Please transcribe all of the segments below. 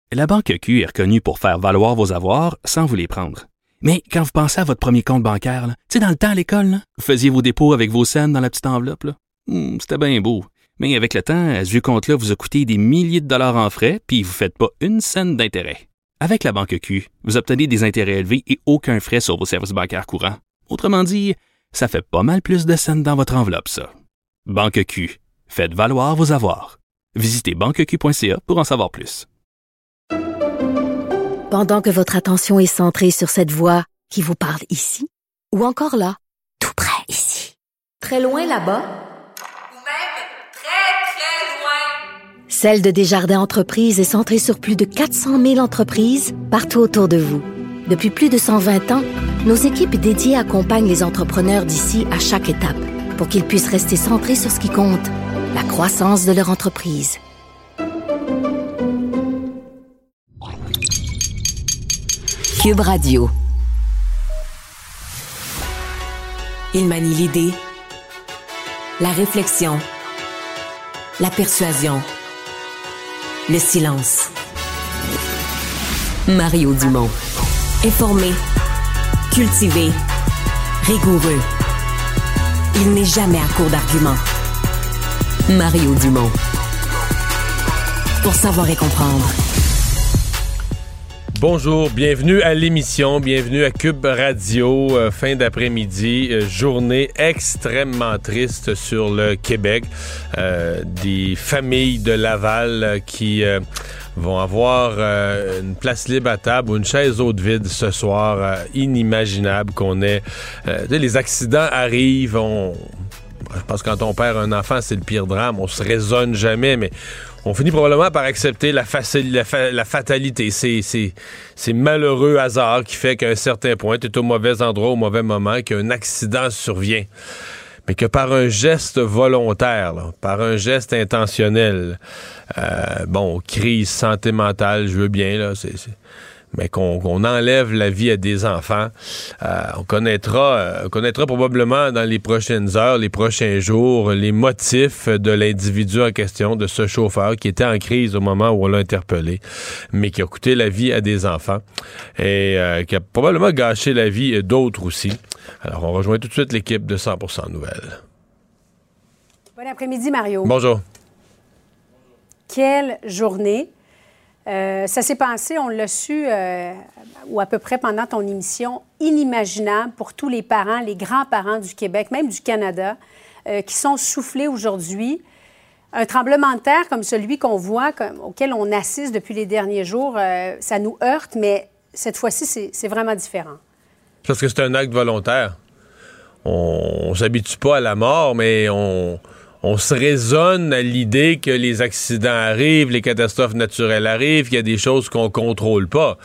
La Banque Q est reconnue pour faire valoir vos avoirs sans vous les prendre. Mais quand vous pensez à votre premier compte bancaire, tu sais, dans le temps à l'école, là, vous faisiez vos dépôts avec vos scènes dans la petite enveloppe. Là. C'était bien beau. Mais avec le temps, ce vieux compte-là vous a coûté des milliers de dollars en frais, puis vous ne faites pas une scène d'intérêt. Avec la Banque Q, vous obtenez des intérêts élevés et aucun frais sur vos services bancaires courants. Autrement dit, ça fait pas mal plus de scènes dans votre enveloppe, ça. Banque Q. Faites valoir vos avoirs. Visitez banqueq.ca pour en savoir plus. Pendant que votre attention est centrée sur cette voix qui vous parle ici, ou encore là, tout près ici, très loin là-bas, ou même très, très loin. Celle de Desjardins Entreprises est centrée sur plus de 400 000 entreprises partout autour de vous. Depuis plus de 120 ans, nos équipes dédiées accompagnent les entrepreneurs d'ici à chaque étape pour qu'ils puissent rester centrés sur ce qui compte, la croissance de leur entreprise. Cube Radio. Il manie l'idée, la réflexion, la persuasion, le silence. Mario Dumont. Informé, cultivé, rigoureux. Il n'est jamais à court d'arguments. Mario Dumont. Pour savoir et comprendre. Bonjour, bienvenue à l'émission, bienvenue à Cube Radio, fin d'après-midi, journée extrêmement triste sur le Québec. Des familles de Laval qui vont avoir une place libre à table ou une chaise haute vide ce soir. Inimaginable qu'on ait... les accidents arrivent, je pense que quand on perd un enfant, c'est le pire drame. On se raisonne jamais, mais on finit probablement par accepter la fatalité. C'est malheureux hasard qui fait qu'à un certain point, tu es au mauvais endroit, au mauvais moment, qu'un accident survient. Mais que par un geste volontaire, là, par un geste intentionnel, crise santé mentale, je veux bien, là, mais qu'on enlève la vie à des enfants, on connaîtra probablement dans les prochaines heures, les prochains jours, les motifs de l'individu en question, de ce chauffeur qui était en crise au moment où on l'a interpellé, mais qui a coûté la vie à des enfants et qui a probablement gâché la vie d'autres aussi. Alors, on rejoint tout de suite l'équipe de 100% Nouvelles. Bon après-midi, Mario. Bonjour. Quelle journée. Ça s'est passé, on l'a su, ou à peu près pendant ton émission, inimaginable pour tous les parents, les grands-parents du Québec, même du Canada, qui sont soufflés aujourd'hui. Un tremblement de terre comme celui qu'on voit, auquel on assiste depuis les derniers jours, ça nous heurte, mais cette fois-ci, c'est vraiment différent. Parce que c'est un acte volontaire. On s'habitue pas à la mort, mais on se raisonne à l'idée que les accidents arrivent, les catastrophes naturelles arrivent, qu'il y a des choses qu'on contrôle pas.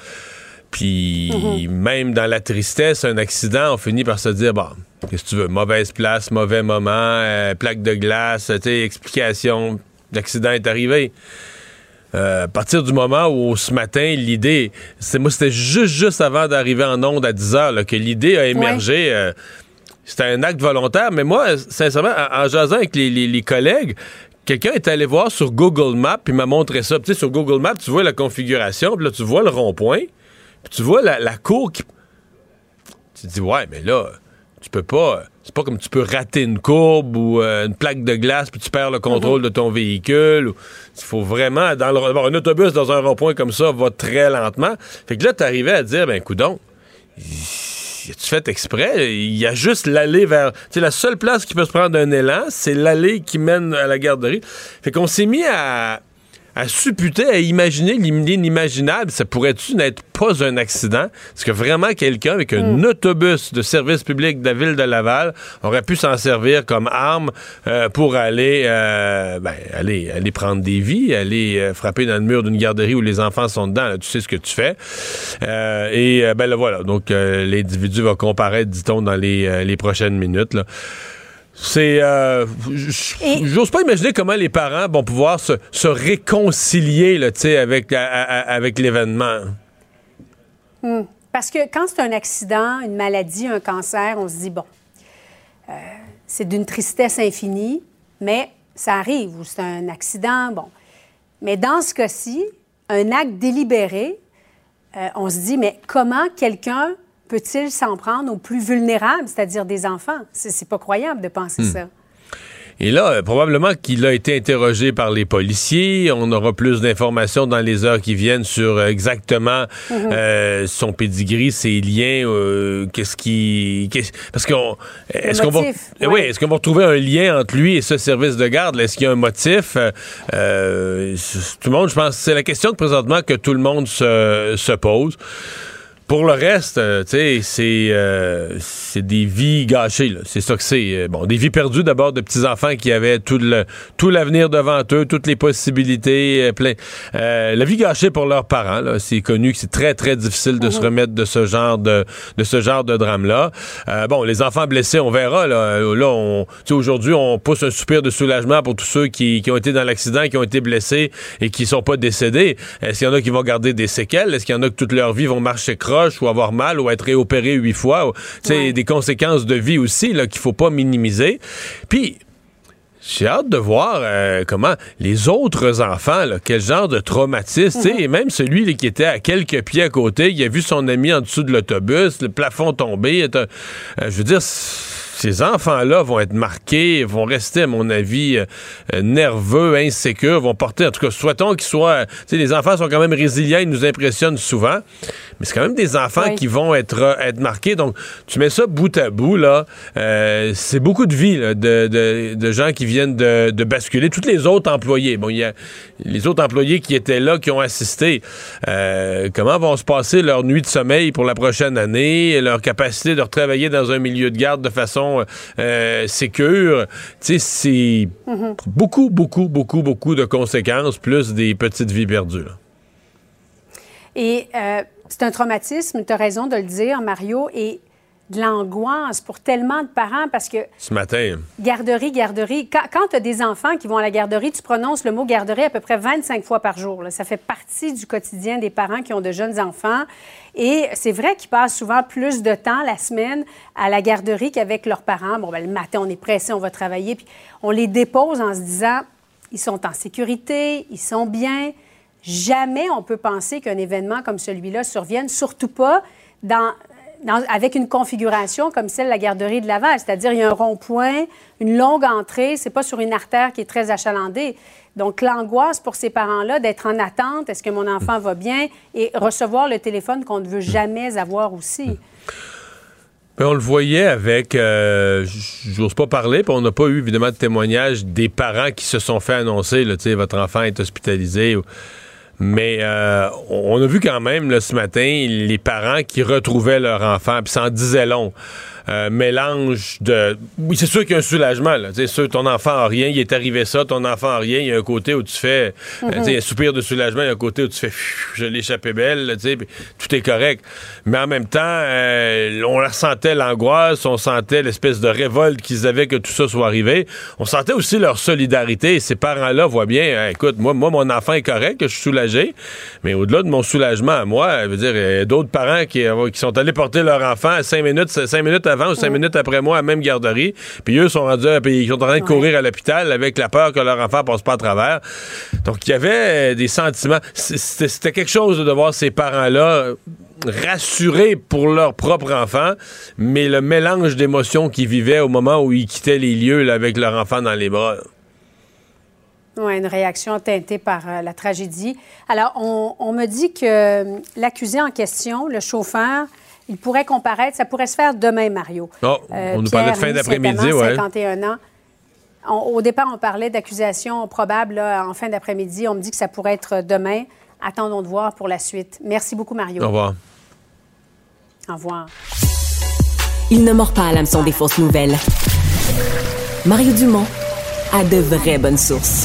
Puis même dans la tristesse, un accident, on finit par se dire, bon, qu'est-ce que tu veux, mauvaise place, mauvais moment, plaque de glace, explication, l'accident est arrivé. À partir du moment où ce matin, l'idée, c'était juste avant d'arriver en onde à 10h là, que l'idée a émergé. Ouais. C'était un acte volontaire, mais moi, sincèrement, en jasant avec les collègues, quelqu'un est allé voir sur Google Maps puis m'a montré ça. Puis, sur Google Maps, tu vois la configuration, puis là, tu vois le rond-point, puis tu vois la cour qui... Tu te dis, ouais, mais là, tu peux pas... C'est pas comme tu peux rater une courbe ou une plaque de glace puis tu perds le contrôle de ton véhicule. Il faut vraiment... un autobus dans un rond-point comme ça va très lentement. Fait que là, t'arrivais à dire, ben, coudonc, as-tu fait exprès? Il y a juste l'allée vers... Tu sais, la seule place qui peut se prendre un élan, c'est l'allée qui mène à la garderie. Fait qu'on s'est mis à supputer, à imaginer l'inimaginable. Ça pourrait-tu n'être pas un accident? Est-ce que vraiment quelqu'un avec un autobus de service public de la ville de Laval aurait pu s'en servir comme arme pour aller prendre des vies, aller frapper dans le mur d'une garderie où les enfants sont dedans? Là, tu sais ce que tu fais. Là, voilà. Donc, l'individu va comparaître, dit-on, dans les prochaines minutes, là. J'ose pas imaginer comment les parents vont pouvoir se réconcilier là, avec l'événement. Parce que quand c'est un accident, une maladie, un cancer, on se dit, bon, c'est d'une tristesse infinie, mais ça arrive, ou c'est un accident, bon. Mais dans ce cas-ci, un acte délibéré, on se dit, mais comment quelqu'un peut-il s'en prendre aux plus vulnérables, c'est-à-dire des enfants? C'est pas croyable de penser ça. Et là, probablement qu'il a été interrogé par les policiers. On aura plus d'informations dans les heures qui viennent sur exactement son pédigree, ses liens, parce qu'on est-ce qu'on va retrouver un lien entre lui et ce service de garde? Est-ce qu'il y a un motif? Tout le monde, je pense, c'est la question présentement que tout le monde se pose. Pour le reste, tu sais, c'est des vies gâchées, là. C'est ça que c'est. Bon, des vies perdues d'abord de petits-enfants qui avaient tout l'avenir devant eux, toutes les possibilités, plein. La vie gâchée pour leurs parents, là. C'est connu que c'est très, très difficile de se remettre de ce genre de drame-là. Bon, les enfants blessés, on verra, là. Là, tu sais, aujourd'hui, on pousse un soupir de soulagement pour tous ceux qui ont été dans l'accident, qui ont été blessés et qui sont pas décédés. Est-ce qu'il y en a qui vont garder des séquelles? Est-ce qu'il y en a que toute leur vie vont marcher croche ou avoir mal ou être réopéré 8 fois? Tu sais, des conséquences de vie aussi, là, qu'il faut pas minimiser. Puis, j'ai hâte de voir comment les autres enfants, là, quel genre de traumatisme. Tu sais, même celui là, qui était à quelques pieds à côté, il a vu son ami en dessous de l'autobus, le plafond tombé. Je veux dire, ces enfants-là vont être marqués, vont rester, à mon avis, nerveux, insécures, vont porter, en tout cas, souhaitons qu'ils soient... Tu sais, les enfants sont quand même résilients, ils nous impressionnent souvent, mais c'est quand même des enfants qui vont être marqués. Donc, tu mets ça bout à bout, là, c'est beaucoup de vie, là, de gens qui viennent de basculer. Tous les autres employés, bon, il y a les autres employés qui étaient là, qui ont assisté. Comment vont se passer leur nuit de sommeil pour la prochaine année, leur capacité de retravailler dans un milieu de garde de façon sécure. Tu sais, c'est beaucoup de conséquences, plus des petites vies perdues, là. Et c'est un traumatisme, tu as raison de le dire, Mario, et de l'angoisse pour tellement de parents parce que... Ce matin... Garderie. Quand tu as des enfants qui vont à la garderie, tu prononces le mot garderie à peu près 25 fois par jour, là. Ça fait partie du quotidien des parents qui ont de jeunes enfants. Et c'est vrai qu'ils passent souvent plus de temps la semaine à la garderie qu'avec leurs parents. Bon, ben, le matin, on est pressé, on va travailler, puis on les dépose en se disant, ils sont en sécurité, ils sont bien. Jamais on peut penser qu'un événement comme celui-là survienne, surtout pas avec une configuration comme celle de la garderie de Laval. C'est-à-dire, il y a un rond-point, une longue entrée, c'est pas sur une artère qui est très achalandée. Donc, l'angoisse pour ces parents-là d'être en attente, est-ce que mon enfant va bien, et recevoir le téléphone qu'on ne veut jamais avoir aussi. Ben, on le voyait avec, j'ose pas parler, puis on n'a pas eu évidemment de témoignages des parents qui se sont fait annoncer, là, tu sais, votre enfant est hospitalisé. Mais on a vu quand même là, ce matin les parents qui retrouvaient leur enfant, puis ça en disait long. Mélange de... Oui, c'est sûr qu'il y a un soulagement, là. C'est sûr, ton enfant a rien, il est arrivé ça, ton enfant a rien. Il y a un côté où tu fais... il y a un soupir de soulagement, il y a un côté où tu fais... je l'ai échappé belle, là, puis tout est correct. Mais en même temps, on ressentait l'angoisse, on sentait l'espèce de révolte qu'ils avaient que tout ça soit arrivé. On sentait aussi leur solidarité. Ces parents-là voient bien, écoute, moi, mon enfant est correct, je suis soulagé, mais au-delà de mon soulagement à moi, je veux dire, il y a d'autres parents qui sont allés porter leur enfant à 5 minutes avant ou 5 minutes après moi à la même garderie, puis eux sont rendus, puis ils sont en train de courir à l'hôpital avec la peur que leur enfant passe pas à travers. Donc, il y avait des sentiments. C'était quelque chose de voir ces parents-là rassurés pour leur propre enfant, mais le mélange d'émotions qu'ils vivaient au moment où ils quittaient les lieux là, avec leur enfant dans les bras. Oui, une réaction teintée par la tragédie. Alors, on me dit que l'accusé en question, le chauffeur, il pourrait comparaître, ça pourrait se faire demain, Mario. Oh, on nous parlait de fin d'après-midi, oui. 51 ans. Au départ, on parlait d'accusation probable là, en fin d'après-midi. On me dit que ça pourrait être demain. Attendons de voir pour la suite. Merci beaucoup, Mario. Au revoir. Au revoir. Il ne mord pas à l'hameçon des fausses nouvelles. Mario Dumont a de vraies bonnes sources.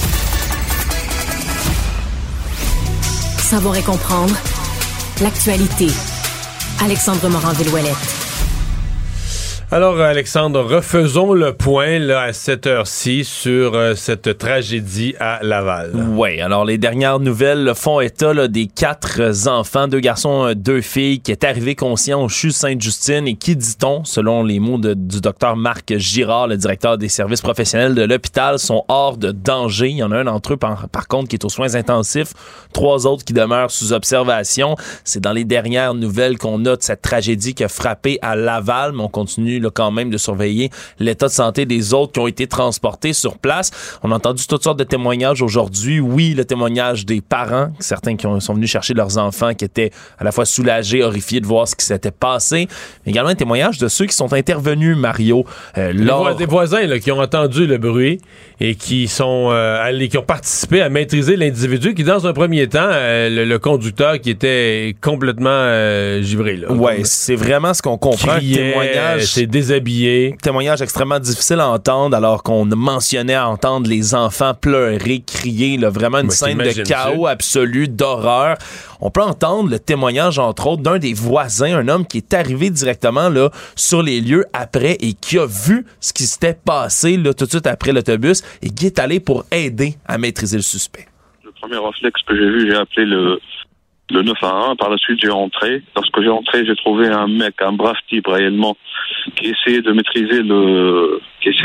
Savoir et comprendre l'actualité. Alexandre Morin-Villouellette. Alors, Alexandre, refaisons le point là, à cette heure-ci sur cette tragédie à Laval. Oui, alors les dernières nouvelles font état là, des 4 enfants, 2 garçons, 2 filles, qui est arrivé conscient au CHU Sainte-Justine et qui, dit-on, selon les mots du docteur Marc Girard, le directeur des services professionnels de l'hôpital, sont hors de danger. Il y en a un d'entre eux, par contre, qui est aux soins intensifs, 3 autres qui demeurent sous observation. C'est dans les dernières nouvelles qu'on a de cette tragédie qui a frappé à Laval, mais on continue là, quand même de surveiller l'état de santé des autres qui ont été transportés sur place. On a entendu toutes sortes de témoignages aujourd'hui. Oui, le témoignage des parents, certains qui sont venus chercher leurs enfants, qui étaient à la fois soulagés, horrifiés de voir ce qui s'était passé, mais également un témoignage de ceux qui sont intervenus, Mario. Des voisins là, qui ont entendu le bruit et qui sont allés, qui ont participé à maîtriser l'individu qui, dans un premier temps, le conducteur qui était complètement givré. Oui, c'est vraiment ce qu'on comprend. Criait, c'est déshabillé. Témoignage extrêmement difficile à entendre alors qu'on mentionnait à entendre les enfants pleurer, crier, là, vraiment une scène de chaos absolu, d'horreur. On peut entendre le témoignage, entre autres, d'un des voisins, un homme qui est arrivé directement là, sur les lieux après et qui a vu ce qui s'était passé là, tout de suite après l'autobus et qui est allé pour aider à maîtriser le suspect. Le premier réflexe que j'ai vu, j'ai appelé le 911. Par la suite, j'ai rentré. Lorsque j'ai rentré, j'ai trouvé un mec, un brave type réellement, qui essayait de maîtriser le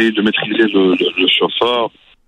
chauffeur.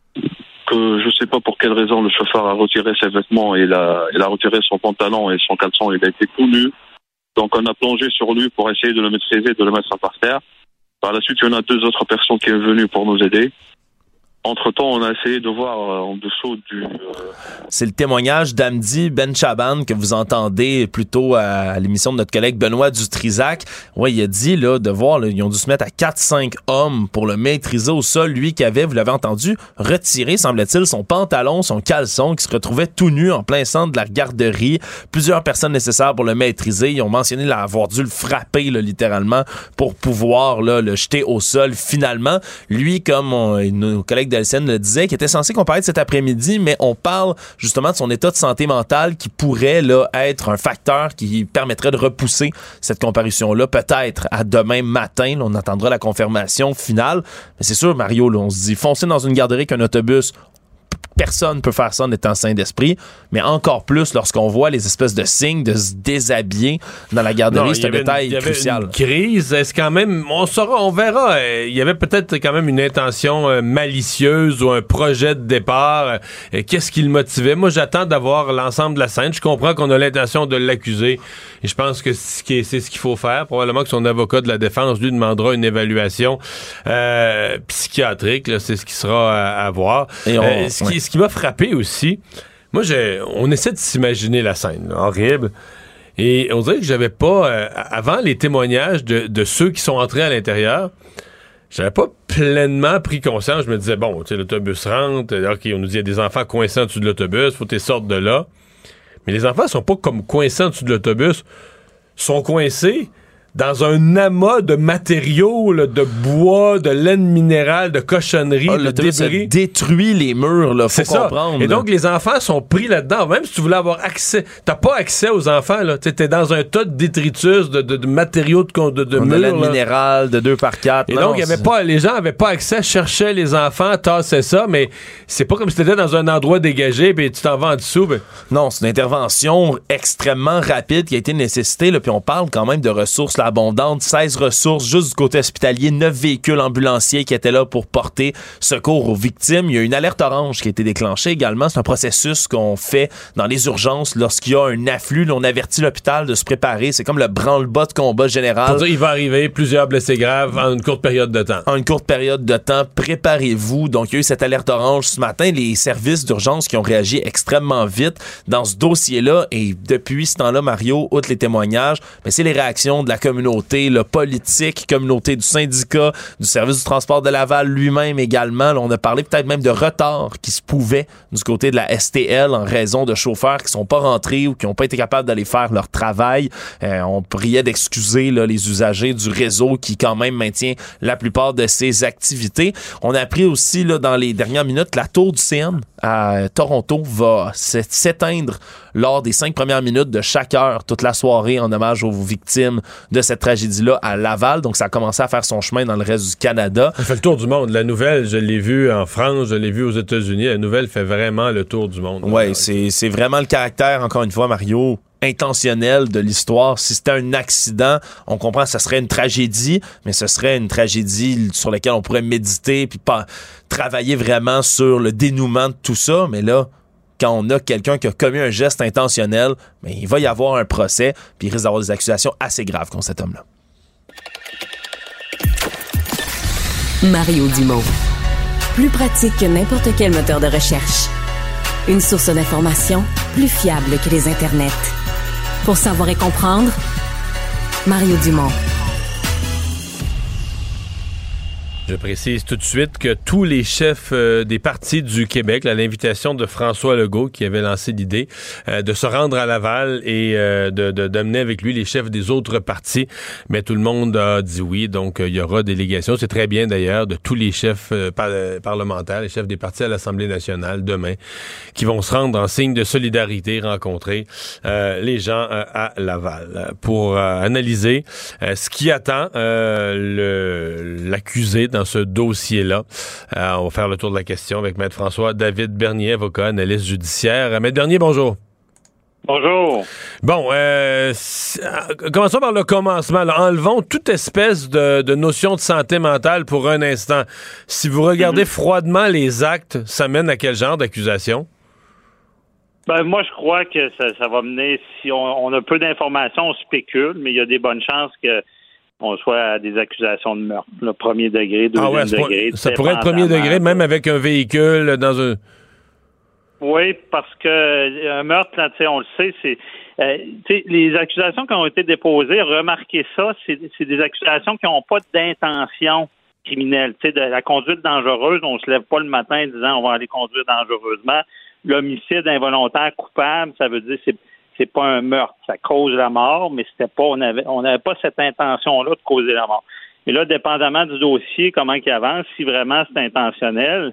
Que je sais pas pour quelle raison le chauffeur a retiré ses vêtements et il a retiré son pantalon et son caleçon, il a été tout nu. Donc on a plongé sur lui pour essayer de le maîtriser, de le mettre par terre. Par la suite, il y en a 2 autres personnes qui sont venues pour nous aider. Entre-temps, on a essayé de voir en dessous du... C'est le témoignage d'Hamdi Benchaban que vous entendez plutôt à l'émission de notre collègue Benoît Dutrisac. Ouais, il a dit là, de voir, là, ils ont dû se mettre à 4-5 hommes pour le maîtriser au sol. Lui qui avait, vous l'avez entendu, retiré, semble-t-il, son pantalon, son caleçon, qui se retrouvait tout nu en plein centre de la garderie. Plusieurs personnes nécessaires pour le maîtriser. Ils ont mentionné avoir dû le frapper là, littéralement pour pouvoir là, le jeter au sol. Finalement, lui, comme nos collègues de LCN le disait, qui était censé comparaître cet après-midi, mais on parle justement de son état de santé mentale qui pourrait là, être un facteur qui permettrait de repousser cette comparution-là, peut-être à demain matin. Là, on attendra la confirmation finale. Mais c'est sûr, Mario, là, on se dit, foncer dans une garderie qu'un autobus, personne peut faire ça en étant sain d'esprit, mais encore plus lorsqu'on voit les espèces de signes de se déshabiller dans la garderie. C'est un détail crucial. Il y avait une crise. Est-ce quand même, on verra. Il y avait peut-être quand même une intention malicieuse ou un projet de départ. Qu'est-ce qui le motivait? Moi, j'attends d'avoir l'ensemble de la scène. Je comprends qu'on a l'intention de l'accuser et je pense que c'est ce qu'il faut faire. Probablement que son avocat de la défense lui demandera une évaluation psychiatrique. Là, c'est ce qui sera à voir. Ce qui m'a frappé aussi, moi, on essaie de s'imaginer la scène, là, horrible. Et on dirait que j'avais pas, avant les témoignages de ceux qui sont entrés à l'intérieur, j'avais pas pleinement pris conscience. Je me disais, bon, tu sais, l'autobus rentre, OK, on nous dit qu'il y a des enfants coincés en dessous de l'autobus, faut que tu sortes de là. Mais les enfants sont pas comme coincés en dessous de l'autobus, sont coincés dans un amas de matériaux, là, de bois, de laine minérale, de cochonneries, de débris. Détruit les murs, là, faut comprendre. Et donc, les enfants sont pris là-dedans. Même si tu voulais avoir accès, t'as pas accès aux enfants, là. T'es dans un tas de détritus, de matériaux de murs. De laine minérale, de 2x4. Et donc, les gens avaient pas accès, cherchaient les enfants, tassaient ça, mais c'est pas comme si t'étais dans un endroit dégagé, puis tu t'en vas en dessous. Ben. Non, c'est une intervention extrêmement rapide qui a été nécessitée, là, puis on parle quand même de ressources abondante, 16 ressources juste du côté hospitalier, 9 véhicules ambulanciers qui étaient là pour porter secours aux victimes. Il y a une alerte orange qui a été déclenchée également. C'est un processus qu'on fait dans les urgences lorsqu'il y a un afflux. Là, on avertit l'hôpital de se préparer. C'est comme le branle-bas de combat général. Pour dire, il va arriver plusieurs blessés graves en une courte période de temps. En une courte période de temps, préparez-vous. Donc, il y a eu cette alerte orange ce matin. Les services d'urgence qui ont réagi extrêmement vite dans ce dossier-là. Et depuis ce temps-là, Mario, outre les témoignages, mais c'est les réactions de la communauté, le politique, communauté du syndicat, du service du transport de Laval lui-même également. Là, on a parlé peut-être même de retard qui se pouvait du côté de la STL en raison de chauffeurs qui sont pas rentrés ou qui n'ont pas été capables d'aller faire leur travail. On priait d'excuser là, les usagers du réseau qui quand même maintient la plupart de ces activités. On a appris aussi là, dans les dernières minutes que la tour du CN à Toronto va s'éteindre lors des 5 premières minutes de chaque heure toute la soirée en hommage aux victimes de cette tragédie-là à Laval. Donc, ça a commencé à faire son chemin dans le reste du Canada. Ça fait le tour du monde. La nouvelle, je l'ai vue en France, je l'ai vue aux États-Unis. La nouvelle fait vraiment le tour du monde. Oui, c'est vraiment le caractère, encore une fois, Mario, intentionnel de l'histoire. Si c'était un accident, on comprend que ça serait une tragédie, mais ce serait une tragédie sur laquelle on pourrait méditer puis pas travailler vraiment sur le dénouement de tout ça. Mais là, quand on a quelqu'un qui a commis un geste intentionnel, ben, il va y avoir un procès, puis il risque d'avoir des accusations assez graves contre cet homme-là. Mario Dumont. Plus pratique que n'importe quel moteur de recherche. Une source d'information plus fiable que les internets. Pour savoir et comprendre, Mario Dumont. Je précise tout de suite que tous les chefs des partis du Québec, à l'invitation de François Legault, qui avait lancé l'idée de se rendre à Laval et d'amener avec lui les chefs des autres partis, mais tout le monde a dit oui, donc il y aura délégation. C'est très bien d'ailleurs de tous les chefs parlementaires, les chefs des partis à l'Assemblée nationale demain, qui vont se rendre en signe de solidarité, rencontrer les gens à Laval pour analyser ce qui attend l'accusé dans ce dossier-là. On va faire le tour de la question avec Maître François-David Bernier, avocat, analyste judiciaire. Maître Bernier, bonjour. Bonjour. Bon, commençons par le commencement. Là. Enlevons toute espèce de notion de santé mentale pour un instant. Si vous regardez froidement les actes, ça mène à quel genre d'accusation? Ben, moi, je crois que ça va mener, si on a peu d'informations, on spécule, mais il y a des bonnes chances qu'on soit à des accusations de meurtre. Le premier degré, deuxième degré. Ça pourrait être premier degré, même avec un véhicule dans un... Oui, parce que un meurtre, là, on le sait, c'est... les accusations qui ont été déposées, remarquez ça, c'est des accusations qui n'ont pas d'intention criminelle. De la conduite dangereuse, on se lève pas le matin en disant on va aller conduire dangereusement. L'homicide involontaire coupable, ça veut dire c'est pas un meurtre, ça cause la mort, mais c'était pas on n'avait pas cette intention-là de causer la mort. Et là, dépendamment du dossier, comment il avance, si vraiment c'est intentionnel,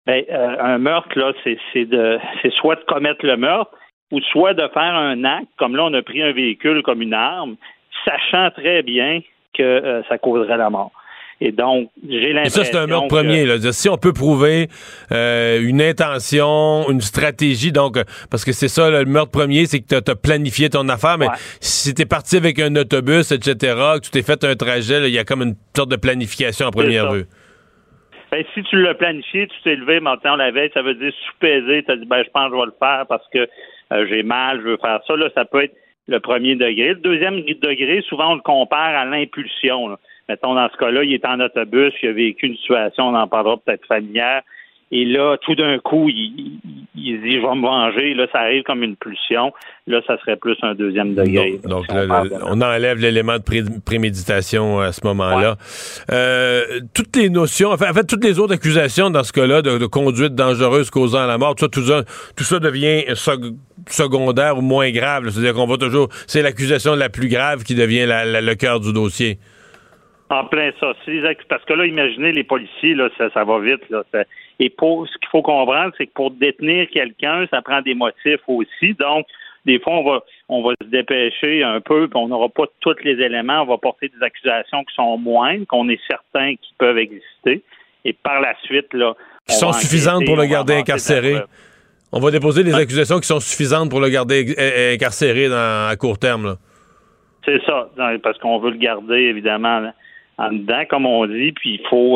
un meurtre là, c'est soit de commettre le meurtre ou soit de faire un acte, comme là on a pris un véhicule comme une arme, sachant très bien que ça causerait la mort. Et donc, j'ai l'impression. Et ça, c'est un meurtre premier. Là. Si on peut prouver une intention, une stratégie, donc, parce que c'est ça, là, le meurtre premier, c'est que tu as planifié ton affaire, mais si tu es parti avec un autobus, etc., que tu t'es fait un trajet, il y a comme une sorte de planification en première vue. Ben, si tu l'as planifié, tu t'es levé maintenant la veille, ça veut dire sous-peser, tu as dit, je pense que je vais le faire parce que j'ai mal, je veux faire ça. Là, ça peut être le premier degré. Le deuxième degré, souvent, on le compare à l'impulsion, là. Mettons, dans ce cas-là, il est en autobus, il a vécu une situation, on en parlera peut-être familière, et là, tout d'un coup, il dit « je vais me venger », là, ça arrive comme une pulsion, là, ça serait plus un deuxième degré. Donc on enlève l'élément de préméditation à ce moment-là. Ouais. Toutes les notions, en fait, toutes les autres accusations dans ce cas-là, de conduite dangereuse causant la mort, tout ça devient secondaire ou moins grave, c'est-à-dire qu'on va toujours, c'est l'accusation la plus grave qui devient le cœur du dossier. En plein ça. Parce que là, imaginez les policiers, là, ça va vite. Là, et ce qu'il faut comprendre, c'est que pour détenir quelqu'un, ça prend des motifs aussi. Donc, des fois, on va se dépêcher un peu, puis on n'aura pas tous les éléments. On va porter des accusations qui sont moindres, qu'on est certain qu'ils peuvent exister. Et par la suite, là... Qui sont suffisantes pour le garder incarcéré. On va déposer des accusations qui sont suffisantes pour le garder incarcéré à court terme, là. C'est ça, parce qu'on veut le garder, évidemment, là, en dedans, comme on dit, puis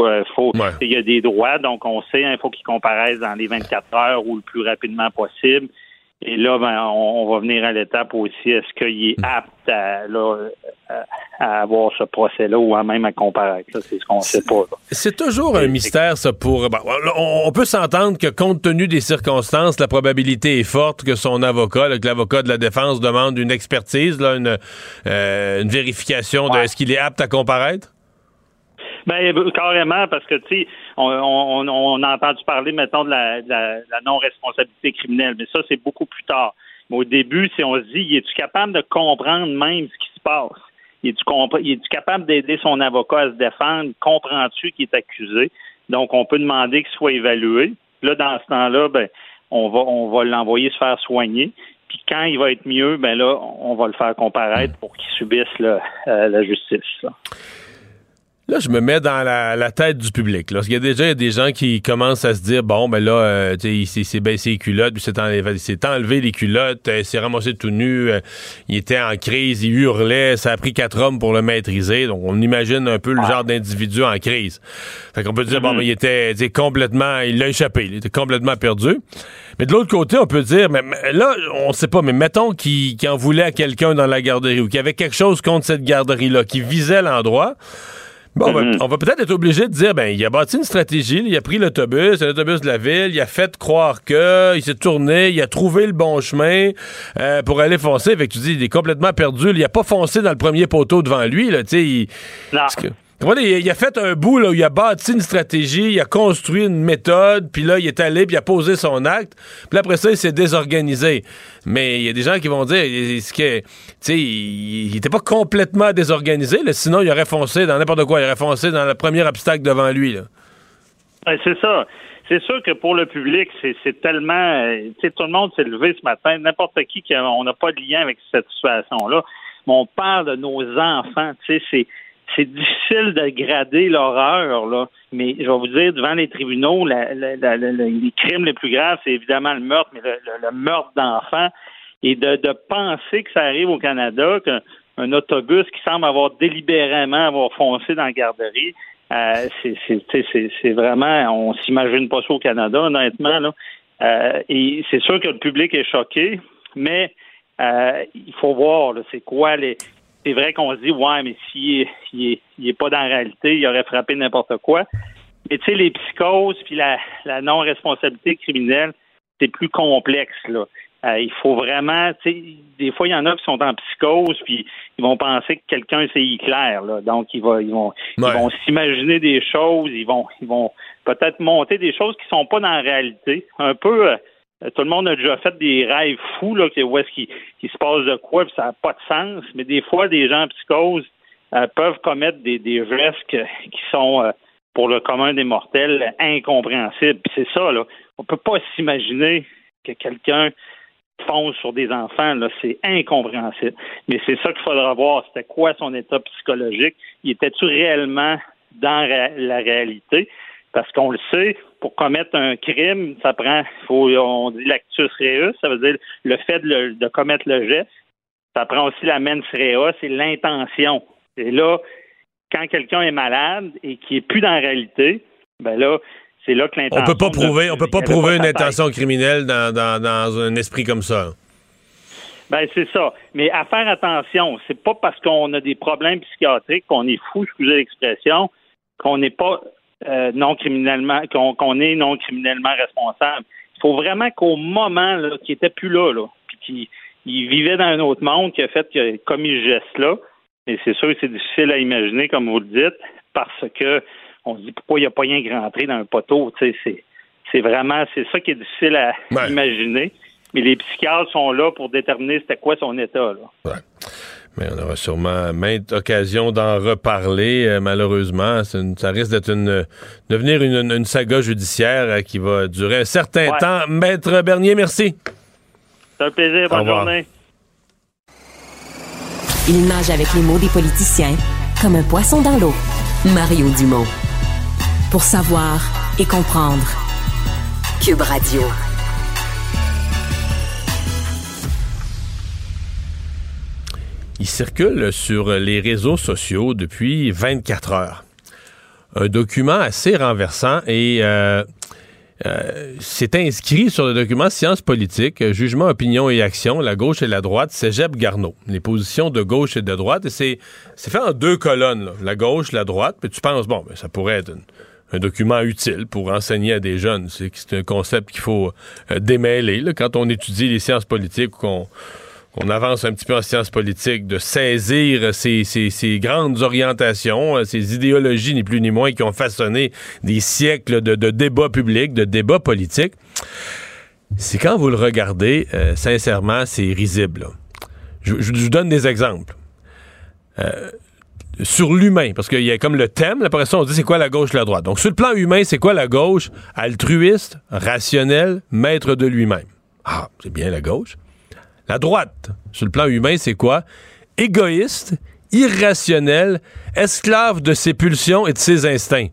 il y a des droits, donc on sait, il faut qu'ils comparaissent dans les 24 heures ou le plus rapidement possible. Et là, on va venir à l'étape aussi, est-ce qu'il est apte à avoir ce procès-là ou même à comparaître? Ça, c'est ce qu'on ne sait pas. Là. C'est toujours un mystère, ça, pour... on peut s'entendre que, compte tenu des circonstances, la probabilité est forte que son avocat, que l'avocat de la défense demande une expertise, là, une vérification de est-ce qu'il est apte à comparaître? Ben carrément, parce que tu sais, on a entendu parler, mettons, de la non-responsabilité criminelle, mais ça, c'est beaucoup plus tard. Mais au début, si on se dit, es-tu capable de comprendre même ce qui se passe? Es-tu capable d'aider son avocat à se défendre? Comprends-tu qu'il est accusé? Donc, on peut demander qu'il soit évalué. Là, dans ce temps-là, on va l'envoyer se faire soigner. Puis quand il va être mieux, ben là, on va le faire comparaître pour qu'il subisse la justice. Là, je me mets dans la tête du public. Là. Parce qu'il y a déjà des gens qui commencent à se dire, bon, ben là, il s'est baissé les culottes, puis il s'est enlevé les culottes, il s'est ramassé tout nu, il était en crise, il hurlait, ça a pris 4 hommes pour le maîtriser. Donc, on imagine un peu le genre d'individu en crise. Fait qu'on peut dire, bon, ben, il était complètement, il l'a échappé, il était complètement perdu. Mais de l'autre côté, on peut dire, mais là, on sait pas, mais mettons qu'il en voulait à quelqu'un dans la garderie ou qu'il y avait quelque chose contre cette garderie-là, qui visait l'endroit. Bon, on va peut-être être obligé de dire, ben, il a bâti une stratégie, il a pris l'autobus de la ville, il a fait croire il s'est tourné, il a trouvé le bon chemin pour aller foncer. Fait que tu dis, il est complètement perdu, il a pas foncé dans le premier poteau devant lui, là, tu sais, il a fait un bout là, où il a bâti une stratégie, il a construit une méthode, puis là, il est allé, puis il a posé son acte, puis après ça, il s'est désorganisé. Mais il y a des gens qui vont dire, il était pas complètement désorganisé, là, sinon il aurait foncé dans n'importe quoi, il aurait foncé dans le premier obstacle devant lui. Là. C'est ça. C'est sûr que pour le public, c'est tellement... tout le monde s'est levé ce matin, n'importe qui, on n'a pas de lien avec cette situation-là. Mais on parle de nos enfants, c'est difficile de grader l'horreur, là. Mais je vais vous dire, devant les tribunaux, les crimes les plus graves, c'est évidemment le meurtre, mais le meurtre d'enfants. Et de penser que ça arrive au Canada, qu'un autobus qui semble avoir délibérément foncé dans la garderie, c'est vraiment, on s'imagine pas ça au Canada, honnêtement, là. Et c'est sûr que le public est choqué, mais il faut voir, là, c'est quoi les... C'est vrai qu'on se dit, ouais, mais s'il est pas dans la réalité, il aurait frappé n'importe quoi. Mais tu sais, les psychoses puis la non-responsabilité criminelle, c'est plus complexe, là. Il faut vraiment, tu sais, des fois, il y en a qui sont en psychose puis ils vont penser que quelqu'un, c'est Hitler, là. Donc, ils vont s'imaginer des choses, ils vont peut-être monter des choses qui sont pas dans la réalité. Un peu... tout le monde a déjà fait des rêves fous, là, où est-ce qu'il se passe de quoi, puis ça n'a pas de sens. Mais des fois, des gens en psychose peuvent commettre des gestes qui sont, pour le commun des mortels, incompréhensibles. Puis c'est ça, là. On peut pas s'imaginer que quelqu'un fonce sur des enfants, là. C'est incompréhensible. Mais c'est ça qu'il faudra voir. C'était quoi son état psychologique? Il était-tu réellement dans la réalité? Parce qu'on le sait, pour commettre un crime, ça prend, on dit l'actus reus, ça veut dire le fait de commettre le geste. Ça prend aussi la mens rea, c'est l'intention. Et là, quand quelqu'un est malade et qui est plus dans la réalité, ben là, c'est là que l'intention... On peut pas prouver une intention criminelle dans un esprit comme ça. Ben c'est ça. Mais à faire attention, c'est pas parce qu'on a des problèmes psychiatriques qu'on est fou, excusez l'expression, qu'on n'est pas non criminellement, qu'on est non criminellement responsable. Il faut vraiment qu'au moment là, qu'il était plus là, puis qu'il vivait dans un autre monde, qu'il a commis ce geste-là. Et c'est sûr que c'est difficile à imaginer, comme vous le dites, parce que on se dit pourquoi il n'a pas rien rentré dans un poteau. C'est ça qui est difficile à imaginer. Mais les psychiatres sont là pour déterminer c'était quoi son état. Là. Ouais. Mais on aura sûrement maintes occasions d'en reparler. Malheureusement, ça risque devenir une saga judiciaire qui va durer un certain temps. Maître Bernier, merci. C'est un plaisir. Bonne journée. Il nage avec les mots des politiciens comme un poisson dans l'eau. Mario Dumont. Pour savoir et comprendre. Cube Radio. Il circule sur les réseaux sociaux depuis 24 heures. Un document assez renversant et c'est inscrit sur le document Sciences politiques, Jugement, opinion et action, la gauche et la droite, Cégep Garneau. Les positions de gauche et de droite. Et c'est fait en 2 colonnes, là. La gauche, la droite. Puis tu penses, bon, ben, ça pourrait être un document utile pour enseigner à des jeunes. C'est un concept qu'il faut démêler là, quand on étudie les sciences politiques ou qu'on avance un petit peu en sciences politiques, de saisir ces grandes orientations, ces idéologies, ni plus ni moins, qui ont façonné des siècles de débats publics, de débats politiques. C'est quand vous le regardez, sincèrement, c'est risible. Là. Je vous donne des exemples. Sur l'humain, parce qu'il y a comme le thème, après ça, on dit c'est quoi la gauche, la droite. Donc, sur le plan humain, c'est quoi la gauche? Altruiste, rationnelle, maître de lui-même. Ah, c'est bien la gauche. La droite, sur le plan humain, c'est quoi? Égoïste, irrationnel, esclave de ses pulsions et de ses instincts.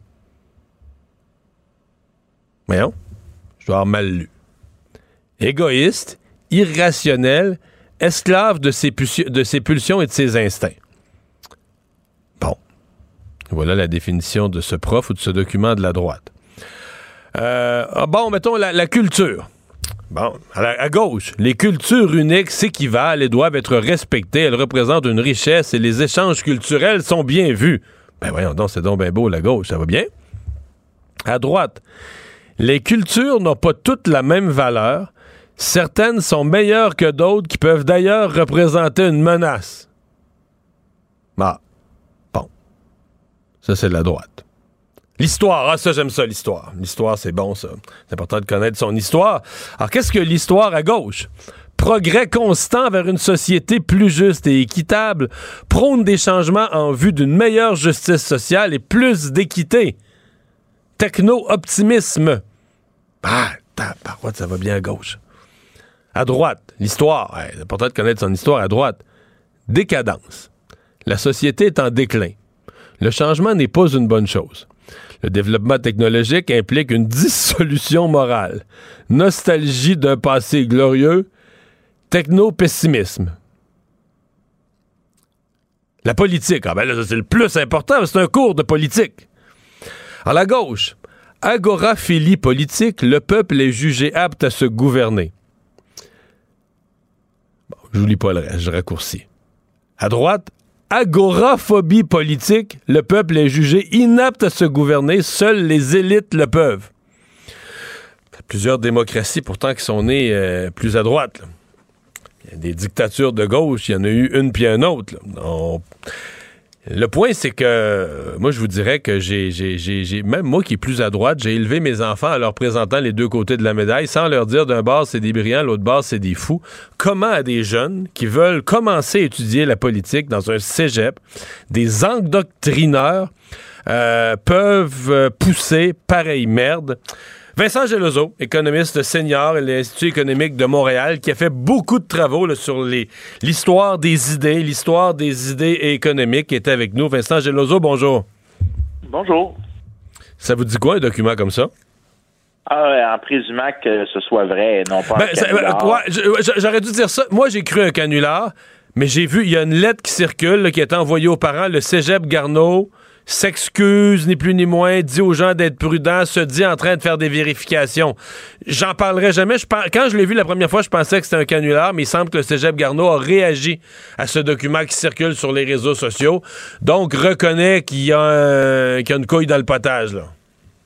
Voyons, je dois avoir mal lu. Égoïste, irrationnel, esclave de ses pulsions et de ses instincts. Bon. Voilà la définition de ce prof ou de ce document de la droite. Mettons la culture. Bon, à gauche, les cultures uniques s'équivalent et doivent être respectées. Elles représentent une richesse et les échanges culturels sont bien vus. Ben voyons donc, c'est donc bien beau, la gauche, ça va bien? À droite, les cultures n'ont pas toutes la même valeur. Certaines sont meilleures que d'autres qui peuvent d'ailleurs représenter une menace. Ah, bon. Ça, c'est de la droite. L'histoire, ça j'aime ça, l'histoire. L'histoire, c'est bon, ça. C'est important de connaître son histoire. Alors, qu'est-ce que l'histoire à gauche? Progrès constant vers une société plus juste et équitable, prône des changements en vue d'une meilleure justice sociale et plus d'équité. Techno-optimisme. Ça va bien à gauche. À droite, l'histoire. C'est important de connaître son histoire à droite. Décadence. La société est en déclin. Le changement n'est pas une bonne chose. Le développement technologique implique une dissolution morale. Nostalgie d'un passé glorieux. Techno-pessimisme. La politique. Là, ça, c'est le plus important. C'est un cours de politique. À la gauche, agoraphilie politique, le peuple est jugé apte à se gouverner. Bon, je vous lis pas le reste, je raccourcis. À droite, agoraphobie politique, le peuple est jugé inapte à se gouverner, seules les élites le peuvent. Il y a plusieurs démocraties pourtant qui sont nées plus à droite. Il y a des dictatures de gauche, il y en a eu une puis une autre. Le point, c'est que moi, je vous dirais que j'ai même moi qui est plus à droite, j'ai élevé mes enfants en leur présentant les deux côtés de la médaille, sans leur dire d'un bord c'est des brillants, l'autre bord c'est des fous. Comment à des jeunes qui veulent commencer à étudier la politique dans un cégep, des endoctrineurs peuvent pousser pareille merde? Vincent Geloso, économiste senior à l'Institut économique de Montréal, qui a fait beaucoup de travaux là, sur l'histoire des idées économiques, est avec nous. Vincent Geloso, bonjour. Bonjour. Ça vous dit quoi, un document comme ça? En présumant que ce soit vrai et non pas un canular. J'aurais dû dire ça. Moi, j'ai cru un canular, mais j'ai vu, il y a une lettre qui circule là, qui est envoyée aux parents, le Cégep Garneau s'excuse, ni plus ni moins, dit aux gens d'être prudents, se dit en train de faire des vérifications. J'en parlerai jamais. Quand je l'ai vu la première fois, je pensais que c'était un canular, mais il semble que le Cégep Garneau a réagi à ce document qui circule sur les réseaux sociaux. Donc, reconnaît qu'il y a une couille dans le potage, là.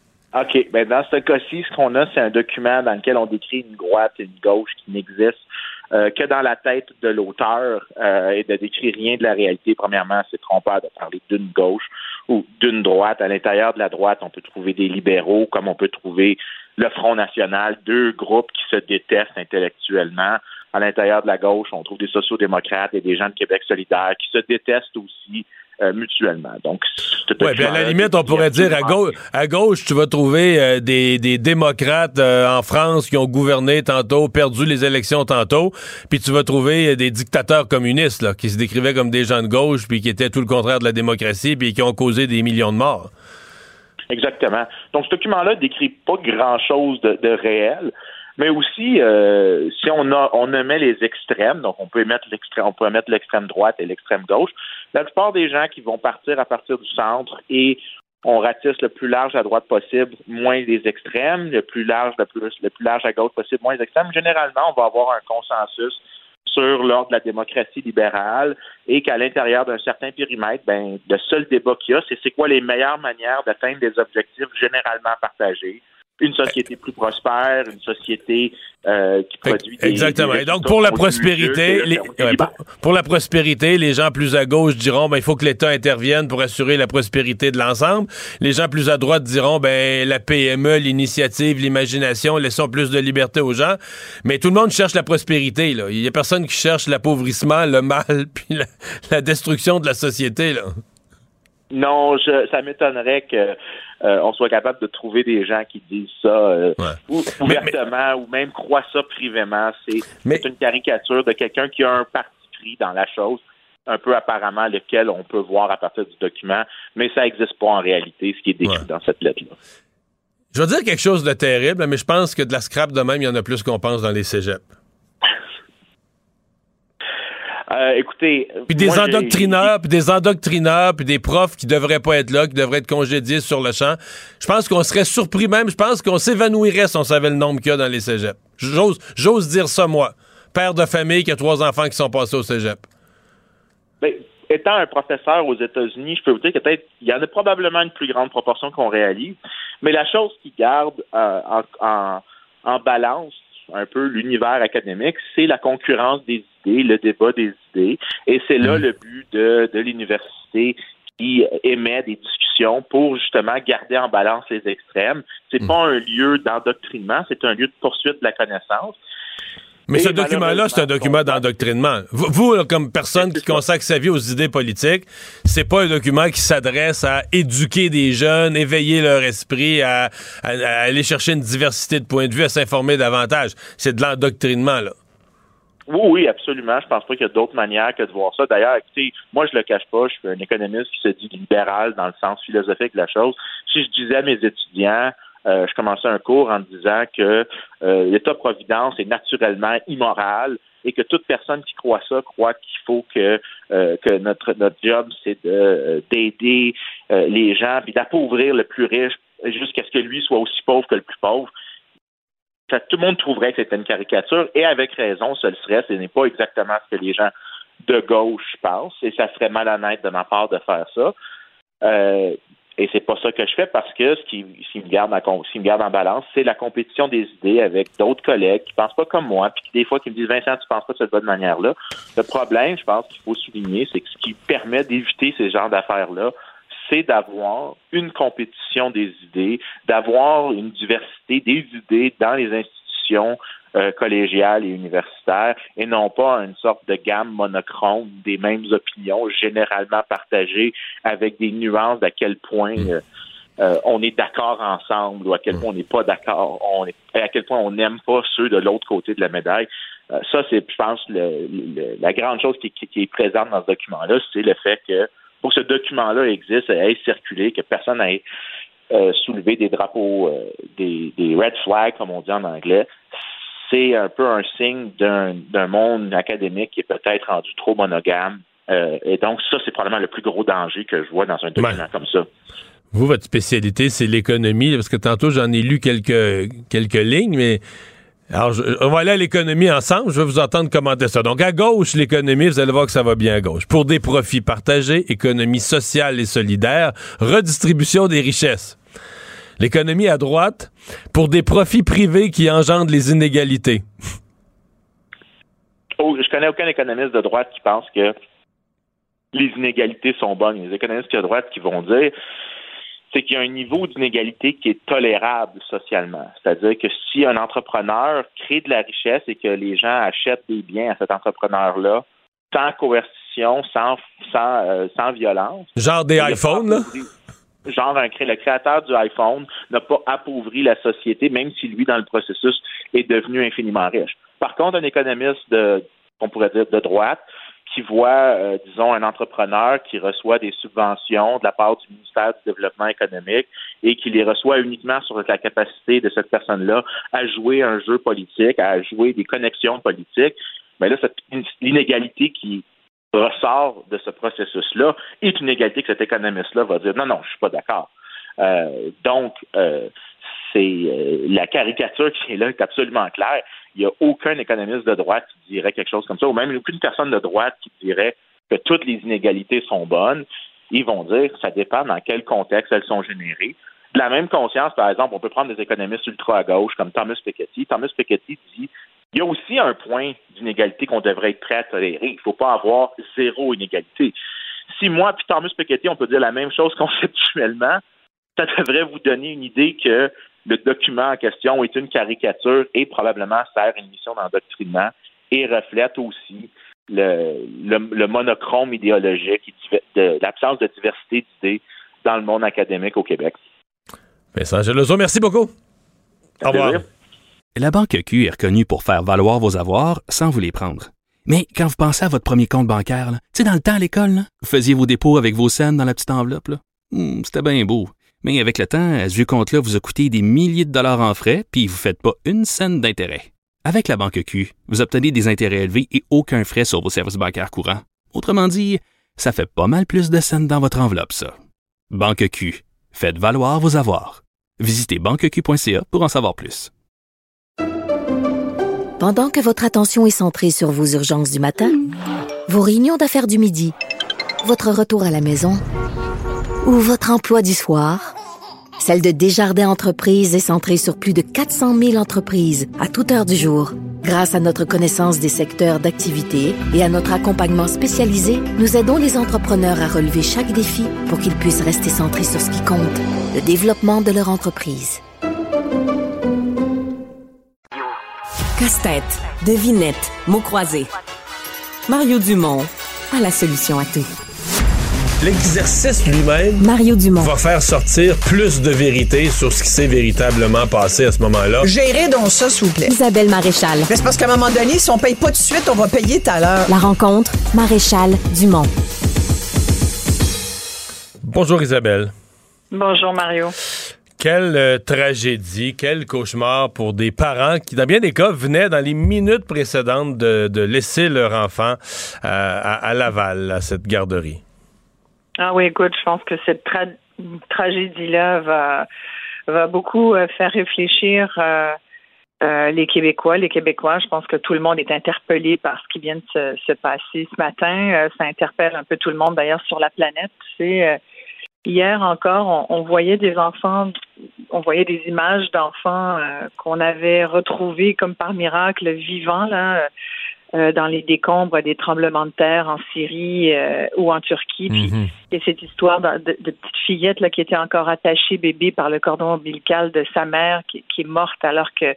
OK. Ben, dans ce cas-ci, ce qu'on a, c'est un document dans lequel on décrit une droite et une gauche qui n'existent que dans la tête de l'auteur et de décrire rien de la réalité. Premièrement, c'est trompeur de parler d'une gauche ou d'une droite. À l'intérieur de la droite, on peut trouver des libéraux, comme on peut trouver le Front national, deux groupes qui se détestent intellectuellement. À l'intérieur de la gauche, on trouve des sociaux-démocrates et des gens de Québec solidaire qui se détestent aussi mutuellement. Donc, à la limite, on pourrait dire à gauche, tu vas trouver des démocrates en France qui ont gouverné tantôt, perdu les élections tantôt, puis tu vas trouver des dictateurs communistes là, qui se décrivaient comme des gens de gauche, puis qui étaient tout le contraire de la démocratie, puis qui ont causé des millions de morts. Exactement. Donc, ce document-là décrit pas grand-chose de réel. Mais aussi, si on omet les extrêmes, donc on peut mettre l'extrême droite et l'extrême gauche, la plupart des gens qui vont partir à partir du centre et on ratisse le plus large à droite possible, moins les extrêmes, le plus large à gauche possible, moins les extrêmes. Généralement, on va avoir un consensus sur l'ordre de la démocratie libérale et qu'à l'intérieur d'un certain périmètre, le seul débat qu'il y a, c'est quoi les meilleures manières d'atteindre des objectifs généralement partagés. Une société plus prospère, une société qui produit des... Exactement. Et donc, pour la prospérité, pour la prospérité, les gens plus à gauche diront, il faut que l'État intervienne pour assurer la prospérité de l'ensemble. Les gens plus à droite diront, la PME, l'initiative, l'imagination, laissons plus de liberté aux gens. Mais tout le monde cherche la prospérité, là. Il y a personne qui cherche l'appauvrissement, le mal, puis la destruction de la société, là. Non, ça m'étonnerait que on soit capable de trouver des gens qui disent ça ouvertement ou même croient ça privément. C'est une caricature de quelqu'un qui a un parti pris dans la chose, un peu apparemment lequel on peut voir à partir du document, mais ça n'existe pas en réalité, ce qui est décrit dans cette lettre-là. Je vais dire quelque chose de terrible, mais je pense que de la scrap de même, il y en a plus qu'on pense dans les cégeps. Écoutez... Puis des endoctrineurs, puis des profs qui devraient pas être là, qui devraient être congédiés sur le champ. Je pense qu'on serait surpris même, je pense qu'on s'évanouirait si on savait le nombre qu'il y a dans les cégeps. J'ose dire ça, moi. Père de famille qui a 3 enfants qui sont passés au cégep. Ben, étant un professeur aux États-Unis, je peux vous dire que peut-être il y en a probablement une plus grande proportion qu'on réalise, mais la chose qui garde en balance un peu l'univers académique, c'est la concurrence des idées, le débat des idées, et c'est là le but de l'université qui émet des discussions pour justement garder en balance les extrêmes. C'est pas un lieu d'endoctrinement, c'est un lieu de poursuite de la connaissance. Mais ce document-là, c'est un document d'endoctrinement. Vous là, comme personne qui consacre sa vie aux idées politiques, c'est pas un document qui s'adresse à éduquer des jeunes, éveiller leur esprit, à aller chercher une diversité de points de vue, à s'informer davantage. C'est de l'endoctrinement, là. Oui, absolument. Je pense pas qu'il y a d'autres manières que de voir ça. D'ailleurs, écoutez, moi, je le cache pas, je suis un économiste qui se dit libéral dans le sens philosophique de la chose. Si je disais à mes étudiants, je commençais un cours en disant que l'État-providence est naturellement immoral et que toute personne qui croit ça croit qu'il faut que notre job, c'est d'aider les gens puis d'appauvrir le plus riche jusqu'à ce que lui soit aussi pauvre que le plus pauvre. Tout le monde trouverait que c'était une caricature et avec raison, ce n'est pas exactement ce que les gens de gauche pensent et ça serait malhonnête de ma part de faire ça. Et c'est pas ça que je fais parce que ce qui me garde en balance, c'est la compétition des idées avec d'autres collègues qui pensent pas comme moi, puis des fois qui me disent Vincent, tu penses pas de cette bonne manière-là. Le problème, je pense qu'il faut souligner, c'est que ce qui permet d'éviter ces genres d'affaires-là, c'est d'avoir une compétition des idées, d'avoir une diversité des idées dans les institutions collégiales et universitaires, et non pas une sorte de gamme monochrome des mêmes opinions généralement partagées avec des nuances d'à quel point on est d'accord ensemble ou à quel point on n'est pas d'accord, à quel point on n'aime pas ceux de l'autre côté de la médaille. Ça, c'est, je pense, la grande chose qui est présente dans ce document-là, c'est le fait que pour que ce document-là existe, ait circulé, que personne n'ait soulevé des drapeaux, des red flags, comme on dit en anglais, c'est un peu un signe d'un monde académique qui est peut-être rendu trop monogame. Et donc, ça, c'est probablement le plus gros danger que je vois dans un document comme ça. Vous, votre spécialité, c'est l'économie, parce que tantôt, j'en ai lu quelques lignes, mais alors, on va aller à l'économie ensemble. Je vais vous entendre commenter ça. Donc, à gauche, l'économie, vous allez voir que ça va bien à gauche. Pour des profits partagés, économie sociale et solidaire, redistribution des richesses. L'économie à droite, pour des profits privés qui engendrent les inégalités. Je connais aucun économiste de droite qui pense que les inégalités sont bonnes. Les économistes de droite qui vont dire c'est qu'il y a un niveau d'inégalité qui est tolérable socialement. C'est-à-dire que si un entrepreneur crée de la richesse et que les gens achètent des biens à cet entrepreneur-là, sans coercition, sans violence... Genre des iPhones, là? Genre le créateur du iPhone n'a pas appauvri la société, même si lui, dans le processus, est devenu infiniment riche. Par contre, un économiste on pourrait dire de droite, qui voit, disons, un entrepreneur qui reçoit des subventions de la part du ministère du Développement économique et qui les reçoit uniquement sur la capacité de cette personne-là à jouer un jeu politique, à jouer des connexions politiques, bien là, l'inégalité qui ressort de ce processus-là est une égalité que cet économiste-là va dire non, je suis pas d'accord. Donc, c'est la caricature qui est là est absolument claire. Il n'y a aucun économiste de droite qui dirait quelque chose comme ça, ou même aucune personne de droite qui dirait que toutes les inégalités sont bonnes. Ils vont dire que ça dépend dans quel contexte elles sont générées. De la même conscience, par exemple, on peut prendre des économistes ultra à gauche comme Thomas Piketty. Thomas Piketty dit il y a aussi un point d'inégalité qu'on devrait être prêt à tolérer. Il ne faut pas avoir zéro inégalité. Si moi puis Thomas Piketty, on peut dire la même chose conceptuellement, ça devrait vous donner une idée que le document en question est une caricature et probablement sert une mission d'endoctrinement et reflète aussi le monochrome idéologique et l'absence de diversité d'idées dans le monde académique au Québec. Vincent Geloso, merci beaucoup. Au revoir. La Banque Q est reconnue pour faire valoir vos avoirs sans vous les prendre. Mais quand vous pensez à votre premier compte bancaire, tu sais, dans le temps à l'école, là, vous faisiez vos dépôts avec vos scènes dans la petite enveloppe. Là. C'était bien beau. Mais avec le temps, ce vieux compte-là vous a coûté des milliers de dollars en frais, puis vous ne faites pas une scène d'intérêt. Avec la Banque Q, vous obtenez des intérêts élevés et aucun frais sur vos services bancaires courants. Autrement dit, ça fait pas mal plus de scènes dans votre enveloppe, ça. Banque Q. Faites valoir vos avoirs. Visitez banqueq.ca pour en savoir plus. Pendant que votre attention est centrée sur vos urgences du matin, vos réunions d'affaires du midi, votre retour à la maison ou votre emploi du soir, celle de Desjardins Entreprises est centrée sur plus de 400 000 entreprises à toute heure du jour. Grâce à notre connaissance des secteurs d'activité et à notre accompagnement spécialisé, nous aidons les entrepreneurs à relever chaque défi pour qu'ils puissent rester centrés sur ce qui compte, le développement de leur entreprise. Casse-tête, devinette, mots croisés. Mario Dumont a la solution à tout. L'exercice lui-même Mario Dumont va faire sortir plus de vérité sur ce qui s'est véritablement passé à ce moment-là. Gérez donc ça, s'il vous plaît. Isabelle Maréchal. Mais c'est parce qu'à un moment donné, si on paye pas tout de suite, on va payer tout à l'heure. La rencontre, Maréchal Dumont. Bonjour Isabelle. Bonjour Mario. Quelle tragédie, quel cauchemar pour des parents qui, dans bien des cas, venaient dans les minutes précédentes de laisser leur enfant à Laval, à cette garderie. Ah oui, écoute, je pense que cette tragédie-là va beaucoup faire réfléchir les Québécois. Les Québécois, je pense que tout le monde est interpellé par ce qui vient de se passer ce matin. Ça interpelle un peu tout le monde, d'ailleurs, sur la planète. Tu sais, hier encore, on voyait des enfants, on voyait des images d'enfants qu'on avait retrouvés comme par miracle vivants, là, dans les décombres des tremblements de terre en Syrie ou en Turquie. Puis, et cette histoire de petite fillette là, qui était encore attachée bébé par le cordon ombilical de sa mère qui est morte alors que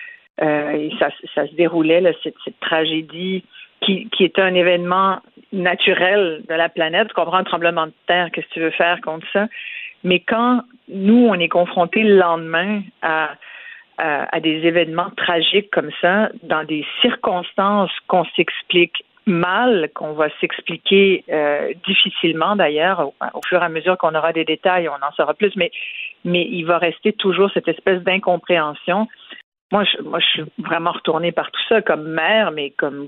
ça se déroulait, là, cette tragédie qui est un événement naturel de la planète. Tu comprends, un tremblement de terre, qu'est-ce que tu veux faire contre ça? Mais quand nous, on est confrontés le lendemain à des événements tragiques comme ça, dans des circonstances qu'on s'explique mal, qu'on va s'expliquer difficilement d'ailleurs, au fur et à mesure qu'on aura des détails, on en saura plus, mais il va rester toujours cette espèce d'incompréhension. Moi, je suis vraiment retournée par tout ça comme mère, mais comme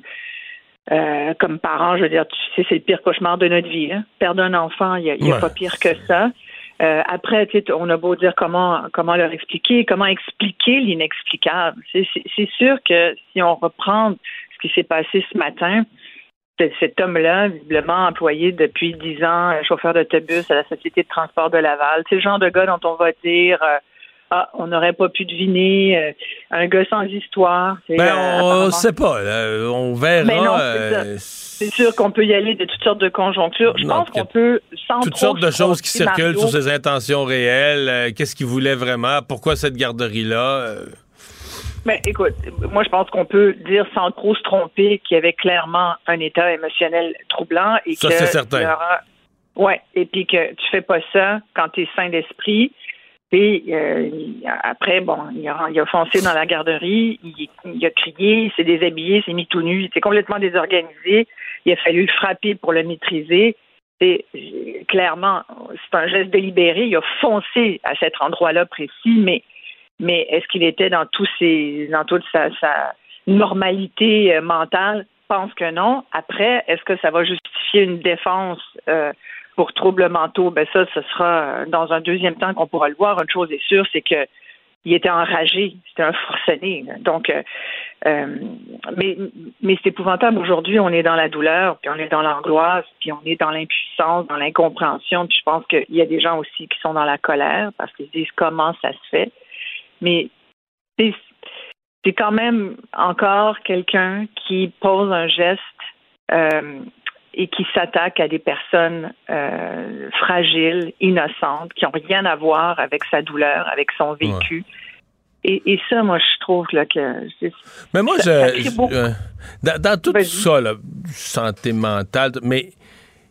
parent, je veux dire, tu sais, c'est le pire cauchemar de notre vie. Hein? Perdre un enfant, il y a pas pire que ça. Après, tu sais, on a beau dire comment leur expliquer, comment expliquer l'inexplicable. C'est sûr que si on reprend ce qui s'est passé ce matin, cet homme-là, visiblement employé depuis 10 ans, chauffeur d'autobus à la Société de transport de Laval, c'est le genre de gars dont on va dire on n'aurait pas pu deviner, un gars sans histoire. On ne sait pas, là, on verra. Mais non, c'est sûr qu'on peut y aller de toutes sortes de conjonctures. Je pense qu'on peut, sans toutes sortes de choses qui circulent Mario, sur ses intentions réelles, qu'est-ce qu'il voulait vraiment, pourquoi cette garderie-là. Mais écoute, moi je pense qu'on peut dire sans trop se tromper qu'il y avait clairement un état émotionnel troublant et ça, c'est certain. Ouais, et puis que tu fais pas ça quand tu es sain d'esprit. Et après, bon, il a foncé dans la garderie, il a crié, il s'est déshabillé, il s'est mis tout nu, il était complètement désorganisé. Il a fallu le frapper pour le maîtriser. Et clairement, c'est un geste délibéré. Il a foncé à cet endroit-là précis, mais est-ce qu'il était dans toute sa normalité mentale? Je pense que non. Après, est-ce que ça va justifier une défense pour troubles mentaux? Ben ça, ce sera dans un deuxième temps qu'on pourra le voir. Une chose est sûre, c'est que il était enragé, c'était un forcené. Donc, mais c'est épouvantable. Aujourd'hui, on est dans la douleur, puis on est dans l'angoisse, puis on est dans l'impuissance, dans l'incompréhension. Puis je pense qu'il y a des gens aussi qui sont dans la colère parce qu'ils se disent comment ça se fait. Mais c'est quand même encore quelqu'un qui pose un geste et qui s'attaque à des personnes fragiles, innocentes, qui n'ont rien à voir avec sa douleur, avec son vécu. Ouais. Et ça, moi, je trouve là, que... Mais moi, dans tout ça, là, santé mentale, mais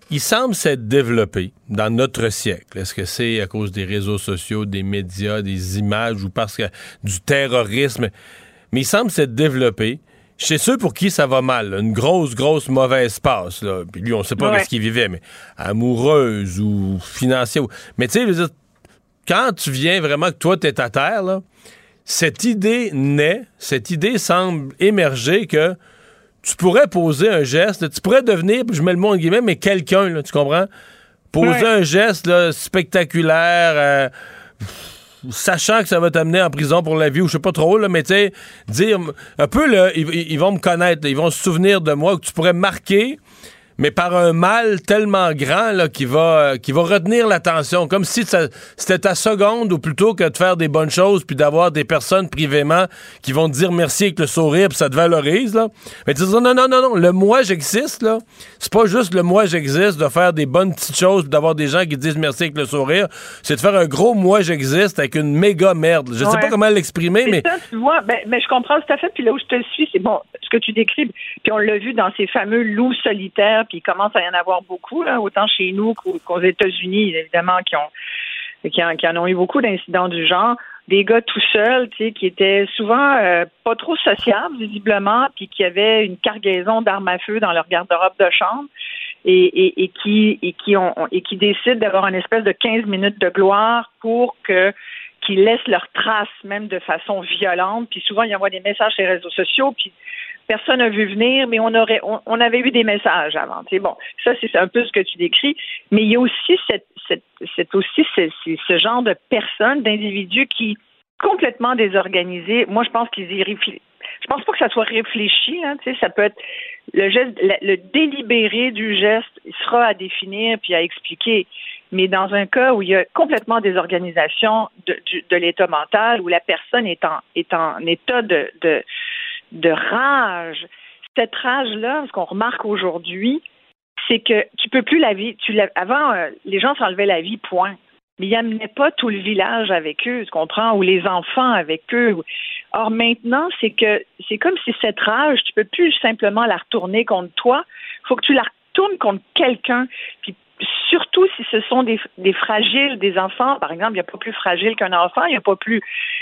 il semble s'être développé dans notre siècle. Est-ce que c'est à cause des réseaux sociaux, des médias, des images ou parce que du terrorisme? Mais il semble s'être développé chez ceux pour qui ça va mal, là, une grosse mauvaise passe. Là. Puis lui, on ne sait pas ce qu'il vivait, mais amoureuse ou financière. Mais tu sais, quand tu viens vraiment que toi, t'es à terre, là, cette idée semble émerger que tu pourrais poser un geste, tu pourrais devenir, je mets le mot en guillemets, mais quelqu'un, là, tu comprends? Poser un geste là, spectaculaire, sachant que ça va t'amener en prison pour la vie, ou je sais pas trop, là, mais tu sais, dire un peu, là, ils vont me connaître, là, ils vont se souvenir de moi, que tu pourrais marquer, mais par un mal tellement grand là, qui va retenir l'attention, comme si c'était ta seconde, ou plutôt que de faire des bonnes choses puis d'avoir des personnes privément qui vont te dire merci avec le sourire puis ça te valorise, là. Mais tu dis non, le moi j'existe, là, c'est pas juste le moi j'existe de faire des bonnes petites choses puis d'avoir des gens qui te disent merci avec le sourire, c'est de faire un gros moi j'existe avec une méga merde. Je sais pas comment l'exprimer, mais... Ça, tu vois, mais je comprends tout à fait, puis là où je te suis, c'est bon, ce que tu décris, puis on l'a vu dans ces fameux loups solitaires, puis il commence à y en avoir beaucoup, là, autant chez nous qu'aux États-Unis, évidemment, qui en ont eu beaucoup d'incidents du genre. Des gars tout seuls, tu sais, qui étaient souvent pas trop sociables, visiblement, puis qui avaient une cargaison d'armes à feu dans leur garde-robe de chambre, et qui décident d'avoir une espèce de 15 minutes de gloire pour qu'ils laissent leurs traces, même de façon violente. Puis souvent, ils envoient des messages sur les réseaux sociaux, puis personne n'a vu venir, mais on avait eu des messages avant. C'est bon, ça c'est un peu ce que tu décris, mais il y a aussi ce genre de personnes, d'individus qui complètement désorganisés. Moi, je pense qu'ils y réfléchissent. Je pense pas que ça soit réfléchi. Hein, tu sais, ça peut être le geste, le délibéré du geste sera à définir puis à expliquer. Mais dans un cas où il y a complètement désorganisation de l'état mental, où la personne est en état de rage. Cette rage-là, ce qu'on remarque aujourd'hui, c'est que tu peux plus la vie. Avant, les gens s'enlevaient la vie, point. Mais ils n'amenaient pas tout le village avec eux, tu comprends, ou les enfants avec eux. Or maintenant, c'est comme si cette rage, tu peux plus simplement la retourner contre toi. Il faut que tu la retournes contre quelqu'un. Puis surtout si ce sont des fragiles, des enfants, par exemple, il n'y a pas plus fragile qu'un enfant, il n'y a pas plus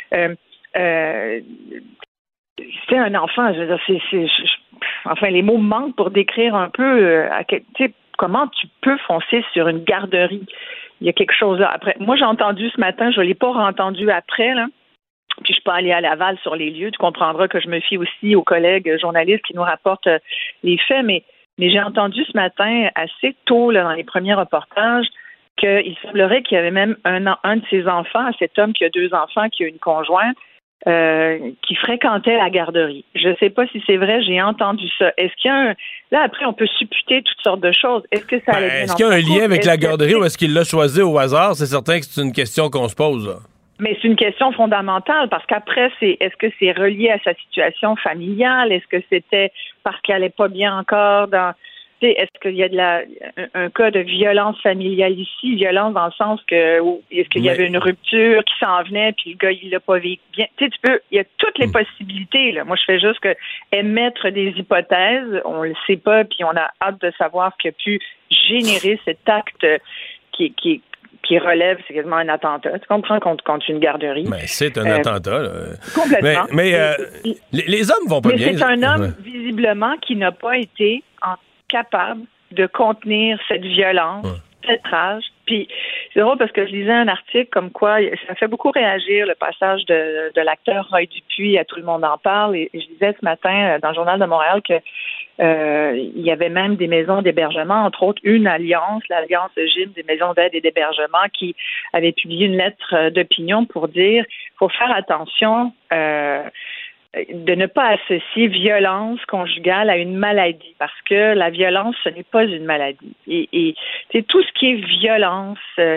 c'est un enfant, je veux dire, enfin, les mots manquent pour décrire un peu comment tu peux foncer sur une garderie. Il y a quelque chose là. Après, moi, j'ai entendu ce matin, je ne l'ai pas entendu après, là. Puis je suis pas allée à Laval sur les lieux. Tu comprendras que je me fie aussi aux collègues journalistes qui nous rapportent les faits, mais j'ai entendu ce matin, assez tôt, là, dans les premiers reportages, qu'il semblerait qu'il y avait même un de ses enfants, cet homme qui a 2 enfants, qui a une conjointe, qui fréquentait la garderie. Je ne sais pas si c'est vrai, j'ai entendu ça. Est-ce qu'il y a Là, après, on peut supputer toutes sortes de choses. Est-ce que ça allait bien? Est-ce qu'il y a un lien avec la garderie ou est-ce qu'il l'a choisi au hasard? C'est certain que c'est une question qu'on se pose, là. Mais c'est une question fondamentale parce qu'après, est-ce que c'est relié à sa situation familiale? Est-ce que c'était parce qu'elle n'est pas bien encore dans... Est-ce qu'il y a un cas de violence familiale ici? Violence dans le sens que est-ce qu'il y avait une rupture qui s'en venait puis le gars, il l'a pas vécu bien? Tu sais, il y a toutes les possibilités, là. Moi, je fais juste émettre des hypothèses. On le sait pas puis on a hâte de savoir ce qui a pu générer cet acte qui relève, c'est quasiment un attentat. Tu comprends, contre une garderie. Mais c'est un attentat, là. Complètement. Mais les hommes vont pas bien. Mais c'est un homme, visiblement, qui n'a pas été capable de contenir cette violence, cette rage. Puis c'est drôle parce que je lisais un article comme quoi ça fait beaucoup réagir le passage de l'acteur Roy Dupuis à Tout le monde en parle. Et je lisais ce matin dans le Journal de Montréal que il y avait même des maisons d'hébergement, entre autres une alliance, l'Alliance GIM des maisons d'aide et d'hébergement, qui avait publié une lettre d'opinion pour dire qu'il faut faire attention de ne pas associer violence conjugale à une maladie, parce que la violence, ce n'est pas une maladie. Et c'est tout ce qui est violence,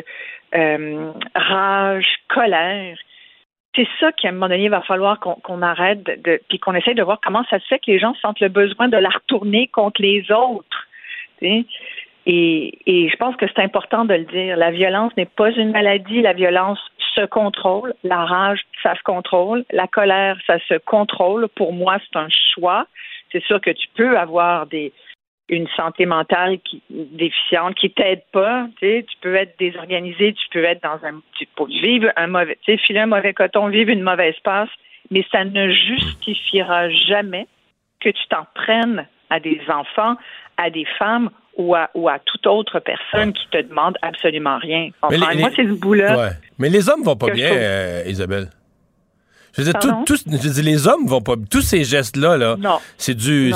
rage, colère. C'est ça qu'à un moment donné, il va falloir qu'on arrête puis qu'on essaye de voir comment ça se fait que les gens sentent le besoin de la retourner contre les autres. Tu sais? Et je pense que c'est important de le dire. La violence n'est pas une maladie. La violence se contrôle. La rage, ça se contrôle. La colère, ça se contrôle. Pour moi, c'est un choix. C'est sûr que tu peux avoir des une santé mentale déficiente, qui t'aide pas, tu peux être désorganisé, tu peux être vivre filer un mauvais coton, vivre une mauvaise passe, mais ça ne justifiera jamais que tu t'en prennes à des enfants, à des femmes ou à toute autre personne qui te demande absolument rien. Moi, c'est ce bout-là. Ouais. Mais les hommes vont pas bien, Isabelle. Je veux dire, les hommes vont pas. Tous ces gestes-là, non. c'est du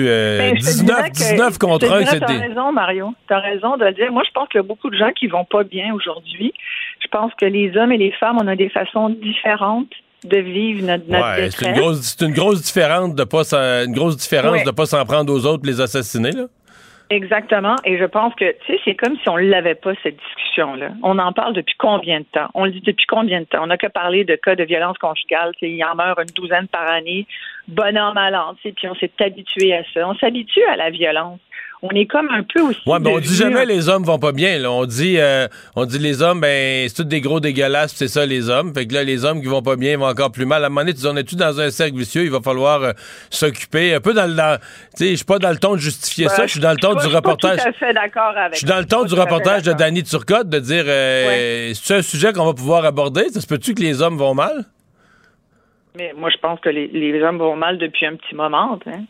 19 contre 1. Tu as raison, Mario. Tu as raison de le dire. Moi, je pense qu'il y a beaucoup de gens qui vont pas bien aujourd'hui. Je pense que les hommes et les femmes, on a des façons différentes de vivre notre détresse. C'est une grosse différence de pas s'en prendre aux autres et les assassiner, là. Exactement. Et je pense que, c'est comme si on l'avait pas, cette discussion-là. On en parle depuis combien de temps? On le dit depuis combien de temps? On n'a que parlé de cas de violence conjugale. Il en meurt une douzaine par année, bon an, mal an. Puis on s'est habitué à ça. On s'habitue à la violence. On est comme un peu aussi... Ouais, mais on dit jamais les hommes vont pas bien, là. On dit les hommes, c'est tous des gros dégueulasses, c'est ça, les hommes. Fait que là, les hommes qui vont pas bien vont encore plus mal. À un moment donné, on est-tu dans un cercle vicieux? Il va falloir s'occuper un peu tu sais, je suis pas dans le ton de justifier ça. Je suis dans le ton du reportage. Je suis tout à fait d'accord avec. Je suis dans le ton du reportage de Danny Turcotte de dire, c'est un sujet qu'on va pouvoir aborder. Ça se peut-tu que les hommes vont mal? Mais moi, je pense que les hommes vont mal depuis un petit moment, hein.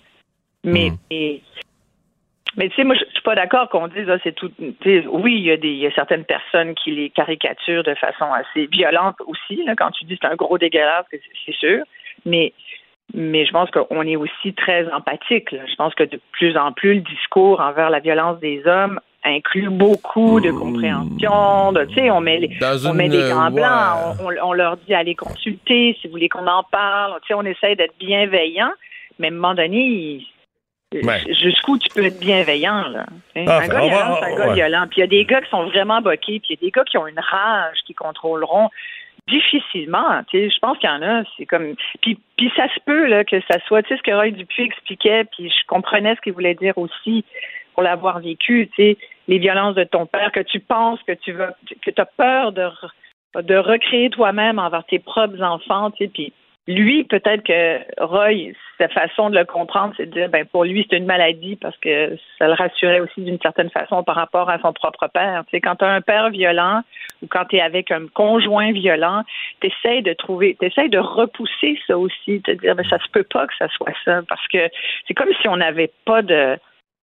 Mais tu sais, moi, je suis pas d'accord qu'on dise, c'est tout. Oui, il y a certaines personnes qui les caricaturent de façon assez violente aussi, là, quand tu dis c'est un gros dégueulasse, c'est sûr. Mais je pense qu'on est aussi très empathique, là. Je pense que de plus en plus, le discours envers la violence des hommes inclut beaucoup de compréhension. On met des gants blancs, on leur dit allez consulter si vous voulez qu'on en parle. On essaie d'être bienveillant, mais à un moment donné, jusqu'où tu peux être bienveillant, là? Un gars violent, c'est un gars violent. Puis il y a des gars qui sont vraiment boqués, puis il y a des gars qui ont une rage, qui contrôleront difficilement. Je pense qu'il y en a, c'est comme... Puis ça se peut là, que ça soit... Tu sais, ce que Roy Dupuis expliquait, puis je comprenais ce qu'il voulait dire aussi, pour l'avoir vécu, tu sais, les violences de ton père, que tu penses que tu as peur de recréer toi-même envers tes propres enfants, tu sais, puis lui, peut-être que Roy, sa façon de le comprendre, c'est de dire, pour lui, c'est une maladie parce que ça le rassurait aussi d'une certaine façon par rapport à son propre père. Tu sais, quand tu as un père violent ou quand tu es avec un conjoint violent, t'essayes de repousser ça aussi, te dire, ça se peut pas que ça soit ça, parce que c'est comme si on n'avait pas de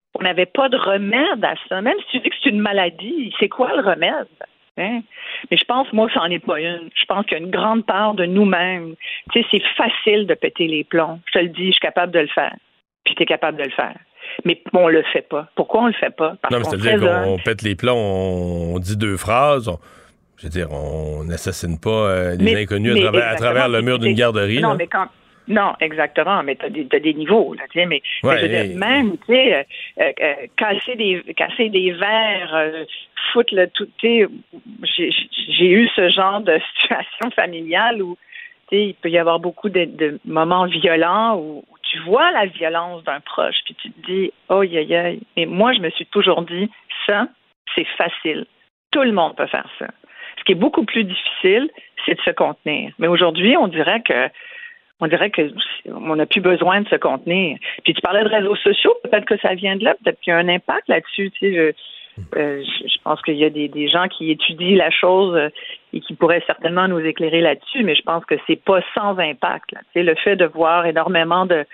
remède à ça. Même si tu dis que c'est une maladie, c'est quoi le remède? Hein? Mais je pense, moi, que c'en est pas une. Je pense qu'il y a une grande part de nous-mêmes. Tu sais, c'est facile de péter les plombs. Je te le dis, je suis capable de le faire. Puis tu es capable de le faire. Mais on le fait pas. Pourquoi on le fait pas? Parce qu'on c'est-à-dire qu'on pète les plombs, on dit deux phrases. On n'assassine pas les inconnus à travers le mur d'une garderie. Non, mais quand... Non, exactement, mais t'as des niveaux, là, tu sais, mais je veux dire, même, tu sais, casser des verres, foutre le tout, tu sais, j'ai eu ce genre de situation familiale où, tu sais, il peut y avoir beaucoup de moments violents où tu vois la violence d'un proche, puis tu te dis, oh, aïe, aïe, mais moi, je me suis toujours dit, ça, c'est facile. Tout le monde peut faire ça. Ce qui est beaucoup plus difficile, c'est de se contenir. Mais aujourd'hui, on dirait qu'on n'a plus besoin de se contenir. Puis tu parlais de réseaux sociaux, peut-être que ça vient de là, peut-être qu'il y a un impact là-dessus. Tu sais, je pense qu'il y a des gens qui étudient la chose et qui pourraient certainement nous éclairer là-dessus, mais je pense que c'est pas sans impact, là. Tu sais, le fait de voir énormément de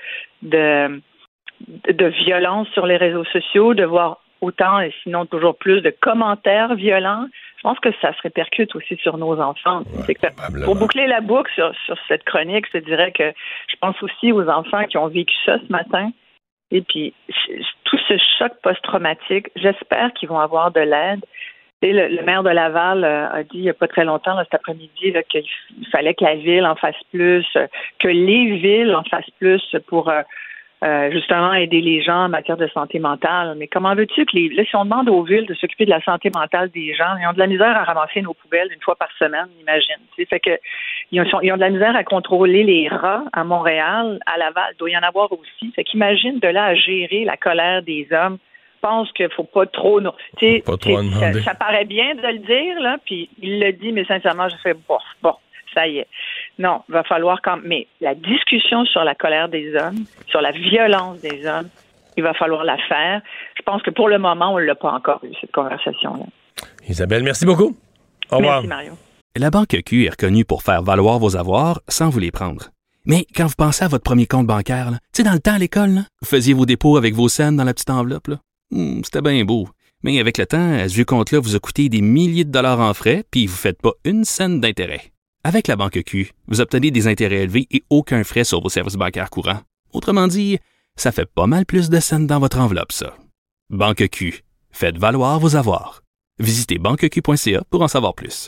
violence sur les réseaux sociaux, de voir autant et sinon toujours plus de commentaires violents, je pense que ça se répercute aussi sur nos enfants. C'est que pour boucler la boucle sur cette chronique, je dirais que je pense aussi aux enfants qui ont vécu ça ce matin. Et puis, tout ce choc post-traumatique, j'espère qu'ils vont avoir de l'aide. Et le maire de Laval a dit il n'y a pas très longtemps, là, cet après-midi, là, qu'il fallait que la ville en fasse plus, que les villes en fassent plus pour justement aider les gens en matière de santé mentale. Mais comment veux-tu que si on demande aux villes de s'occuper de la santé mentale des gens, ils ont de la misère à ramasser nos poubelles une fois par semaine, imagine. Tu sais, fait que ils ont de la misère à contrôler les rats à Montréal, à Laval, il doit y en avoir aussi. Fait qu'imagine de là à gérer la colère des hommes. Je pense qu'il faut pas trop... Tu sais, ça paraît bien de le dire, là, puis il le dit, mais sincèrement, je fais bon, ça y est. Non, il va falloir mais la discussion sur la colère des hommes, sur la violence des hommes, il va falloir la faire. Je pense que pour le moment, on ne l'a pas encore eu, cette conversation-là. Isabelle, merci beaucoup. Au revoir. Merci, Mario. La Banque Q est reconnue pour faire valoir vos avoirs sans vous les prendre. Mais quand vous pensez à votre premier compte bancaire, tu sais, dans le temps à l'école, là, vous faisiez vos dépôts avec vos scènes dans la petite enveloppe. Là. C'était bien beau. Mais avec le temps, à ce vieux compte-là vous a coûté des milliers de dollars en frais, puis vous ne faites pas une scène d'intérêt. Avec la Banque Q, vous obtenez des intérêts élevés et aucun frais sur vos services bancaires courants. Autrement dit, ça fait pas mal plus de scènes dans votre enveloppe, ça. Banque Q. Faites valoir vos avoirs. Visitez banqueq.ca pour en savoir plus.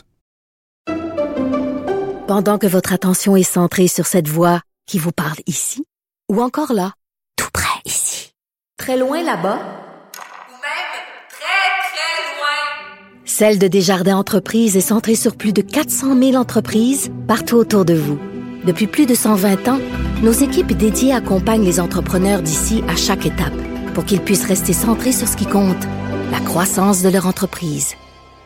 Pendant que votre attention est centrée sur cette voix qui vous parle ici, ou encore là, tout près ici, très loin là-bas, Ou même très, très loin. Celle de Desjardins Entreprises est centrée sur plus de 400 000 entreprises partout autour de vous. Depuis plus de 120 ans, nos équipes dédiées accompagnent les entrepreneurs d'ici à chaque étape pour qu'ils puissent rester centrés sur ce qui compte, la croissance de leur entreprise.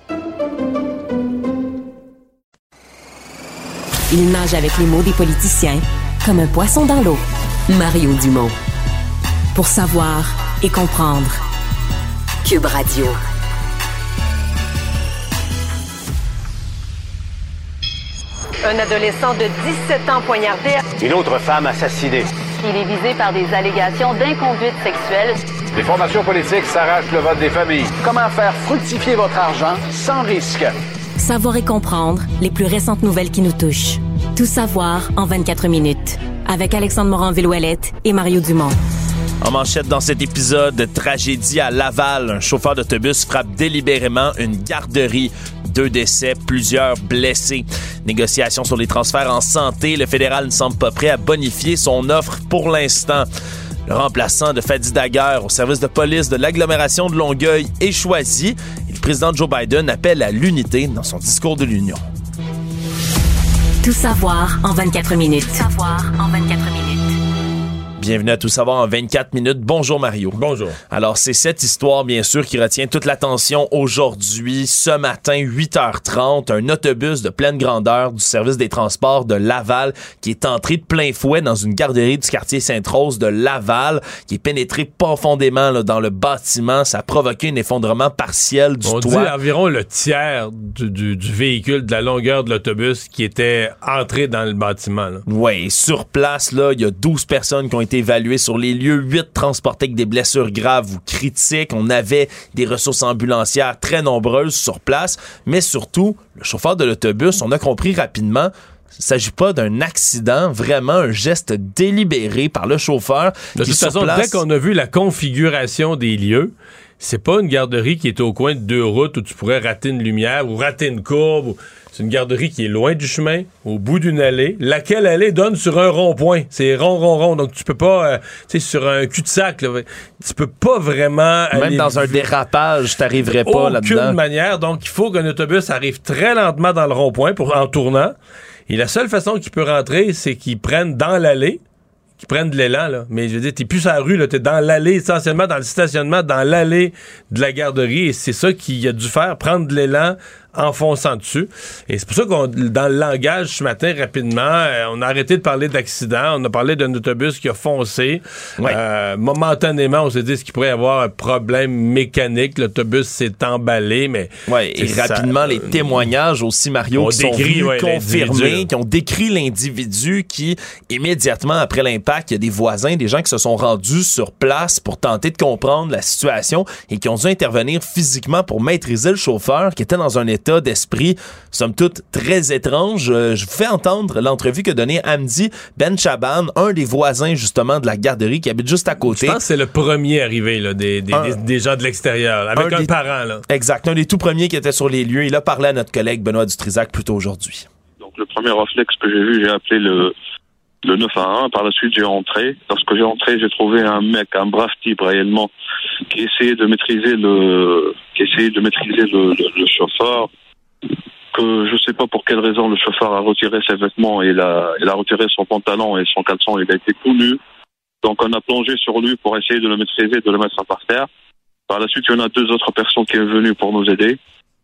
Il nage avec les mots des politiciens comme un poisson dans l'eau. Mario Dumont. Pour savoir et comprendre. Cube Radio. Un adolescent de 17 ans poignardé. Une autre femme assassinée. Il est visé par des allégations d'inconduite sexuelle. Les formations politiques s'arrachent le vote des familles. Comment faire fructifier votre argent sans risque? Savoir et comprendre les plus récentes nouvelles qui nous touchent. Tout savoir en 24 minutes. Avec Alexandre Morin-Villouellette et Mario Dumont. En manchette dans cet épisode, tragédie à Laval. Un chauffeur d'autobus frappe délibérément une garderie. 2 décès, plusieurs blessés. Négociations sur les transferts en santé. Le fédéral ne semble pas prêt à bonifier son offre pour l'instant. Le remplaçant de Fadi Daguerre au service de police de l'agglomération de Longueuil est choisi. Et le président Joe Biden appelle à l'unité dans son discours de l'Union. Tout savoir en 24 minutes. Tout savoir en 24 minutes. Bienvenue à Tout savoir en 24 minutes. Bonjour Mario. Bonjour. Alors, c'est cette histoire, bien sûr, qui retient toute l'attention aujourd'hui. Ce matin, 8h30, un autobus de pleine grandeur du service des transports de Laval qui est entré de plein fouet dans une garderie du quartier Sainte-Rose de Laval, qui est pénétré profondément là, dans le bâtiment. Ça a provoqué un effondrement partiel du toit. On dit environ le tiers du véhicule, de la longueur de l'autobus qui était entré dans le bâtiment. Oui, sur place, là, il y a 12 personnes qui ont été évalués sur les lieux, 8 transportés avec des blessures graves ou critiques. On avait des ressources ambulancières très nombreuses sur place, mais surtout, le chauffeur de l'autobus, on a compris rapidement, il ne s'agit pas d'un accident, vraiment un geste délibéré par le chauffeur. De toute façon, dès qu'on a vu la configuration des lieux, c'est pas une garderie qui est au coin de 2 routes où tu pourrais rater une lumière ou rater une courbe. C'est une garderie qui est loin du chemin, au bout d'une allée, laquelle allée donne sur un rond-point. C'est rond. Donc, tu peux pas, tu sais, sur un cul-de-sac, là, tu peux pas vraiment même aller... dans un dérapage, t'arriverais pas là-dedans. Aucune manière. Donc, il faut qu'un autobus arrive très lentement dans le rond-point en tournant. Et la seule façon qu'il peut rentrer, c'est qu'il prenne dans l'allée, qu'ils prennent de l'élan, là. Mais je veux dire, t'es plus sur la rue, là. T'es dans l'allée, essentiellement dans le stationnement, dans l'allée de la garderie. Et c'est ça qu'il a dû faire, prendre de l'élan en fonçant dessus. Et c'est pour ça qu'on, dans le langage ce matin, rapidement, on a arrêté de parler d'accident. On a parlé d'un autobus qui a foncé. Ouais. Momentanément, on s'est dit qu'il pourrait y avoir un problème mécanique. L'autobus s'est emballé, mais... Ouais, et rapidement, les témoignages aussi, Mario, qui sont venus confirmer, qui ont décrit l'individu qui, immédiatement après l'impact, il y a des voisins, des gens qui se sont rendus sur place pour tenter de comprendre la situation et qui ont dû intervenir physiquement pour maîtriser le chauffeur qui était dans un état d'esprit, somme toute, très étrange. Je vous fais entendre l'entrevue qu'a donnée Hamdi Benchaban, un des voisins, justement, de la garderie qui habite juste à côté. Je pense que c'est le premier arrivé, là, des gens de l'extérieur, avec un parent, là. Exact, un des tout premiers qui était sur les lieux. Il a parlé à notre collègue Benoît Dutrisac plus tôt aujourd'hui. Donc, le premier réflexe que j'ai vu, j'ai appelé le 911. Par la suite, j'ai rentré. Lorsque j'ai rentré, j'ai trouvé un mec, un brave type réellement, qui essayait de maîtriser le chauffeur. Que je sais pas pour quelle raison le chauffeur a retiré ses vêtements et il a retiré son pantalon et son caleçon. Il a été tout nu. Donc, on a plongé sur lui pour essayer de le maîtriser, de le mettre par terre. Par la suite, il y en a 2 autres personnes qui sont venues pour nous aider.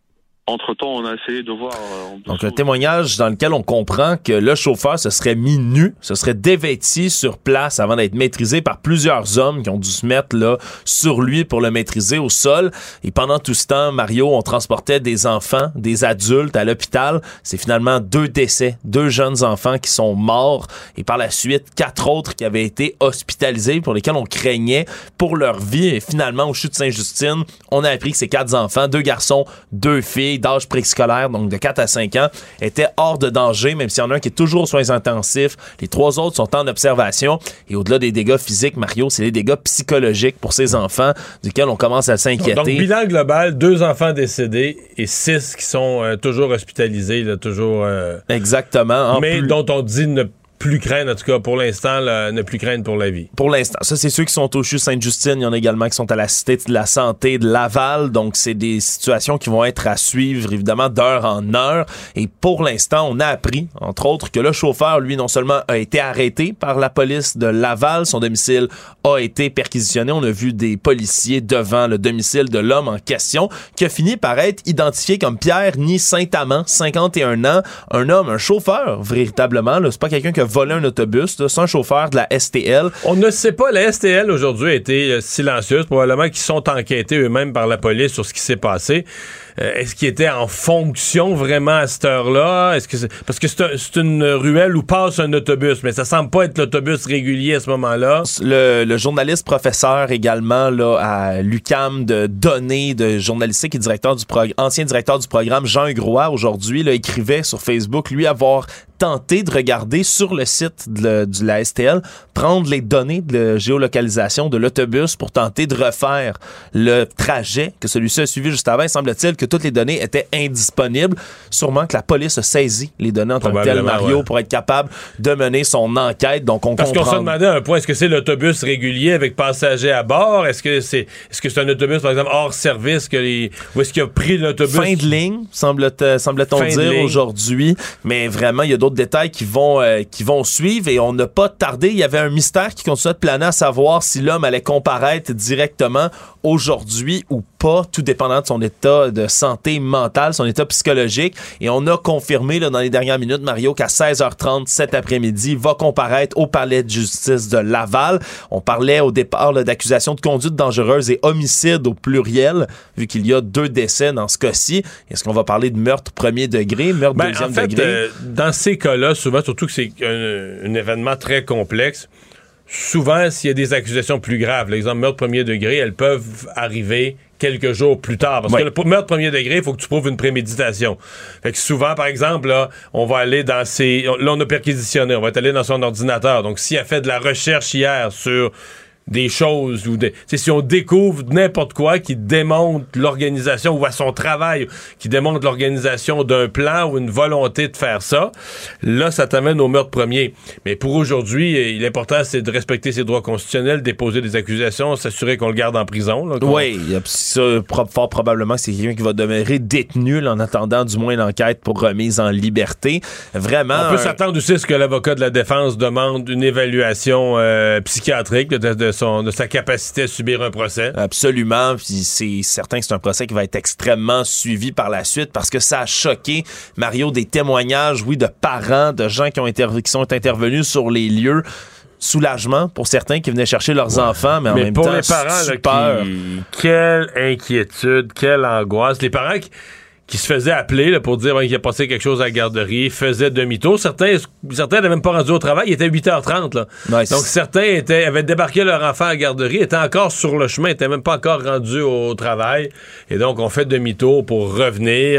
Entre-temps, on a essayé de voir... Donc, un témoignage dans lequel on comprend que le chauffeur se serait mis nu, se serait dévêti sur place avant d'être maîtrisé par plusieurs hommes qui ont dû se mettre là sur lui pour le maîtriser au sol. Et pendant tout ce temps, Mario, on transportait des enfants, des adultes à l'hôpital. C'est finalement 2 décès, 2 jeunes enfants qui sont morts. Et par la suite, 4 autres qui avaient été hospitalisés pour lesquels on craignait pour leur vie. Et finalement, au CHU de Sainte-Justine, on a appris que ces 4 enfants, 2 garçons, 2 filles, d'âge préscolaire, donc de 4 à 5 ans, étaient hors de danger, même s'il y en a un qui est toujours aux soins intensifs. Les 3 autres sont en observation. Et au-delà des dégâts physiques, Mario, c'est les dégâts psychologiques pour ces enfants, duquel on commence à s'inquiéter. Donc, bilan global, 2 enfants décédés et 6 qui sont toujours hospitalisés, là, toujours... Exactement. Mais dont on dit ne plus craindre, en tout cas pour l'instant, ne plus craindre pour la vie. Pour l'instant. Ça, c'est ceux qui sont au CHU Sainte-Justine. Il y en a également qui sont à la Cité de la Santé de Laval. Donc, c'est des situations qui vont être à suivre, évidemment, d'heure en heure. Et pour l'instant, on a appris, entre autres, que le chauffeur, lui, non seulement a été arrêté par la police de Laval, son domicile a été perquisitionné. On a vu des policiers devant le domicile de l'homme en question, qui a fini par être identifié comme Pierre-Ny Saint-Amand, 51 ans. Un homme, un chauffeur, véritablement. Là, c'est pas quelqu'un qui a volé un autobus, là, c'est un chauffeur de la STL. On ne sait pas, la STL aujourd'hui a été silencieuse, probablement qu'ils sont enquêtés eux-mêmes par la police sur ce qui s'est passé. Est-ce qu'il était en fonction vraiment à cette heure-là? Parce que c'est une ruelle où passe un autobus, mais ça semble pas être l'autobus régulier à ce moment-là. Le journaliste professeur également là, à l'UQAM de données de journalistique et ancien directeur du programme, Jean Hugrois, aujourd'hui, là, écrivait sur Facebook, lui, avoir tenté de regarder sur le site de la STL, prendre les données de géolocalisation de l'autobus pour tenter de refaire le trajet que celui-ci a suivi juste avant. Il semble-t-il que toutes les données étaient indisponibles. Sûrement que la police a saisi les données en tant que tel, Mario, pour être capable de mener son enquête. Donc, Parce qu'on se demandait à un point, est-ce que c'est l'autobus régulier avec passagers à bord? Est-ce que c'est un autobus, par exemple, hors service? Ou est-ce qu'il a pris l'autobus? Fin de ligne, semble-t-on dire aujourd'hui. Mais vraiment, il y a d'autres détails qui vont suivre et on n'a pas tardé. Il y avait un mystère qui continuait de planer à savoir si l'homme allait comparaître directement aujourd'hui ou pas, tout dépendant de son état de santé mentale, son état psychologique. Et on a confirmé là, dans les dernières minutes, Mario, qu'à 16h30 cet après-midi, il va comparaître au palais de justice de Laval. On parlait au départ là, d'accusations de conduite dangereuse et homicide au pluriel, vu qu'il y a 2 décès dans ce cas-ci. Est-ce qu'on va parler de meurtre premier degré, meurtre deuxième degré? Dans ces cas-là, souvent, surtout que c'est un événement très complexe, souvent, s'il y a des accusations plus graves, l'exemple meurtre premier degré, elles peuvent arriver quelques jours plus tard. Parce que le meurtre premier degré, il faut que tu prouves une préméditation. Fait que souvent, par exemple, là, on va aller dans là, on a perquisitionné, on va être allé dans son ordinateur. Donc, s'il a fait de la recherche hier sur des choses ou si on découvre n'importe quoi qui démontre l'organisation ou à son travail, qui démontre l'organisation d'un plan ou une volonté de faire ça, là, ça t'amène au meurtre premier. Mais pour aujourd'hui, l'important, c'est de respecter ses droits constitutionnels, déposer des accusations, s'assurer qu'on le garde en prison. Là, oui, ça, fort probablement que c'est quelqu'un qui va demeurer détenu là, en attendant du moins l'enquête pour remise en liberté. Vraiment. On peut s'attendre aussi à ce que l'avocat de la défense demande une évaluation psychiatrique de sa capacité à subir un procès. Absolument, puis c'est certain que c'est un procès qui va être extrêmement suivi par la suite parce que ça a choqué, Mario, des témoignages, oui, de parents, de gens qui sont intervenus sur les lieux. Soulagement pour certains qui venaient chercher leurs enfants, mais en même pour temps, les parents, là, quelle inquiétude, quelle angoisse. Les parents qui se faisaient appeler là, pour dire qu'il a passé quelque chose à la garderie, faisaient demi-tour. Certains n'avaient même pas rendu au travail, il était 8h30. Là. Nice. Donc certains avaient débarqué leur enfant à la garderie, étaient encore sur le chemin, n'étaient même pas encore rendus au travail. Et donc on fait demi-tour pour revenir.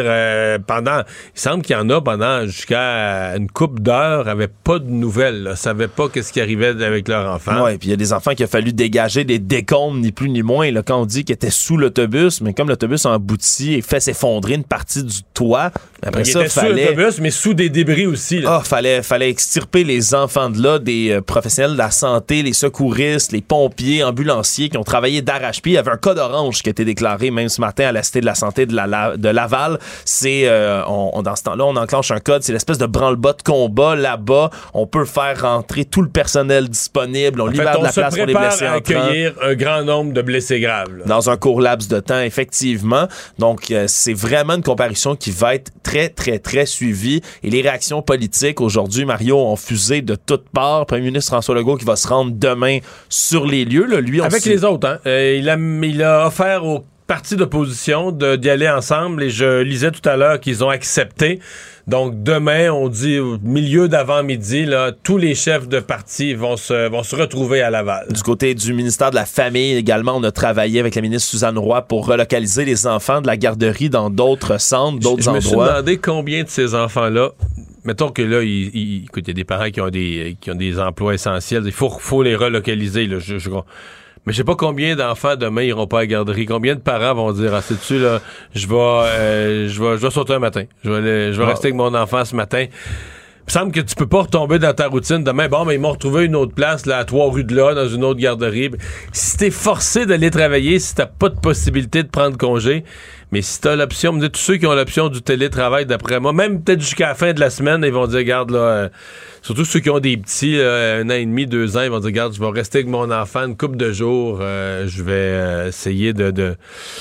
Il semble qu'il y en a jusqu'à une couple d'heures, n'avaient pas de nouvelles, ne savaient pas qu'est-ce qui arrivait avec leur enfant. Oui, puis il y a des enfants qu'il a fallu dégager des décombres, ni plus ni moins, là, quand on dit qu'ils étaient sous l'autobus, mais comme l'autobus a abouti et fait s'effondrer une partie du toit. Après ça, sous l'autobus, mais sous des débris aussi. Là. Fallait extirper les enfants de là, des professionnels de la santé, les secouristes, les pompiers, ambulanciers qui ont travaillé d'arrache-pied. Il y avait un code orange qui a été déclaré même ce matin à la Cité de la Santé de Laval. C'est dans ce temps-là, on enclenche un code. C'est l'espèce de branle-bas de combat. Là-bas, on peut faire rentrer tout le personnel disponible. On libère de la place pour les blessés entrants. On se prépare à accueillir un grand nombre de blessés graves. Là. Dans un court laps de temps, effectivement. Donc, c'est vraiment une comparution qui va être très, très, très suivie. Et les réactions politiques aujourd'hui, Mario, ont fusé de toutes parts. Le premier ministre François Legault qui va se rendre demain sur les lieux. Là, lui, avec les autres, hein. Il a offert aux partis d'opposition d'y aller ensemble et je lisais tout à l'heure qu'ils ont accepté. Donc, demain, on dit au milieu d'avant-midi, là, tous les chefs de parti vont se retrouver à Laval. Du côté du ministère de la Famille, également, on a travaillé avec la ministre Suzanne Roy pour relocaliser les enfants de la garderie dans d'autres centres, d'autres endroits. Je me suis demandé combien de ces enfants-là, mettons que là, écoute, il y a des parents qui ont des emplois essentiels, il faut les relocaliser, là, mais je sais pas combien d'enfants demain iront pas à la garderie. Combien de parents vont dire, ah, sais-tu, là, je vais sauter un matin. Je vais rester avec mon enfant ce matin. Il me semble que tu peux pas retomber dans ta routine demain. Bon, mais ils m'ont retrouvé une autre place, là, à 3 rues de là, dans une autre garderie. Si t'es forcé d'aller travailler, si t'as pas de possibilité de prendre congé, mais si t'as l'option, me dit tous ceux qui ont l'option du télétravail, d'après moi, même peut-être jusqu'à la fin de la semaine, ils vont dire, regarde, là, surtout ceux qui ont des petits, 1 an et demi, 2 ans, ils vont dire, regarde, je vais rester avec mon enfant une couple de jours, je vais essayer de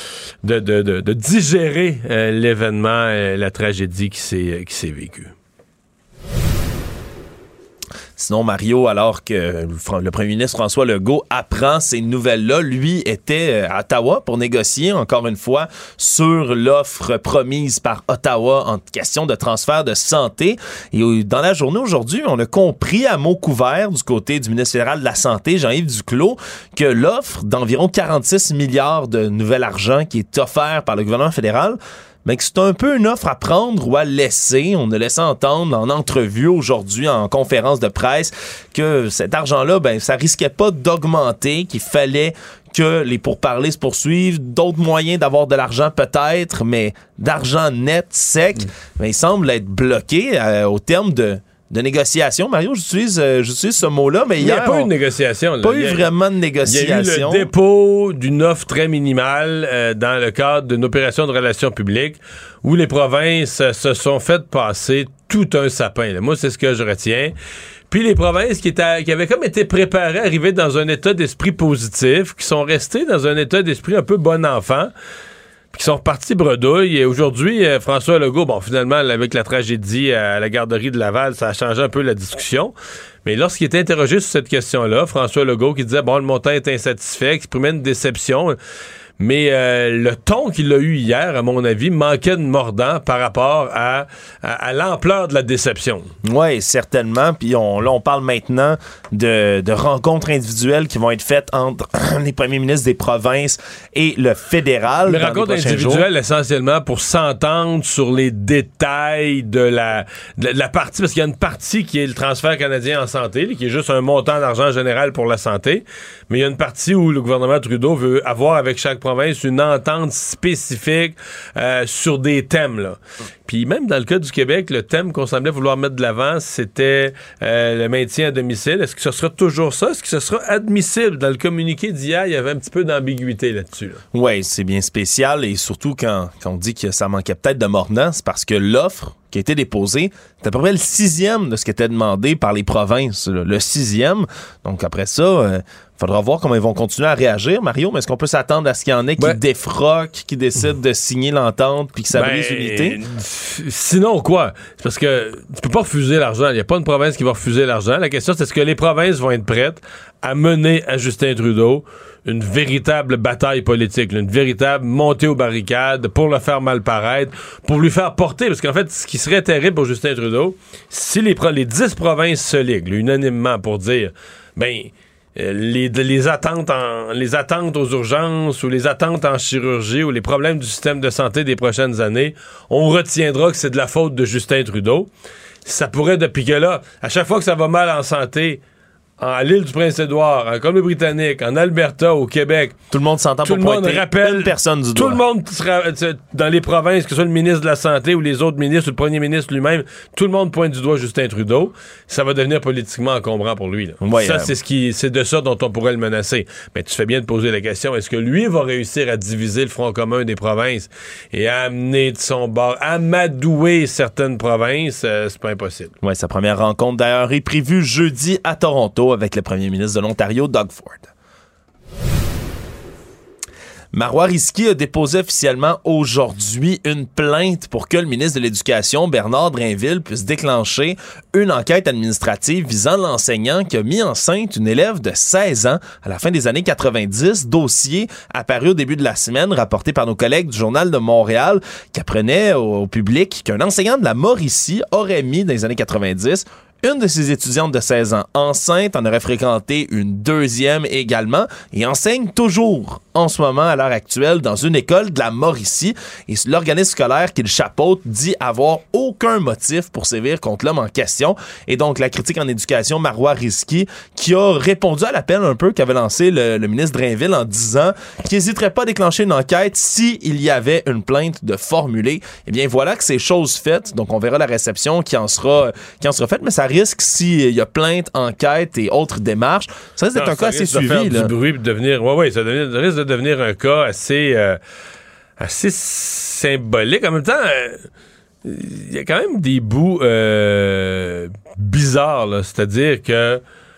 digérer l'événement, la tragédie qui s'est vécue. Sinon, Mario, alors que le premier ministre François Legault apprend ces nouvelles-là, lui était à Ottawa pour négocier, encore une fois, sur l'offre promise par Ottawa en question de transfert de santé. Et dans la journée aujourd'hui, on a compris à mots couverts du côté du ministre fédéral de la Santé, Jean-Yves Duclos, que l'offre d'environ 46 milliards de nouvel argent qui est offert par le gouvernement fédéral, mais que c'est un peu une offre à prendre ou à laisser. On a laissé entendre en entrevue aujourd'hui, en conférence de presse, que cet argent-là, ça risquait pas d'augmenter, qu'il fallait que les pourparlers se poursuivent, d'autres moyens d'avoir de l'argent peut-être, mais d'argent net, sec, il semble être bloqué au terme de négociation. Mario, j'utilise ce mot-là, mais il n'y a pas eu de négociation. Pas eu vraiment de négociation. Il y a eu le dépôt d'une offre très minimale dans le cadre d'une opération de relations publiques où les provinces se sont faites passer tout un sapin. Là. Moi, c'est ce que je retiens. Puis les provinces qui avaient comme été préparées à arriver dans un état d'esprit positif, qui sont restées dans un état d'esprit un peu bon enfant, qui sont repartis bredouille. Et aujourd'hui, François Legault, finalement, avec la tragédie à la garderie de Laval, ça a changé un peu la discussion. Mais lorsqu'il était interrogé sur cette question-là, François Legault qui disait, le montant est insatisfait, exprimait une déception. Mais le ton qu'il a eu hier, à mon avis, manquait de mordant par rapport à l'ampleur de la déception. Oui, certainement. Puis on parle maintenant de rencontres individuelles qui vont être faites entre les premiers ministres des provinces et le fédéral. Les rencontres individuelles, essentiellement, pour s'entendre sur les détails de la partie, parce qu'il y a une partie qui est le transfert canadien en santé, qui est juste un montant d'argent général pour la santé, mais il y a une partie où le gouvernement Trudeau veut avoir avec chaque province une entente spécifique sur des thèmes, là. Puis même dans le cas du Québec, le thème qu'on semblait vouloir mettre de l'avant, c'était le maintien à domicile. Est-ce que ce sera toujours ça? Est-ce que ce sera admissible? Dans le communiqué d'hier, il y avait un petit peu d'ambiguïté là-dessus. Là. Oui, c'est bien spécial. Et surtout quand on dit que ça manquait peut-être de mordant, c'est parce que l'offre qui a été déposée, c'est à peu près le 6e de ce qui était demandé par les provinces. Là. Le 6e. Donc après ça, faudra voir comment ils vont continuer à réagir, Mario. Mais est-ce qu'on peut s'attendre à ce qu'il y en ait qui défroquent, qui décident de signer l'entente puis que ça brise l'unité? Sinon, quoi? C'est parce que tu peux pas refuser l'argent. Il n'y a pas une province qui va refuser l'argent. La question, c'est est-ce que les provinces vont être prêtes à mener à Justin Trudeau une véritable bataille politique, une véritable montée aux barricades pour le faire mal paraître, pour lui faire porter, parce qu'en fait, ce qui serait terrible pour Justin Trudeau, si les 10 provinces se liguent unanimement pour dire, les attentes aux urgences ou les attentes en chirurgie ou les problèmes du système de santé des prochaines années, on retiendra que c'est de la faute de Justin Trudeau. Ça pourrait, depuis que là, à chaque fois que ça va mal en santé, à l'île du Prince-Édouard, en Colombie-Britannique, en Alberta, au Québec. Tout le monde s'entend pour pointer une personne du doigt. Tout le monde sera, dans les provinces, que ce soit le ministre de la Santé ou les autres ministres ou le premier ministre lui-même, tout le monde pointe du doigt Justin Trudeau. Ça va devenir politiquement encombrant pour lui. Là. Ouais, ça, c'est de ça dont on pourrait le menacer. Mais tu fais bien de poser la question, est-ce que lui va réussir à diviser le front commun des provinces et à amener de son bord, amadouer certaines provinces? C'est pas impossible. Oui, sa première rencontre, d'ailleurs, est prévue jeudi à Toronto avec le premier ministre de l'Ontario, Doug Ford. Marois Risky a déposé officiellement aujourd'hui une plainte pour que le ministre de l'Éducation, Bernard Drainville, puisse déclencher une enquête administrative visant l'enseignant qui a mis enceinte une élève de 16 ans à la fin des années 90. Dossier apparu au début de la semaine, rapporté par nos collègues du Journal de Montréal, qui apprenait au public qu'un enseignant de la Mauricie aurait mis dans les années 90 une de ses étudiantes de 16 ans enceinte, en aurait fréquenté une deuxième également et enseigne toujours en ce moment, à l'heure actuelle, dans une école de la Mauricie. Et l'organisme scolaire qu'il chapeaute dit avoir aucun motif pour sévir contre l'homme en question. Et donc, la critique en éducation, Marois Risky, qui a répondu à l'appel un peu qu'avait lancé le ministre Drainville en disant qu'il n'hésiterait pas à déclencher une enquête s'il y avait une plainte de formulée. Eh bien, voilà que c'est chose faite. Donc, on verra la réception qui en sera faite, mais ça risque, s'il y a plainte, enquête et autres démarches, ça risque d'être un cas assez suivi. Faire là. Du bruit et devenir, ça risque de devenir un cas assez symbolique. En même temps, il y a quand même des bouts bizarres, là. C'est-à-dire que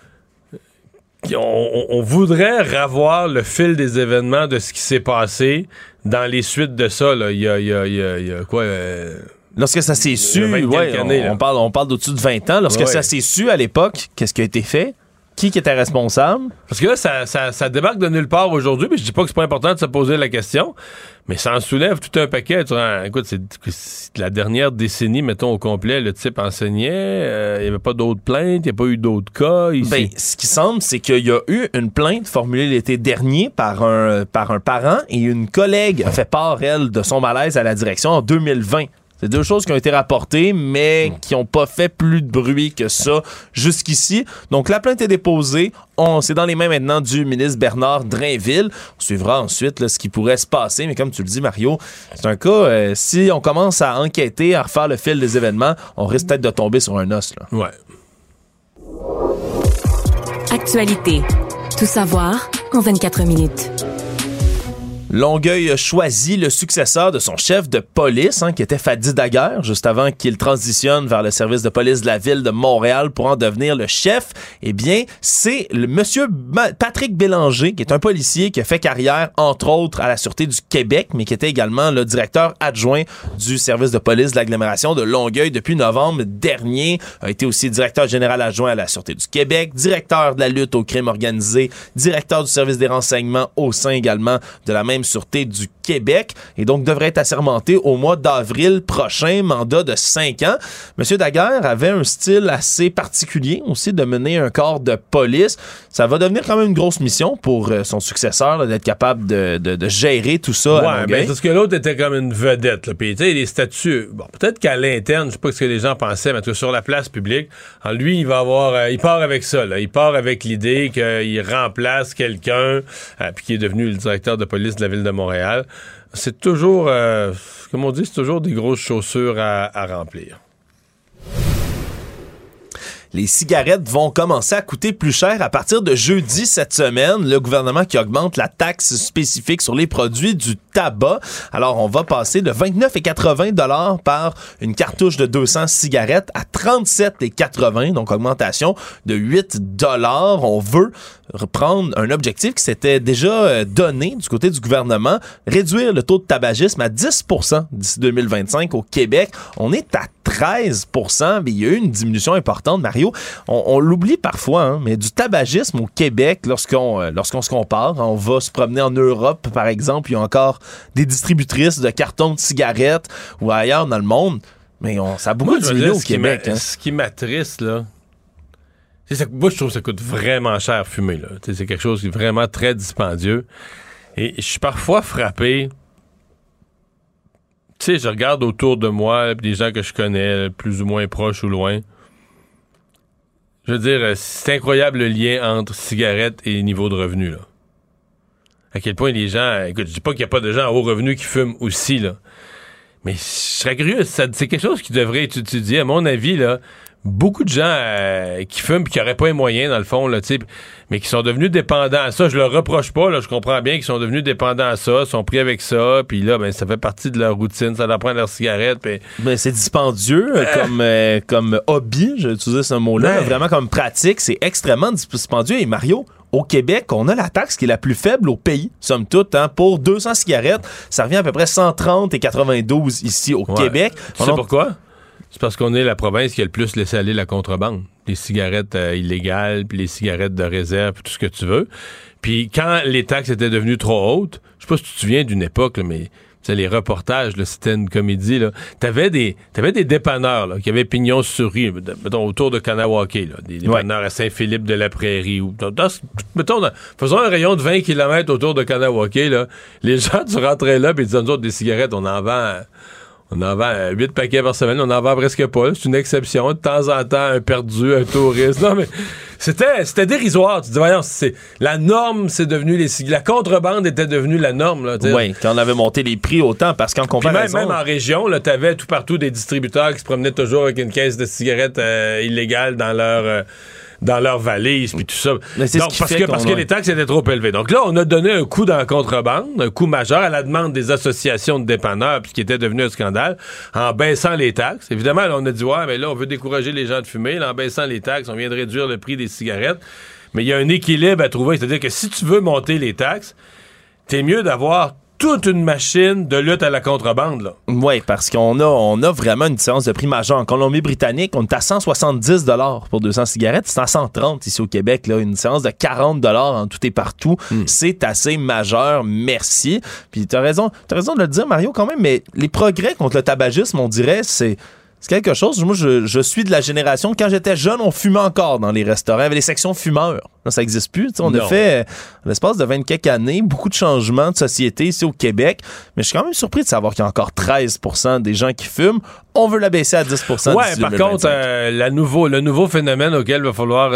on voudrait revoir le fil des événements de ce qui s'est passé dans les suites de ça. Là. Il y a quoi... Lorsque ça s'est su, on parle d'au-dessus de 20 ans. Lorsque ça s'est su à l'époque, qu'est-ce qui a été fait? Qui était responsable? Parce que là, ça débarque de nulle part aujourd'hui, mais je dis pas que c'est pas important de se poser la question, mais ça en soulève tout un paquet. Écoute, c'est la dernière décennie, mettons, au complet, le type enseignait, il n'y avait pas d'autres plaintes, il n'y a pas eu d'autres cas. Ce qui semble, c'est qu'il y a eu une plainte formulée l'été dernier par un parent et une collègue a fait part, elle, de son malaise à la direction en 2020. C'est deux choses qui ont été rapportées, mais qui n'ont pas fait plus de bruit que ça jusqu'ici. Donc, la plainte est déposée. C'est dans les mains maintenant du ministre Bernard Drainville. On suivra ensuite là, ce qui pourrait se passer. Mais comme tu le dis, Mario, c'est un cas, si on commence à enquêter, à refaire le fil des événements, on risque peut-être de tomber sur un os. Là. Ouais. Actualité. Tout savoir en 24 minutes. Longueuil a choisi le successeur de son chef de police, qui était Fadi Daguerre, juste avant qu'il transitionne vers le service de police de la ville de Montréal pour en devenir le chef. Eh bien, c'est le monsieur Patrick Bélanger, qui est un policier qui a fait carrière, entre autres, à la Sûreté du Québec, mais qui était également le directeur adjoint du service de police de l'agglomération de Longueuil depuis novembre dernier. A été aussi directeur général adjoint à la Sûreté du Québec, directeur de la lutte au crime organisé, directeur du service des renseignements au sein également de la même Sûreté du Québec et donc devrait être assermenté au mois d'avril prochain, mandat de 5 ans. Monsieur Daguerre avait un style assez particulier aussi de mener un corps de police. Ça va devenir quand même une grosse mission pour son successeur là, d'être capable de gérer tout ça. Ouais, mais parce que l'autre était comme une vedette. Puis tu sais, les statuts, bon, peut-être qu'à l'interne, je sais pas ce que les gens pensaient, mais sur la place publique, lui, il va avoir, il part avec ça. Là. Il part avec l'idée qu'il remplace quelqu'un, puis qui est devenu le directeur de police de la ville de Montréal. C'est toujours, comme on dit, c'est toujours des grosses chaussures à remplir. Les cigarettes vont commencer à coûter plus cher à partir de jeudi cette semaine. Le gouvernement qui augmente la taxe spécifique sur les produits du tabac. Alors, on va passer de 29,80 $ par une cartouche de 200 cigarettes à 37,80 $. Donc, augmentation de 8 $. On veut reprendre un objectif qui s'était déjà donné du côté du gouvernement, réduire le taux de tabagisme à 10 % d'ici 2025 au Québec. On est à 13 %, mais il y a eu une diminution importante, Mario. On l'oublie parfois, mais du tabagisme au Québec, lorsqu'on se compare, on va se promener en Europe, par exemple, il y a encore des distributrices de cartons de cigarettes ou ailleurs dans le monde, mais ça a beaucoup diminué au Québec. Ce qui m'attriste, là, moi, je trouve que ça coûte vraiment cher fumer. Là. C'est quelque chose qui est vraiment très dispendieux. Et je suis parfois frappé. Tu sais, je regarde autour de moi des gens que je connais, plus ou moins proches ou loin. Je veux dire, c'est incroyable le lien entre cigarettes et niveau de revenu. Là. À quel point les gens... Écoute, je dis pas qu'il n'y a pas de gens à haut revenu qui fument aussi, là. Mais je serais curieux. C'est quelque chose qui devrait être étudié. À mon avis, là, beaucoup de gens qui fument et qui n'auraient pas les moyens, dans le fond, là, mais qui sont devenus dépendants à ça. Je leur reproche pas, là, je comprends bien qu'ils sont devenus dépendants à ça, sont pris avec ça, puis là, ben, ça fait partie de leur routine, ça leur prend leur cigarette. Pis... Ben, c'est dispendieux comme hobby, j'ai utilisé ce mot-là, vraiment comme pratique, c'est extrêmement dispendieux. Et Mario, au Québec, on a la taxe qui est la plus faible au pays, somme toute. Hein, pour 200 cigarettes, ça revient à peu près 130 et 92 ici au Québec. Tu sais pourquoi? C'est parce qu'on est la province qui a le plus laissé aller la contrebande. Les cigarettes illégales, puis les cigarettes de réserve, puis tout ce que tu veux. Puis quand les taxes étaient devenues trop hautes, je sais pas si tu te souviens d'une époque, là, mais les reportages, là, c'était une comédie. Là. T'avais des dépanneurs là, qui avaient pignon sur rue, mettons, autour de Kanawake, là, des dépanneurs à Saint-Philippe-de-la-Prairie. Faisons un rayon de 20 km autour de Kanawake. Là, les gens, tu rentrais là, puis ils disaient, nous autres, des cigarettes, on en vend 8 paquets par semaine, on en vend presque pas. C'est une exception. De temps en temps, un perdu, un touriste. Non, mais c'était dérisoire. Tu te dis, voyons, la norme, c'est devenu la contrebande était devenue la norme. Oui, quand on avait monté les prix autant, parce qu'en comparaison... Même en région, t'avais tout partout des distributeurs qui se promenaient toujours avec une caisse de cigarettes illégales dans leur valise, puis tout ça. Donc, parce que les taxes étaient trop élevées. Donc là, on a donné un coup dans la contrebande, un coup majeur à la demande des associations de dépanneurs, puis qui était devenu un scandale, en baissant les taxes. Évidemment, là, on a dit, mais là, on veut décourager les gens de fumer. Là, en baissant les taxes, on vient de réduire le prix des cigarettes. Mais il y a un équilibre à trouver. C'est-à-dire que si tu veux monter les taxes, t'es mieux d'avoir toute une machine de lutte à la contrebande, là. Oui, parce qu'on a vraiment une différence de prix majeure. En Colombie-Britannique, on est à 170 $ pour 200 cigarettes. C'est à 130 ici au Québec, là. Une différence de 40 $ en tout et partout. C'est assez majeur. Merci. Puis t'as raison de le dire, Mario, quand même, mais les progrès contre le tabagisme, on dirait, c'est quelque chose. Moi, je suis de la génération, quand j'étais jeune, on fumait encore dans les restaurants. Il y avait les sections fumeurs. Là, ça n'existe plus. On a fait, en l'espace de 20 quelques années, beaucoup de changements de société ici au Québec. Mais je suis quand même surpris de savoir qu'il y a encore 13% des gens qui fument. On veut l'abaisser à 10%. Ouais, par contre, le nouveau phénomène auquel il va falloir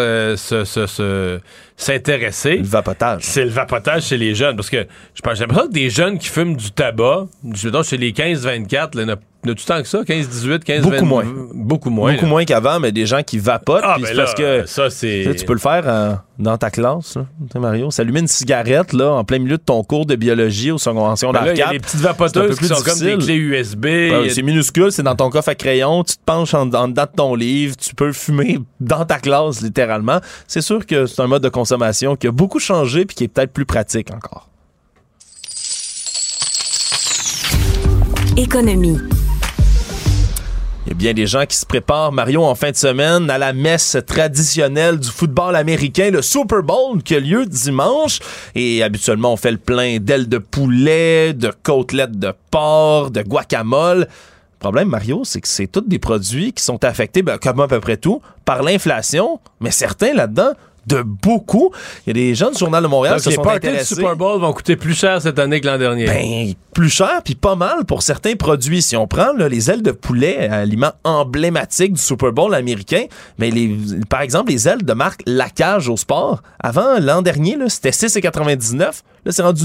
s'intéresser, le vapotage. C'est le vapotage chez les jeunes. Parce que j'ai l'impression que des jeunes qui fument du tabac, chez les 15-24, il y en a tout tant que ça, 15-18, 15-20... Beaucoup moins. Beaucoup moins qu'avant, mais des gens qui vapotent. Mais parce que ça, c'est... Tu peux le faire dans ta classe, là, Mario. S'allumer une cigarette là, en plein milieu de ton cours de biologie au secondaire 4. Il y a les petites vapoteuses qui sont comme des clés USB. C'est minuscule, c'est dans ton coffre à crayon. Tu te penches en dedans de ton livre. Tu peux fumer dans ta classe, littéralement. C'est sûr que c'est un mode de consommation qui a beaucoup changé puis qui est peut-être plus pratique encore. Économie. Il y a bien des gens qui se préparent, Mario, en fin de semaine à la messe traditionnelle du football américain, le Super Bowl, qui a lieu dimanche. Et habituellement, on fait le plein d'ailes de poulet, de côtelettes de porc, de guacamole. Le problème, Mario, c'est que c'est tous des produits qui sont affectés, comme à peu près tout, par l'inflation, mais certains là-dedans, de beaucoup. Il y a des gens du Journal de Montréal qui se sont intéressés. Les parties du Super Bowl vont coûter plus cher cette année que l'an dernier. Plus cher, puis pas mal pour certains produits. Si on prend les ailes de poulet, aliment emblématique du Super Bowl américain, mais par exemple, les ailes de marque Lacage au sport, avant, l'an dernier, là, c'était 6,99. Là, c'est rendu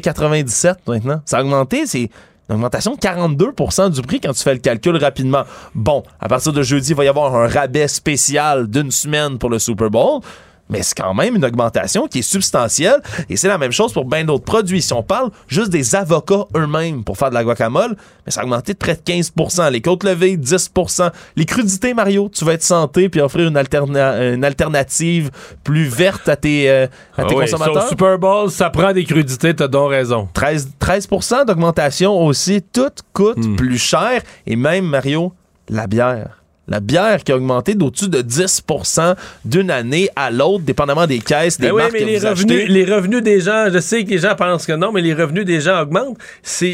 9,97 maintenant. Ça a augmenté, c'est une augmentation de 42% du prix quand tu fais le calcul rapidement. Bon, à partir de jeudi, il va y avoir un rabais spécial d'une semaine pour le Super Bowl. Mais c'est quand même une augmentation qui est substantielle. Et c'est la même chose pour bien d'autres produits. Si on parle juste des avocats eux-mêmes pour faire de la guacamole, mais ça a augmenté de près de 15%. Les côtes levées, 10%. Les crudités, Mario, tu vas être santé puis offrir une alternative plus verte à tes consommateurs. Au Super Bowl, ça prend des crudités, t'as donc raison. 13% d'augmentation aussi. Tout coûte plus cher. Et même, Mario, la bière. La bière qui a augmenté d'au-dessus de 10% d'une année à l'autre, dépendamment des caisses, des marques que vous achetez. Les revenus des gens, je sais que les gens pensent que non, mais les revenus des gens augmentent. C'est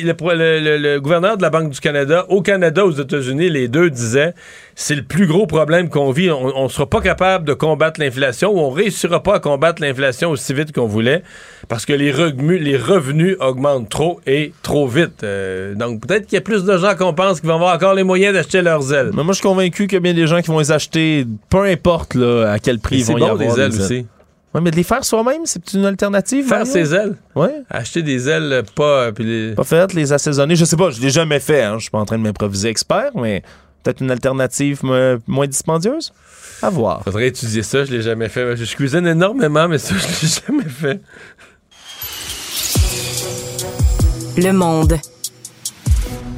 le gouverneur de la Banque du Canada, au Canada, aux États-Unis, les deux disaient, c'est le plus gros problème qu'on vit. On sera pas capable de combattre l'inflation ou on réussira pas à combattre l'inflation aussi vite qu'on voulait parce que les revenus augmentent trop et trop vite. Donc peut-être qu'il y a plus de gens qu'on pense qui vont avoir encore les moyens d'acheter leurs ailes. Mais moi, je suis convaincu qu'il y a bien des gens qui vont les acheter, peu importe là, à quel prix ils vont y avoir. C'est bon des ailes aussi. Oui, mais de les faire soi-même, c'est une alternative. Faire ses ailes? Oui. Acheter des ailes pas faites, les assaisonner. Je sais pas, je l'ai jamais fait. Je suis pas en train de m'improviser expert, mais peut-être une alternative moins dispendieuse? À voir. Faudrait étudier ça, je l'ai jamais fait. Je cuisine énormément, mais ça, je l'ai jamais fait. Le Monde.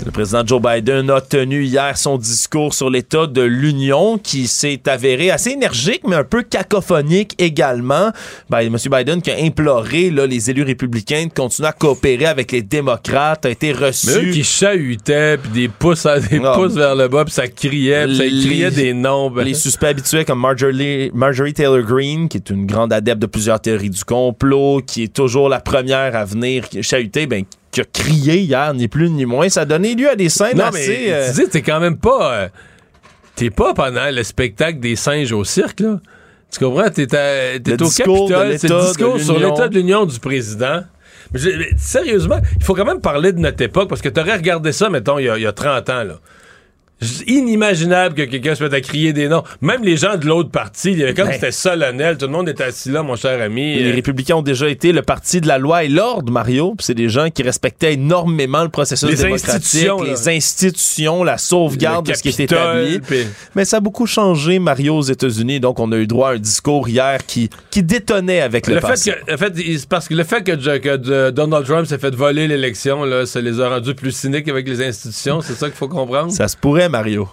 Le président Joe Biden a tenu hier son discours sur l'état de l'Union qui s'est avéré assez énergique, mais un peu cacophonique également. M. Biden qui a imploré là, les élus républicains de continuer à coopérer avec les démocrates, a été reçu. Mais eux qui chahutaient, puis des pouces vers le bas, puis ça criait, puis ça criait des noms. Les suspects habitués comme Marjorie Taylor Greene, qui est une grande adepte de plusieurs théories du complot, qui est toujours la première à venir chahuter, qui a crié hier, ni plus ni moins. Ça a donné lieu à des scènes assez... mais tu dis, t'es quand même pas... t'es pas pendant le spectacle des singes au cirque, là. Tu comprends? T'es au Capitole, c'est le discours sur l'état de l'Union du président. Mais sérieusement, il faut quand même parler de notre époque, parce que t'aurais regardé ça, mettons, il y a 30 ans, là. Inimaginable que quelqu'un se mette à crier des noms. Même les gens de l'autre parti, il y avait comme c'était solennel. Tout le monde était assis là, mon cher ami. Les républicains ont déjà été le parti de la loi et l'ordre, Mario. Puis c'est des gens qui respectaient énormément le processus démocratique, les institutions, la sauvegarde de ce qui est établi. Mais ça a beaucoup changé, Mario, aux États-Unis. Donc, on a eu droit à un discours hier qui détonnait avec le passé. Parce que le fait que Donald Trump s'est fait voler l'élection, là, ça les a rendus plus cyniques avec les institutions. C'est ça qu'il faut comprendre. Ça se pourrait, Mario.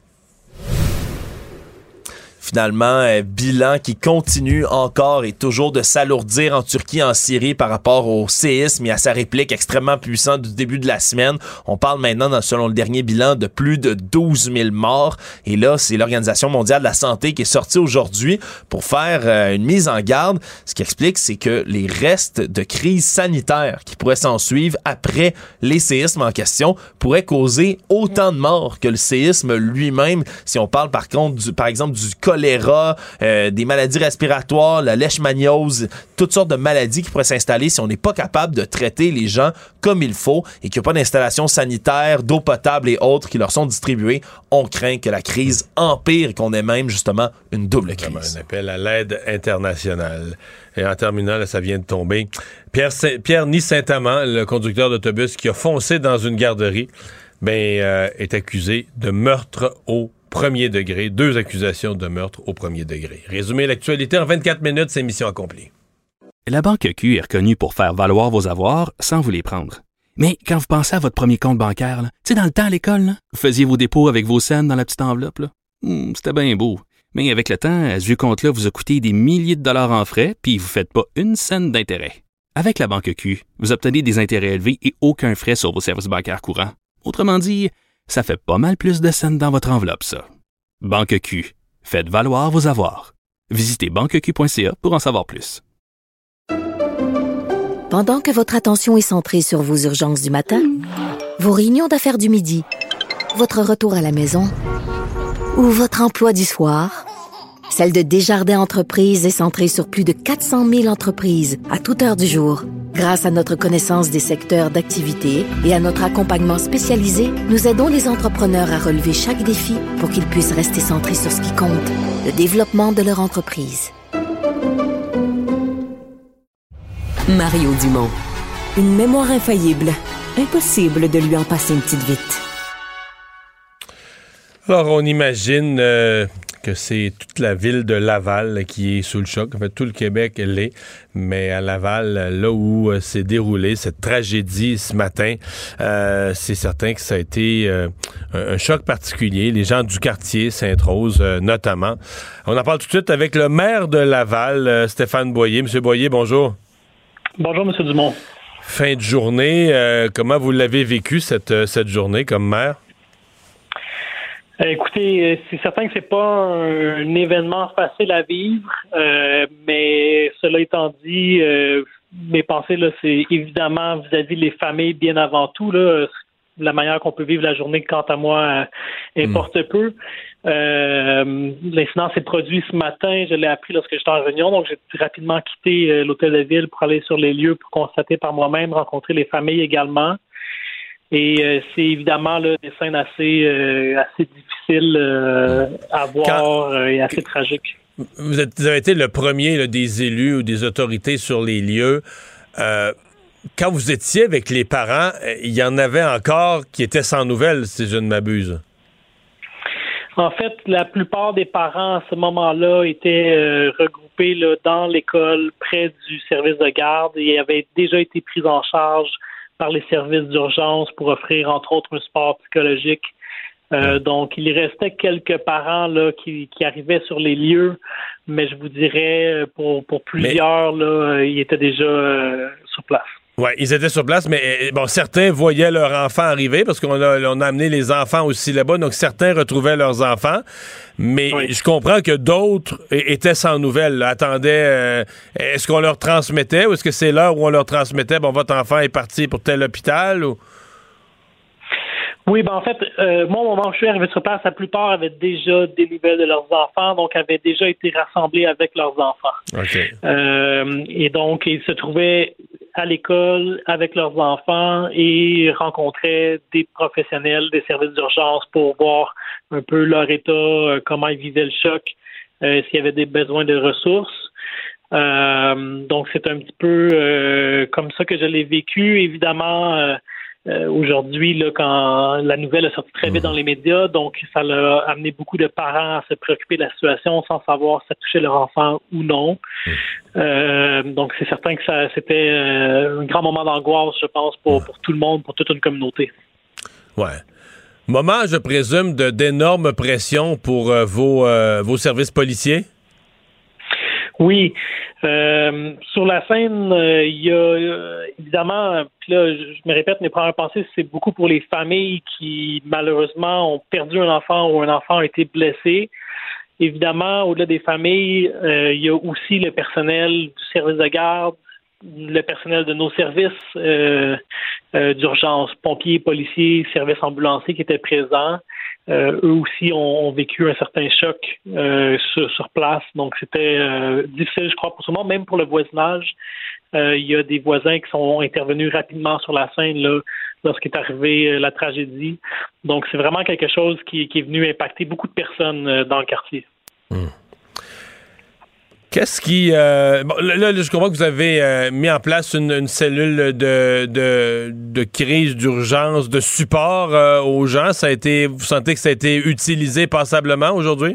Finalement, bilan qui continue encore et toujours de s'alourdir en Turquie, en Syrie par rapport au séisme et à sa réplique extrêmement puissante du début de la semaine. On parle maintenant, selon le dernier bilan, de plus de 12 000 morts. Et là, c'est l'Organisation mondiale de la santé qui est sortie aujourd'hui pour faire une mise en garde. Ce qui explique, c'est que les restes de crise sanitaire qui pourraient s'en suivre après les séismes en question pourraient causer autant de morts que le séisme lui-même. Si on parle par contre, par exemple, du choléra, des maladies respiratoires, la leishmaniose, toutes sortes de maladies qui pourraient s'installer si on n'est pas capable de traiter les gens comme il faut et qu'il n'y a pas d'installation sanitaire, d'eau potable et autres qui leur sont distribuées. On craint que la crise empire et qu'on ait même justement une double crise. Un appel à l'aide internationale. Et en terminant, là, ça vient de tomber. Pierre Saint-Amand, le conducteur d'autobus qui a foncé dans une garderie, est accusé de meurtre au premier degré. 2 accusations de meurtre au premier degré. Résumé l'actualité en 24 minutes, c'est mission accomplie. La Banque Q est reconnue pour faire valoir vos avoirs sans vous les prendre. Mais quand vous pensez à votre premier compte bancaire, tu sais, dans le temps à l'école, là, vous faisiez vos dépôts avec vos scènes dans la petite enveloppe. Là. C'était bien beau. Mais avec le temps, à ce vieux compte-là vous a coûté des milliers de dollars en frais, puis vous ne faites pas une scène d'intérêt. Avec la Banque Q, vous obtenez des intérêts élevés et aucun frais sur vos services bancaires courants. Autrement dit, ça fait pas mal plus de scènes dans votre enveloppe, ça. Banque Q. Faites valoir vos avoirs. Visitez banqueq.ca pour en savoir plus. Pendant que votre attention est centrée sur vos urgences du matin, vos réunions d'affaires du midi, votre retour à la maison ou votre emploi du soir, celle de Desjardins Entreprises est centrée sur plus de 400 000 entreprises à toute heure du jour. Grâce à notre connaissance des secteurs d'activité et à notre accompagnement spécialisé, nous aidons les entrepreneurs à relever chaque défi pour qu'ils puissent rester centrés sur ce qui compte, le développement de leur entreprise. Mario Dumont. Une mémoire infaillible. Impossible de lui en passer une petite vite. Alors, on imagine que c'est toute la ville de Laval qui est sous le choc. En fait, tout le Québec l'est. Mais à Laval, là où s'est déroulée cette tragédie ce matin, c'est certain que ça a été un choc particulier. Les gens du quartier Sainte-Rose, notamment. On en parle tout de suite avec le maire de Laval, Stéphane Boyer. Monsieur Boyer, bonjour. Bonjour, Monsieur Dumont. Fin de journée. Comment vous l'avez vécu, cette journée, comme maire? Écoutez, c'est certain que c'est pas un événement facile à vivre, mais cela étant dit, mes pensées, là, c'est évidemment vis-à-vis les familles bien avant tout. Là, la manière qu'on peut vivre la journée, quant à moi, importe peu. L'incident s'est produit ce matin, je l'ai appris lorsque j'étais en réunion, donc j'ai rapidement quitté l'hôtel de ville pour aller sur les lieux pour constater par moi-même, rencontrer les familles également. Et c'est évidemment là, des scènes assez difficiles à voir et assez tragiques. Vous avez été le premier là, des élus ou des autorités sur les lieux. Quand vous étiez avec les parents, il y en avait encore qui étaient sans nouvelles, si je ne m'abuse. En fait, la plupart des parents à ce moment-là étaient regroupés là, dans l'école, près du service de garde et avaient déjà été pris en charge par les services d'urgence pour offrir, entre autres, un support psychologique. Donc, il restait quelques parents là qui arrivaient sur les lieux, mais je vous dirais, pour plusieurs, là, ils étaient déjà sur place. Oui, ils étaient sur place, mais bon, certains voyaient leurs enfants arriver parce qu'on a amené les enfants aussi là-bas, donc certains retrouvaient leurs enfants, mais je comprends que d'autres étaient sans nouvelles, là, attendaient, est-ce qu'on leur transmettait ou est-ce que c'est l'heure où on leur transmettait, bon, votre enfant est parti pour tel hôpital ou... Oui, en fait, moi, au moment où je suis arrivé sur place, la plupart avaient déjà des nouvelles de leurs enfants, donc avaient déjà été rassemblés avec leurs enfants. Okay. Et donc, ils se trouvaient à l'école avec leurs enfants et rencontraient des professionnels des services d'urgence pour voir un peu leur état, comment ils vivaient le choc, s'il y avait des besoins de ressources. Donc, c'est un petit peu comme ça que je l'ai vécu. Évidemment, aujourd'hui, là, quand la nouvelle a sorti très vite dans les médias, donc ça a amené beaucoup de parents à se préoccuper de la situation sans savoir si ça touchait leur enfant ou non. Donc c'est certain que c'était un grand moment d'angoisse, je pense, pour tout le monde, pour toute une communauté. Ouais. Moment, je présume, d'énorme pression pour vos services policiers? Oui. Sur la scène, il y a évidemment, puis là, je me répète, mes premières pensées, c'est beaucoup pour les familles qui, malheureusement, ont perdu un enfant ou un enfant a été blessé. Évidemment, au-delà des familles, il y a aussi le personnel du service de garde, le personnel de nos services d'urgence, pompiers, policiers, services ambulanciers qui étaient présents. Eux aussi ont vécu un certain choc sur place. Donc, c'était difficile, je crois, pour tout le monde, même pour le voisinage. Il y a des voisins qui sont intervenus rapidement sur la scène là, lorsqu'est arrivée la tragédie. Donc, c'est vraiment quelque chose qui est venu impacter beaucoup de personnes dans le quartier. Qu'est-ce qui... bon, là, je comprends que vous avez mis en place une cellule de crise, d'urgence, de support aux gens. Vous sentez que ça a été utilisé passablement aujourd'hui?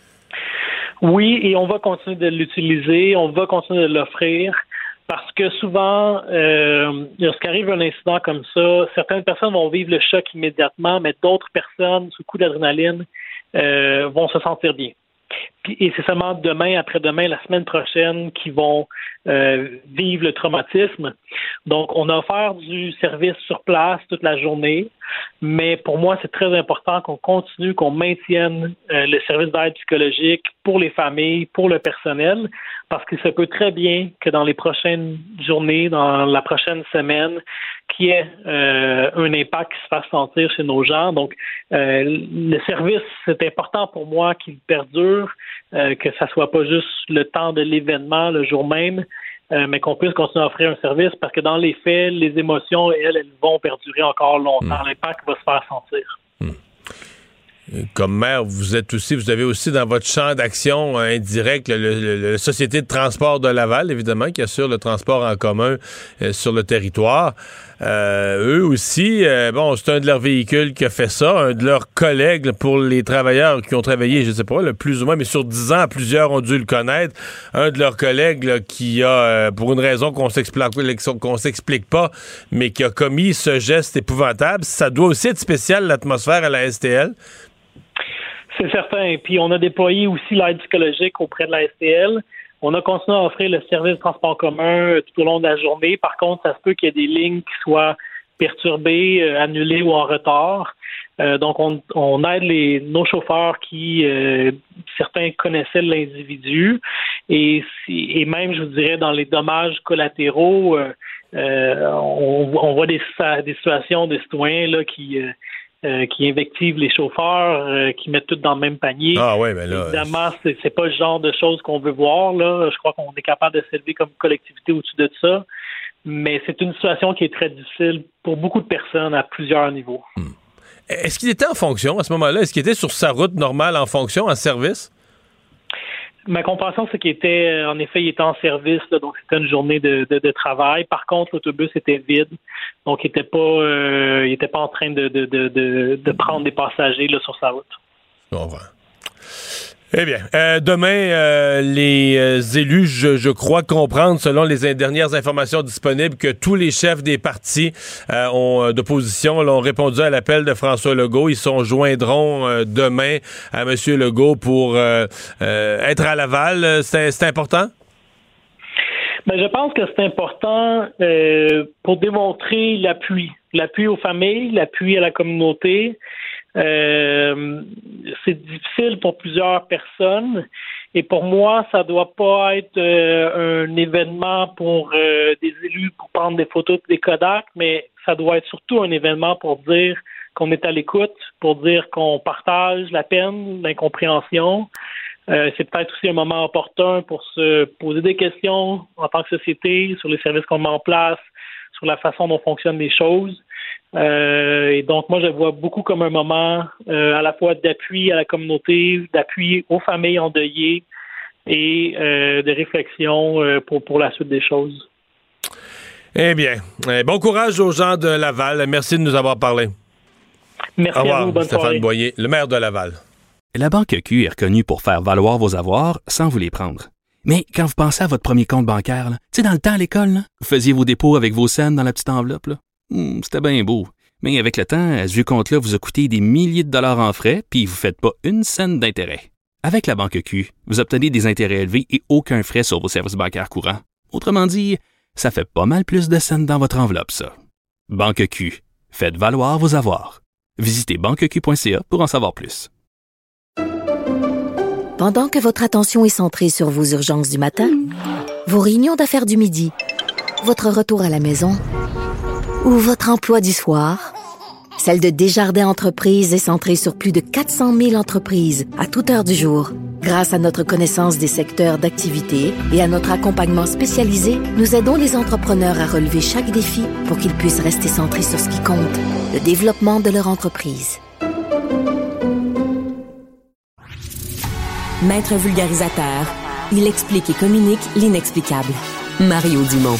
Oui, et on va continuer de l'utiliser, on va continuer de l'offrir. Parce que souvent, lorsqu'arrive un incident comme ça, certaines personnes vont vivre le choc immédiatement, mais d'autres personnes, sous coup d'adrénaline, vont se sentir bien. Et c'est seulement demain, après-demain, la semaine prochaine qui vont vivre le traumatisme. Donc, on a offert du service sur place toute la journée, mais pour moi, c'est très important qu'on continue, qu'on maintienne le service d'aide psychologique pour les familles, pour le personnel, parce qu'il se peut très bien que dans les prochaines journées, dans la prochaine semaine, qu'il y ait un impact qui se fasse sentir chez nos gens. Donc, le service, c'est important pour moi qu'il perdure, que ça soit pas juste le temps de l'événement, le jour même, mais qu'on puisse continuer à offrir un service parce que dans les faits, les émotions, elles vont perdurer encore longtemps. L'impact va se faire sentir. Comme maire, vous avez aussi dans votre champ d'action indirect la Société de transport de Laval, évidemment, qui assure le transport en commun sur le territoire. Eux aussi, c'est un de leurs véhicules qui a fait ça, un de leurs collègues pour les travailleurs qui ont travaillé, je sais pas, plus ou moins, mais sur 10 ans, plusieurs ont dû le connaître. Un de leurs collègues là, qui a, pour une raison qu'on s'explique pas, mais qui a commis ce geste épouvantable. Ça doit aussi être spécial, l'atmosphère à la STL. C'est certain. Puis on a déployé aussi l'aide psychologique auprès de la STL. On a continué à offrir le service de transport commun tout au long de la journée. Par contre, ça se peut qu'il y ait des lignes qui soient perturbées, annulées ou en retard. Donc, on aide nos chauffeurs qui, certains connaissaient l'individu. Et même, je vous dirais, dans les dommages collatéraux, on voit des situations de citoyens là, qui invectivent les chauffeurs, qui mettent tout dans le même panier. Ah ouais, mais là... Évidemment, c'est pas le genre de choses qu'on veut voir, là. Je crois qu'on est capable de s'élever comme collectivité au-dessus de ça. Mais c'est une situation qui est très difficile pour beaucoup de personnes à plusieurs niveaux. Est-ce qu'il était en fonction à ce moment-là? Est-ce qu'il était sur sa route normale en fonction, en service? Ma compréhension, c'est qu'il était, en effet, il était en service, là, donc c'était une journée de travail. Par contre, l'autobus était vide, donc il était pas en train de prendre des passagers là, sur sa route. Je comprends. Eh bien, demain, les élus, je crois comprendre, selon les dernières informations disponibles, que tous les chefs des partis d'opposition ont répondu à l'appel de François Legault. Ils se joindront demain à M. Legault pour être à Laval. C'est important? Ben, je pense que c'est important pour démontrer l'appui aux familles, l'appui à la communauté. C'est difficile pour plusieurs personnes et pour moi, ça doit pas être un événement pour des élus pour prendre des photos et des Kodak, mais ça doit être surtout un événement pour dire qu'on est à l'écoute, pour dire qu'on partage la peine, l'incompréhension. C'est peut-être aussi un moment opportun pour se poser des questions en tant que société sur les services qu'on met en place, sur la façon dont fonctionnent les choses. Et donc, moi, je le vois beaucoup comme un moment à la fois d'appui à la communauté, d'appui aux familles endeuillées et de réflexion pour la suite des choses. Eh bien, bon courage aux gens de Laval. Merci de nous avoir parlé. Merci à vous. Bonne Stéphane soirée. Boyer, le maire de Laval. La Banque Q est reconnue pour faire valoir vos avoirs sans vous les prendre. Mais quand vous pensez à votre premier compte bancaire, tu sais, dans le temps à l'école, là, vous faisiez vos dépôts avec vos scènes dans la petite enveloppe. Là. C'était bien beau. Mais avec le temps, ce vieux compte-là vous a coûté des milliers de dollars en frais, puis vous ne faites pas une scène d'intérêt. Avec la Banque Q, vous obtenez des intérêts élevés et aucun frais sur vos services bancaires courants. Autrement dit, ça fait pas mal plus de scènes dans votre enveloppe, ça. Banque Q. Faites valoir vos avoirs. Visitez banqueq.ca pour en savoir plus. Pendant que votre attention est centrée sur vos urgences du matin, vos réunions d'affaires du midi, votre retour à la maison ou votre emploi du soir, celle de Desjardins Entreprises est centrée sur plus de 400 000 entreprises à toute heure du jour. Grâce à notre connaissance des secteurs d'activité et à notre accompagnement spécialisé, nous aidons les entrepreneurs à relever chaque défi pour qu'ils puissent rester centrés sur ce qui compte, le développement de leur entreprise. Maître vulgarisateur, il explique et communique l'inexplicable. Mario Dumont.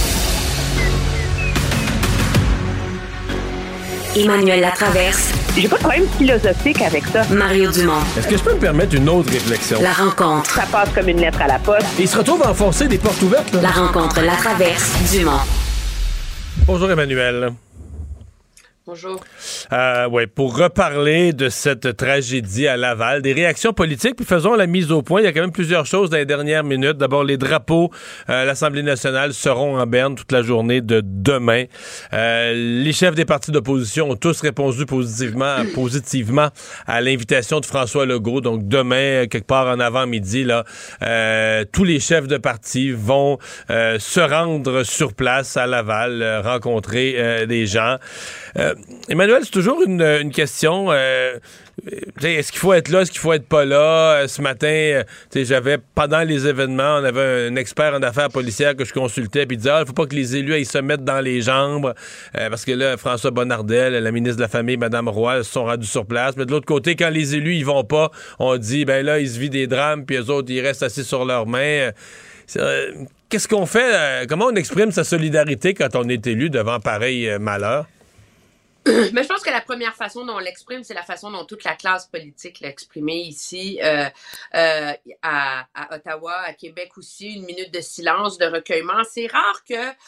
Emmanuel Latraverse. J'ai pas de problème philosophique avec ça. Mario Dumont. Est-ce que je peux me permettre une autre réflexion? La rencontre. Ça passe comme une lettre à la poste. Et il se retrouve à enfoncer des portes ouvertes, là. La rencontre Latraverse Dumont. Bonjour Emmanuel. Bonjour. Pour reparler de cette tragédie à Laval, des réactions politiques, puis faisons la mise au point. Il y a quand même plusieurs choses dans les dernières minutes. D'abord, les drapeaux à l'Assemblée nationale seront en berne toute la journée de demain. Les chefs des partis d'opposition ont tous répondu positivement à l'invitation de François Legault. Donc demain, quelque part en avant-midi, là, tous les chefs de partis vont se rendre sur place à Laval, rencontrer des gens. Emmanuel, c'est toujours une question. Est-ce qu'il faut être là, est-ce qu'il faut être pas là? Ce matin, pendant les événements, on avait un expert en affaires policières que je consultais, puis il disait, il faut pas que les élus aillent se mettre dans les jambes, parce que là, François Bonnardel, la ministre de la Famille, Mme Roy, se sont rendus sur place. Mais de l'autre côté, quand les élus y vont pas, on dit, ben là, ils se vivent des drames, puis eux autres, ils restent assis sur leurs mains. Qu'est-ce qu'on fait? Comment on exprime sa solidarité quand on est élu devant pareil malheur? Mais je pense que la première façon dont on l'exprime, c'est la façon dont toute la classe politique l'a exprimé ici, à Ottawa, à Québec aussi, une minute de silence, de recueillement. C'est rare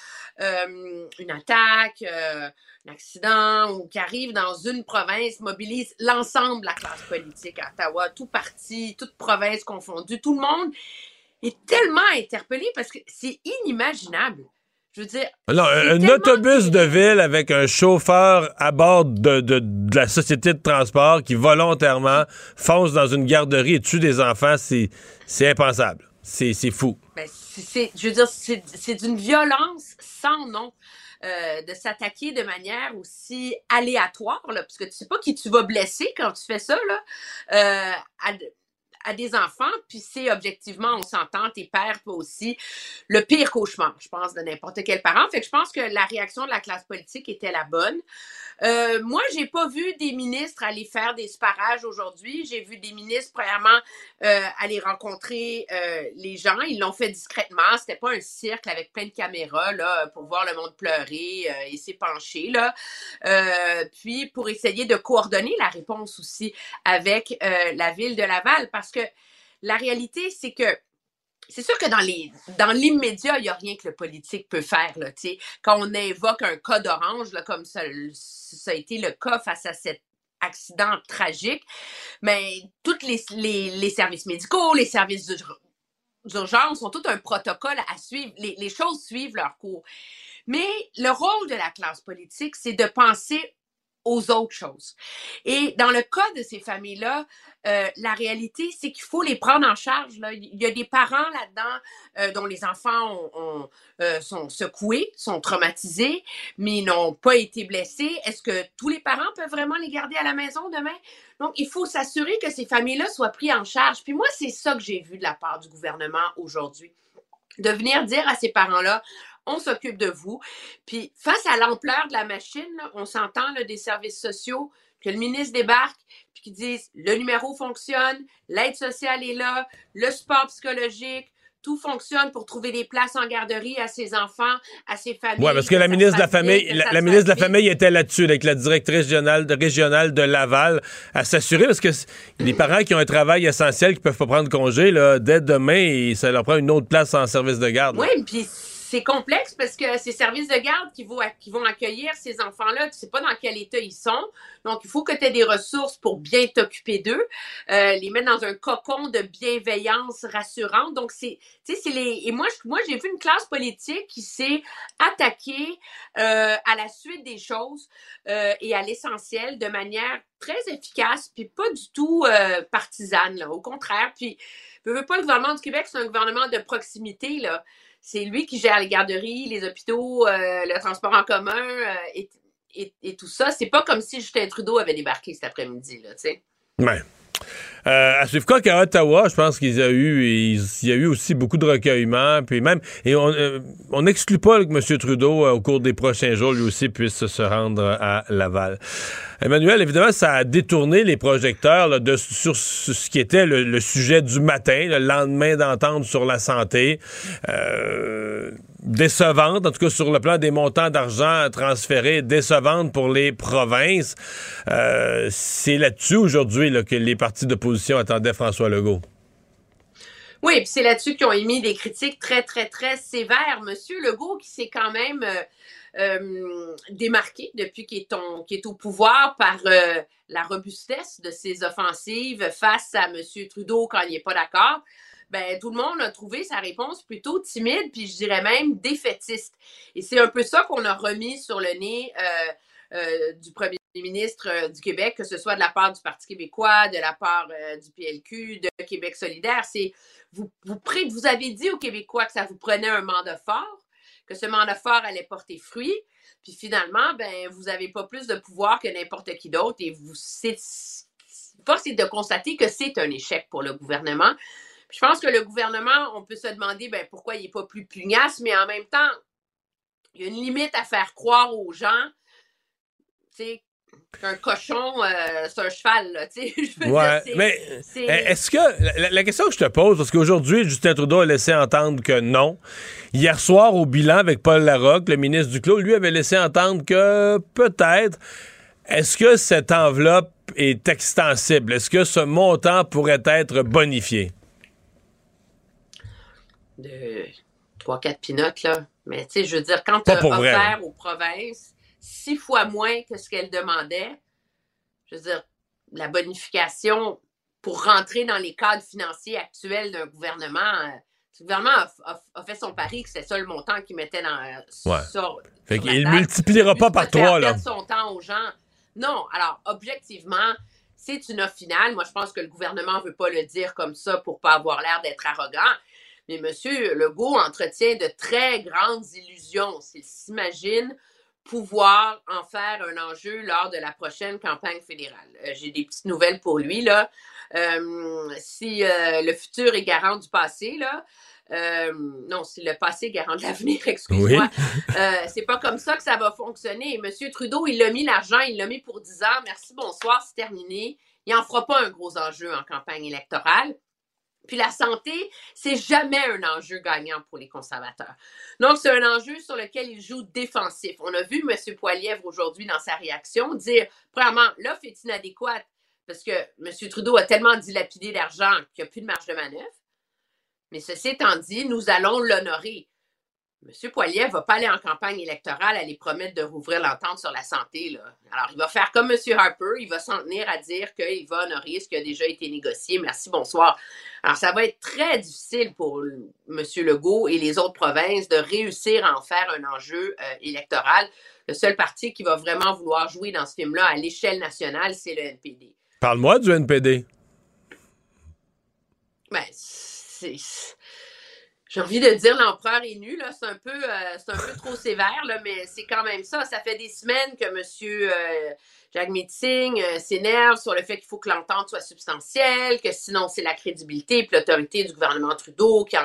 que une attaque, un accident ou qui arrive dans une province mobilise l'ensemble de la classe politique à Ottawa, tout parti, toute province confondue. Tout le monde est tellement interpellé parce que c'est inimaginable. Je veux dire... Alors, un autobus de ville avec un chauffeur à bord de la société de transport qui volontairement fonce dans une garderie et tue des enfants, c'est impensable. C'est fou. Ben, je veux dire, c'est d'une violence sans nom. De s'attaquer de manière aussi aléatoire, là, parce que tu sais pas qui tu vas blesser quand tu fais ça, là, à des enfants, puis c'est objectivement, on s'entend, tes pères, puis aussi le pire cauchemar, je pense, de n'importe quel parent. Fait que je pense que la réaction de la classe politique était la bonne. Moi, j'ai pas vu des ministres aller faire des sparages aujourd'hui. J'ai vu des ministres, premièrement, aller rencontrer les gens. Ils l'ont fait discrètement. C'était pas un cirque avec plein de caméras, là, pour voir le monde pleurer et s'épancher, là. Puis, pour essayer de coordonner la réponse aussi avec la ville de Laval, parce que la réalité, c'est que c'est sûr que dans l'immédiat, il n'y a rien que le politique peut faire. Là, quand on invoque un cas d'orange, là, comme ça a été le cas face à cet accident tragique, mais tous les services médicaux, les services d'urgence ont tout un protocole à suivre. Les choses suivent leur cours. Mais le rôle de la classe politique, c'est de penser aux autres choses. Et dans le cas de ces familles-là, la réalité, c'est qu'il faut les prendre en charge. Là. Il y a des parents là-dedans dont les enfants sont secoués, sont traumatisés, mais ils n'ont pas été blessés. Est-ce que tous les parents peuvent vraiment les garder à la maison demain? Donc, il faut s'assurer que ces familles-là soient prises en charge. Puis moi, c'est ça que j'ai vu de la part du gouvernement aujourd'hui. De venir dire à ces parents-là, on s'occupe de vous. Puis, face à l'ampleur de la machine, là, on s'entend là, des services sociaux, que le ministre débarque, puis qu'ils disent, le numéro fonctionne, l'aide sociale est là, le support psychologique, tout fonctionne pour trouver des places en garderie à ses enfants, à ses familles. Oui, parce que la ministre de la Famille, la ministre de la Famille était là-dessus, avec la directrice régionale de Laval, à s'assurer, parce que les parents qui ont un travail essentiel, qui peuvent pas prendre congé, là, dès demain, ça leur prend une autre place en service de garde. Oui, puis c'est complexe parce que ces services de garde qui vont accueillir ces enfants-là, tu sais pas dans quel état ils sont. Donc, il faut que tu aies des ressources pour bien t'occuper d'eux, les mettre dans un cocon de bienveillance rassurante. Donc, et moi, j'ai vu une classe politique qui s'est attaquée à la suite des choses et à l'essentiel de manière très efficace, puis pas du tout partisane, là, au contraire. Puis, je veux pas, le gouvernement du Québec, c'est un gouvernement de proximité, là. C'est lui qui gère les garderies, les hôpitaux, le transport en commun et tout ça. C'est pas comme si Justin Trudeau avait débarqué cet après-midi, là, tu sais. Ouais. À suivre qu'à Ottawa, je pense qu'il y a eu aussi beaucoup de recueillement, puis même, et on n'exclut pas que M. Trudeau, au cours des prochains jours, lui aussi, puisse se rendre à Laval. Emmanuel, évidemment, ça a détourné les projecteurs là, sur ce qui était le sujet du matin, le lendemain d'entente sur la santé. Décevante, en tout cas sur le plan des montants d'argent transférés, décevante pour les provinces. C'est là-dessus aujourd'hui là, que les partis d'opposition attendaient François Legault. Oui, puis c'est là-dessus qu'ils ont émis des critiques très, très, très sévères. Monsieur Legault qui s'est quand même démarqué depuis qu'il est au pouvoir par la robustesse de ses offensives face à Monsieur Trudeau quand il n'est pas d'accord. Ben, tout le monde a trouvé sa réponse plutôt timide, puis je dirais même défaitiste. Et c'est un peu ça qu'on a remis sur le nez du premier ministre du Québec, que ce soit de la part du Parti québécois, de la part du PLQ, de Québec solidaire. C'est vous avez dit aux Québécois que ça vous prenait un mandat fort, que ce mandat fort allait porter fruit, puis finalement, ben, vous n'avez pas plus de pouvoir que n'importe qui d'autre, et force est de constater que c'est un échec pour le gouvernement. Je pense que le gouvernement, on peut se demander pourquoi il n'est pas plus pugnace, mais en même temps, il y a une limite à faire croire aux gens, tu sais, qu'un cochon, c'est un cheval, là, tu sais. Mais est-ce que, la question que je te pose, parce qu'aujourd'hui, Justin Trudeau a laissé entendre que non. Hier soir, au bilan avec Paul Larocque, le ministre du Clos, lui avait laissé entendre que peut-être, est-ce que cette enveloppe est extensible? Est-ce que ce montant pourrait être bonifié? De 3-4 pinottes, là. Mais, tu sais, je veux dire, quand tu as offert aux provinces 6 fois moins que ce qu'elles demandaient, je veux dire, la bonification pour rentrer dans les cadres financiers actuels d'un gouvernement, le gouvernement a fait son pari que c'est ça le montant qu'il mettait sur fait qu'il ne multipliera pas par 3, là. Perdre son temps aux gens. Non, alors, objectivement, c'est une offre finale. Moi, je pense que le gouvernement ne veut pas le dire comme ça pour pas avoir l'air d'être arrogant. Mais M. Legault entretient de très grandes illusions s'il s'imagine pouvoir en faire un enjeu lors de la prochaine campagne fédérale. J'ai des petites nouvelles pour lui, là. Si le futur est garant du passé, là, non, si le passé est garant de l'avenir, excuse-moi, oui. C'est pas comme ça que ça va fonctionner. M. Trudeau, il a mis l'argent, il l'a mis pour 10 ans. Merci, bonsoir, c'est terminé. Il n'en fera pas un gros enjeu en campagne électorale. Puis la santé, c'est jamais un enjeu gagnant pour les conservateurs. Donc, c'est un enjeu sur lequel ils jouent défensif. On a vu M. Poilievre aujourd'hui dans sa réaction dire, premièrement, l'offre est inadéquate parce que M. Trudeau a tellement dilapidé d'argent qu'il n'y a plus de marge de manœuvre. Mais ceci étant dit, nous allons l'honorer. M. Poilievre ne va pas aller en campagne électorale aller promettre de rouvrir l'entente sur la santé, là. Alors, il va faire comme M. Harper, il va s'en tenir à dire qu'il va honorer ce qui a déjà été négocié. Merci, bonsoir. Alors, ça va être très difficile pour M. Legault et les autres provinces de réussir à en faire un enjeu électoral. Le seul parti qui va vraiment vouloir jouer dans ce film-là à l'échelle nationale, c'est le NPD. Parle-moi du NPD. Ben, j'ai envie de dire l'empereur est nu, là. C'est un peu trop sévère, là, mais c'est quand même ça. Ça fait des semaines que M. Jagmeet Singh s'énerve sur le fait qu'il faut que l'entente soit substantielle, que sinon c'est la crédibilité et l'autorité du gouvernement Trudeau qui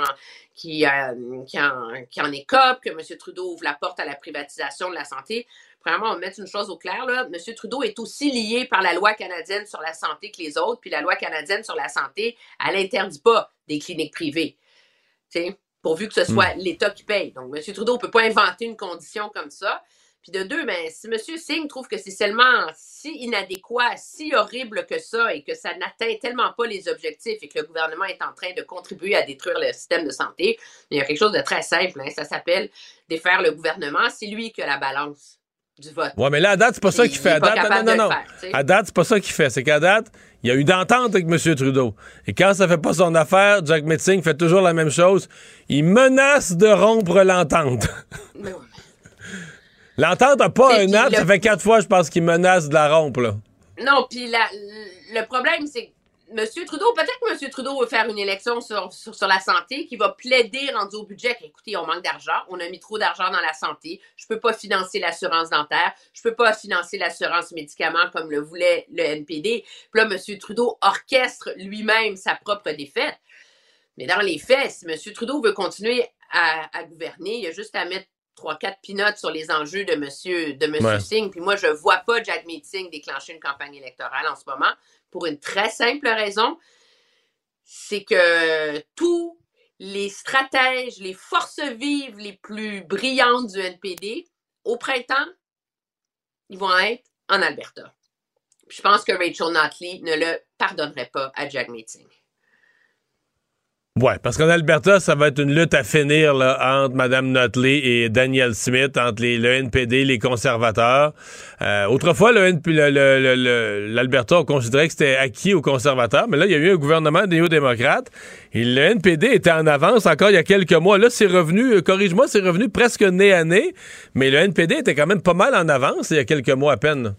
en écope, que M. Trudeau ouvre la porte à la privatisation de la santé. Premièrement, on va mettre une chose au clair, là. M. Trudeau est aussi lié par la loi canadienne sur la santé que les autres, puis la loi canadienne sur la santé, elle n'interdit pas des cliniques privées. T'sais, pourvu que ce soit l'État qui paye. Donc, M. Trudeau ne peut pas inventer une condition comme ça. Puis de deux, ben, si M. Singh trouve que c'est seulement si inadéquat, si horrible que ça et que ça n'atteint tellement pas les objectifs et que le gouvernement est en train de contribuer à détruire le système de santé, il y a quelque chose de très simple, hein, ça s'appelle défaire le gouvernement. C'est lui qui a la balance du vote. Ouais, mais là, à date, c'est pas ça qu'il fait. À date, non. À date, c'est pas ça qu'il fait. C'est qu'à date, il y a eu d'entente avec M. Trudeau. Et quand ça fait pas son affaire, Jagmeet Singh fait toujours la même chose. Il menace de rompre l'entente. Mais ouais. L'entente n'a pas un an, ça fait 4 fois, je pense, qu'il menace de la rompre, là. Non, puis le problème, c'est que M. Trudeau, peut-être que M. Trudeau veut faire une élection sur la santé, qui va plaider rendu au budget qu'écoutez, on manque d'argent, on a mis trop d'argent dans la santé, je peux pas financer l'assurance dentaire, je peux pas financer l'assurance médicaments comme le voulait le NPD. Puis là, M. Trudeau orchestre lui-même sa propre défaite. Mais dans les faits, si M. Trudeau veut continuer à gouverner, il y a juste à mettre 3-4 pinottes sur les enjeux de M. Singh. Puis moi, je vois pas Jagmeet Singh déclencher une campagne électorale en ce moment pour une très simple raison. C'est que tous les stratèges, les forces vives les plus brillantes du NPD, au printemps, ils vont être en Alberta. Puis je pense que Rachel Notley ne le pardonnerait pas à Jagmeet Singh. Ouais, parce qu'en Alberta, ça va être une lutte à finir là, entre Mme Notley et Danielle Smith, entre le NPD et les conservateurs. Autrefois, l'Alberta, on considérait que c'était acquis aux conservateurs, mais là, il y a eu un gouvernement néo-démocrate et le NPD était en avance encore il y a quelques mois. Là, c'est revenu, corrige-moi, c'est revenu presque nez à nez, mais le NPD était quand même pas mal en avance il y a quelques mois à peine.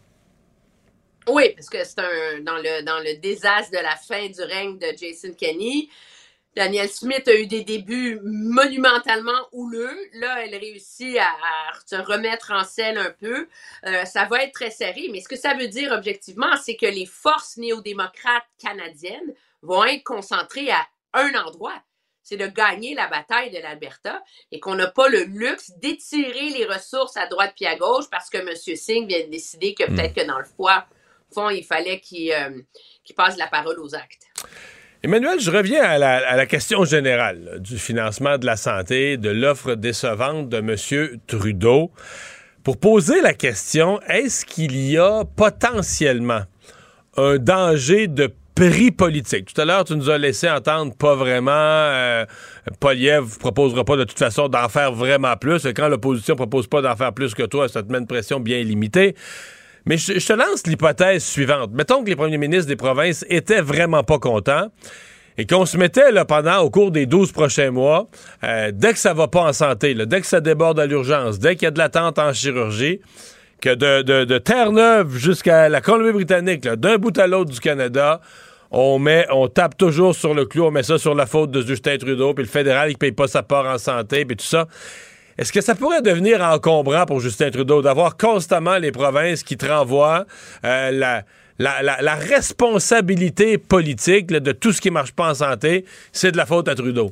Oui, parce que c'est dans le désastre de la fin du règne de Jason Kenney. Danielle Smith a eu des débuts monumentalement houleux. Là, elle réussit à se remettre en selle un peu. Ça va être très serré. Mais ce que ça veut dire objectivement, c'est que les forces néo-démocrates canadiennes vont être concentrées à un endroit. C'est de gagner la bataille de l'Alberta et qu'on n'a pas le luxe d'étirer les ressources à droite puis à gauche parce que M. Singh vient de décider que peut-être que dans le fond, il fallait qu'il passe la parole aux actes. Emmanuel, je reviens à la question générale là, du financement de la santé, de l'offre décevante de M. Trudeau. Pour poser la question, est-ce qu'il y a potentiellement un danger de prix politique? Tout à l'heure, tu nous as laissé entendre pas vraiment. Poilievre ne proposera pas de toute façon d'en faire vraiment plus. Quand l'opposition ne propose pas d'en faire plus que toi, ça te met une pression bien limitée. Mais je te lance l'hypothèse suivante. Mettons que les premiers ministres des provinces étaient vraiment pas contents et qu'on se mettait là, au cours des 12 prochains mois, dès que ça va pas en santé, là, dès que ça déborde à l'urgence, dès qu'il y a de l'attente en chirurgie, que de Terre-Neuve jusqu'à la Colombie-Britannique, là, d'un bout à l'autre du Canada, on tape toujours sur le clou, on met ça sur la faute de Justin Trudeau, puis le fédéral qui paye pas sa part en santé, puis tout ça. Est-ce que ça pourrait devenir encombrant pour Justin Trudeau d'avoir constamment les provinces qui te renvoient la responsabilité politique là, de tout ce qui marche pas en santé, c'est de la faute à Trudeau?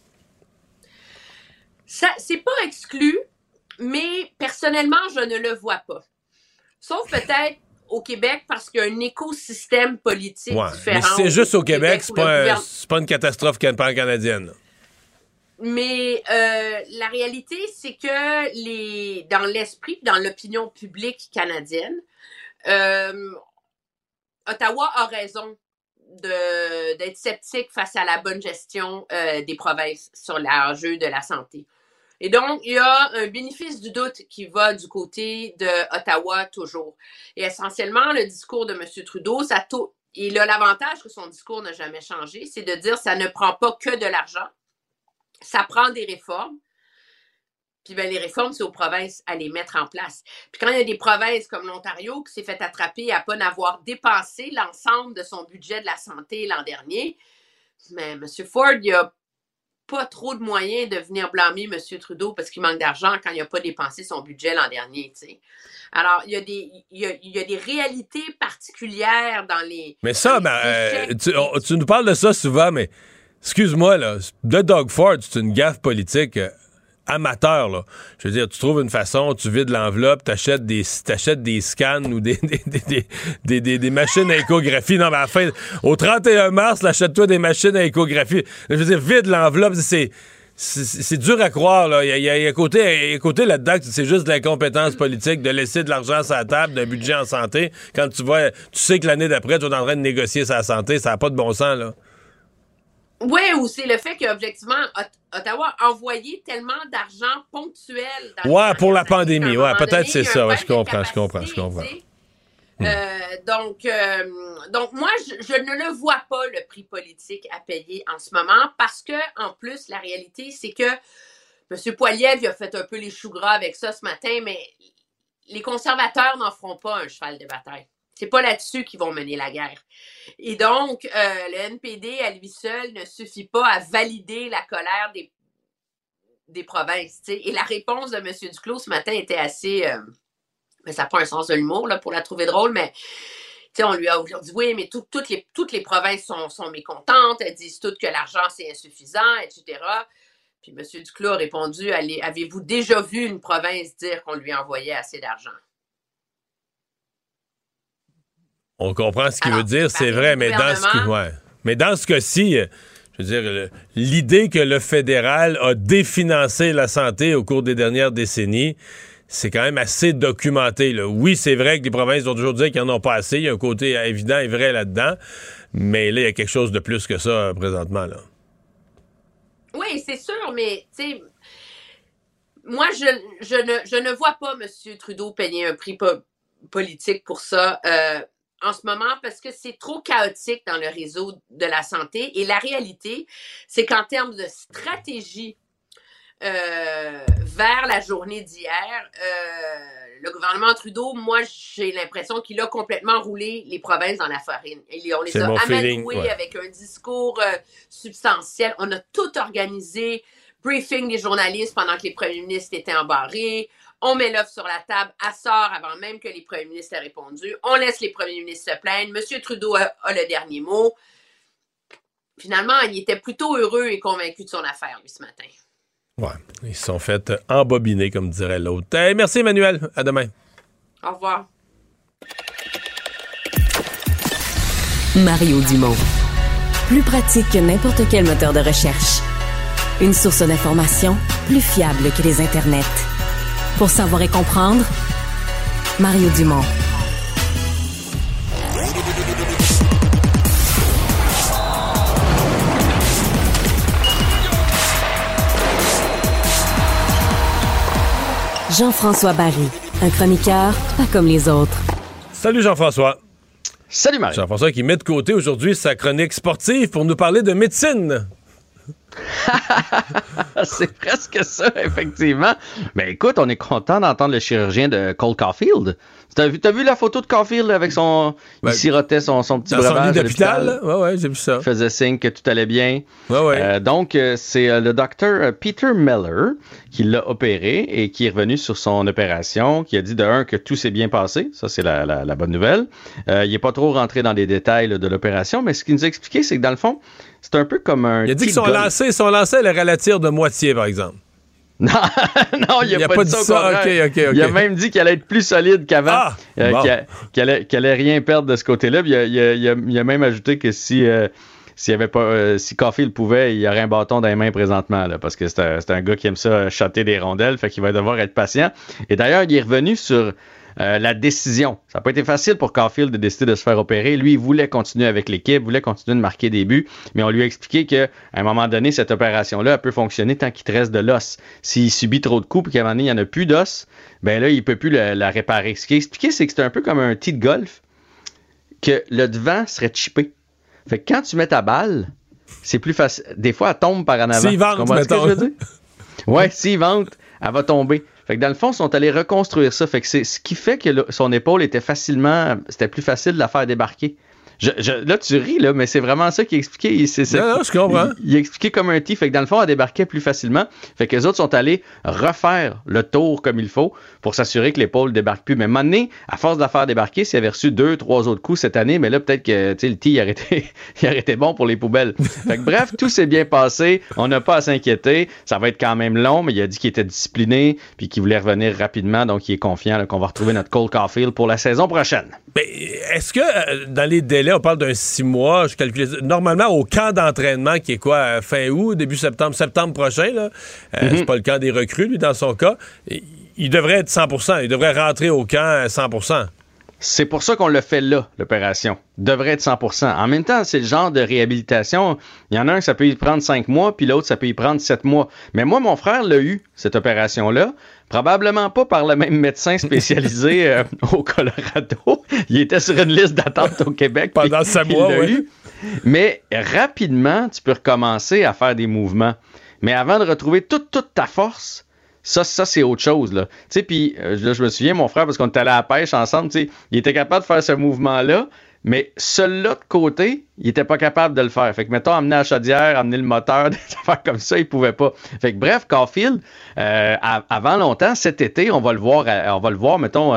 Ça, c'est pas exclu, mais personnellement, je ne le vois pas. Sauf peut-être au Québec parce qu'il y a un écosystème politique différent. Mais si c'est juste au Québec, c'est pas une catastrophe pan-canadienne. Mais la réalité, c'est que dans l'esprit, dans l'opinion publique canadienne, Ottawa a raison d'être sceptique face à la bonne gestion des provinces sur l'enjeu de la santé. Et donc, il y a un bénéfice du doute qui va du côté d'Ottawa toujours. Et essentiellement, le discours de M. Trudeau, il a l'avantage que son discours n'a jamais changé, c'est de dire ça ne prend pas que de l'argent, ça prend des réformes. Puis les réformes, c'est aux provinces à les mettre en place. Puis quand il y a des provinces comme l'Ontario qui s'est fait attraper à ne pas n'avoir dépensé l'ensemble de son budget de la santé l'an dernier, mais M. Ford, il n'a pas trop de moyens de venir blâmer M. Trudeau parce qu'il manque d'argent quand il n'a pas dépensé son budget l'an dernier, tu sais. Alors, il y a des réalités particulières dans les... Mais ça, tu nous parles de ça souvent, mais excuse-moi, là, de Doug Ford, c'est une gaffe politique... amateur, là. Je veux dire, tu trouves une façon, tu vides l'enveloppe, t'achètes des scans ou des machines à échographie. Non, mais à la fin, au 31 mars, là, achète-toi des machines à échographie. Je veux dire, vide l'enveloppe, c'est dur à croire, là. Il y a un côté là-dedans que c'est juste de l'incompétence politique, de laisser de l'argent sur la table, d'un budget en santé. Quand tu sais que l'année d'après, tu es en train de négocier sa santé, ça n'a pas de bon sens, là. Oui, ou c'est le fait qu'objectivement, Ottawa a envoyé tellement d'argent ponctuel. Pour la pandémie. Ouais, peut-être c'est ça. Ouais, je comprends. Donc moi, je ne le vois pas, le prix politique à payer en ce moment, parce que, en plus, la réalité, c'est que M. Poilievre, il a fait un peu les choux gras avec ça ce matin, mais les conservateurs n'en feront pas un cheval de bataille. C'est pas là-dessus qu'ils vont mener la guerre. Et donc, le NPD, à lui seul, ne suffit pas à valider la colère des provinces. T'sais. Et la réponse de M. Duclos ce matin était assez... mais ça n'a pas un sens de l'humour là, pour la trouver drôle, mais on lui a dit, oui, mais toutes les provinces sont mécontentes, elles disent toutes que l'argent, c'est insuffisant, etc. Puis M. Duclos a répondu, avez-vous déjà vu une province dire qu'on lui envoyait assez d'argent? On comprend ce qu'il veut dire, c'est vrai, mais dans ce cas-ci, je veux dire, l'idée que le fédéral a définancé la santé au cours des dernières décennies, c'est quand même assez documenté, là. Oui, c'est vrai que les provinces vont toujours dire qu'ils n'en ont pas assez, il y a un côté évident et vrai là-dedans, mais là, il y a quelque chose de plus que ça présentement, là. Oui, c'est sûr, mais, tu sais, moi, je ne vois pas M. Trudeau payer un prix politique pour ça, en ce moment, parce que c'est trop chaotique dans le réseau de la santé. Et la réalité, c'est qu'en termes de stratégie vers la journée d'hier, le gouvernement Trudeau, moi, j'ai l'impression qu'il a complètement roulé les provinces dans la farine. On les a amadoués avec un discours substantiel. On a tout organisé, briefing des journalistes pendant que les premiers ministres étaient embarrés. On met l'offre sur la table à sort avant même que les premiers ministres aient répondu. On laisse les premiers ministres se plaindre. M. Trudeau a le dernier mot. Finalement, il était plutôt heureux et convaincu de son affaire, lui, ce matin. Ouais, ils se sont fait embobiner, comme dirait l'autre. Merci, Emmanuel. À demain. Au revoir. Mario Dumont. Plus pratique que n'importe quel moteur de recherche. Une source d'information plus fiable que les internets. Pour savoir et comprendre, Mario Dumont. Jean-François Barry, un chroniqueur pas comme les autres. Salut Jean-François. Salut Mario. Jean-François qui met de côté aujourd'hui sa chronique sportive pour nous parler de médecine. C'est presque ça, effectivement. Mais écoute, on est content d'entendre le chirurgien de Cole Caulfield. T'as vu la photo de Caulfield avec son... il sirotait son petit breuvage à l'hôpital? Ouais, j'ai vu ça. Il faisait signe que tout allait bien. Ouais. Donc, c'est le docteur Peter Miller qui l'a opéré et qui est revenu sur son opération, qui a dit de un que tout s'est bien passé. Ça, c'est la bonne nouvelle. Il n'est pas trop rentré dans les détails de l'opération, mais ce qu'il nous a expliqué, c'est que dans le fond, c'est un peu comme un... Il a dit que son lancer allait ralentir de moitié, par exemple. Non, il a pas dit ça. Okay. Il a même dit qu'elle allait être plus solide qu'avant, qu'elle allait rien perdre de ce côté-là. Puis il a même ajouté que si Caulfield pouvait, il y aurait un bâton dans les mains présentement, là, parce que c'est un gars qui aime ça chatter des rondelles, fait qu'il va devoir être patient. Et d'ailleurs, il est revenu sur la décision. Ça n'a pas été facile pour Caulfield de décider de se faire opérer. Lui, il voulait continuer avec l'équipe, voulait continuer de marquer des buts, mais on lui a expliqué qu'à un moment donné, cette opération-là, elle peut fonctionner tant qu'il te reste de l'os. S'il subit trop de coups et qu'à un moment donné, il n'y en a plus d'os, ben là, il ne peut plus la réparer. Ce qui est expliqué, c'est que c'est un peu comme un tee de golf, que le devant serait chippé. Fait que quand tu mets ta balle, c'est plus facile. Des fois, elle tombe par en avant. S'il vente, ce que je veux dire? Ouais, s'il vente, elle va tomber. Fait que dans le fond, ils sont allés reconstruire ça. Fait que c'est ce qui fait que son épaule était c'était plus facile de la faire débarquer. Là, tu ris, là, mais c'est vraiment ça qu'il a expliqué. Non, je comprends. Il a expliqué comme un tee. Fait que dans le fond, elle débarquait plus facilement. Fait que les autres sont allés refaire le tour comme il faut pour s'assurer que l'épaule ne débarque plus. Mais à un moment donné, à force de la faire débarquer, s'il avait reçu 2-3 autres coups cette année, mais là, peut-être que le tee, il aurait été bon pour les poubelles. Fait que bref, tout s'est bien passé. On n'a pas à s'inquiéter. Ça va être quand même long, mais il a dit qu'il était discipliné puis qu'il voulait revenir rapidement. Donc, il est confiant là, qu'on va retrouver notre Cole Caulfield pour la saison prochaine. Mais est-ce que dans les délais, on parle d'un 6 mois, je calcule normalement au camp d'entraînement qui est quoi, fin août, début septembre prochain, là, c'est pas le camp des recrues, lui, dans son cas, il devrait être 100%, il devrait rentrer au camp à 100%. C'est pour ça qu'on l'a fait là, l'opération. Devrait être 100%. En même temps, c'est le genre de réhabilitation. Il y en a un, ça peut y prendre 5 mois, puis l'autre, ça peut y prendre 7 mois. Mais moi, mon frère l'a eu, cette opération-là. Probablement pas par le même médecin spécialisé au Colorado. Il était sur une liste d'attente au Québec. Pendant 7 mois, oui. Mais rapidement, tu peux recommencer à faire des mouvements. Mais avant de retrouver toute ta force, ça c'est autre chose, là. Tu sais, puis là, je me souviens, mon frère, parce qu'on était allé à la pêche ensemble, tu sais, il était capable de faire ce mouvement-là, mais celui-là de côté, il était pas capable de le faire. Fait que, mettons, amener la chaudière, amener le moteur, des affaires comme ça, il pouvait pas. Fait que, bref, Caulfield, avant longtemps, cet été, on va le voir, mettons,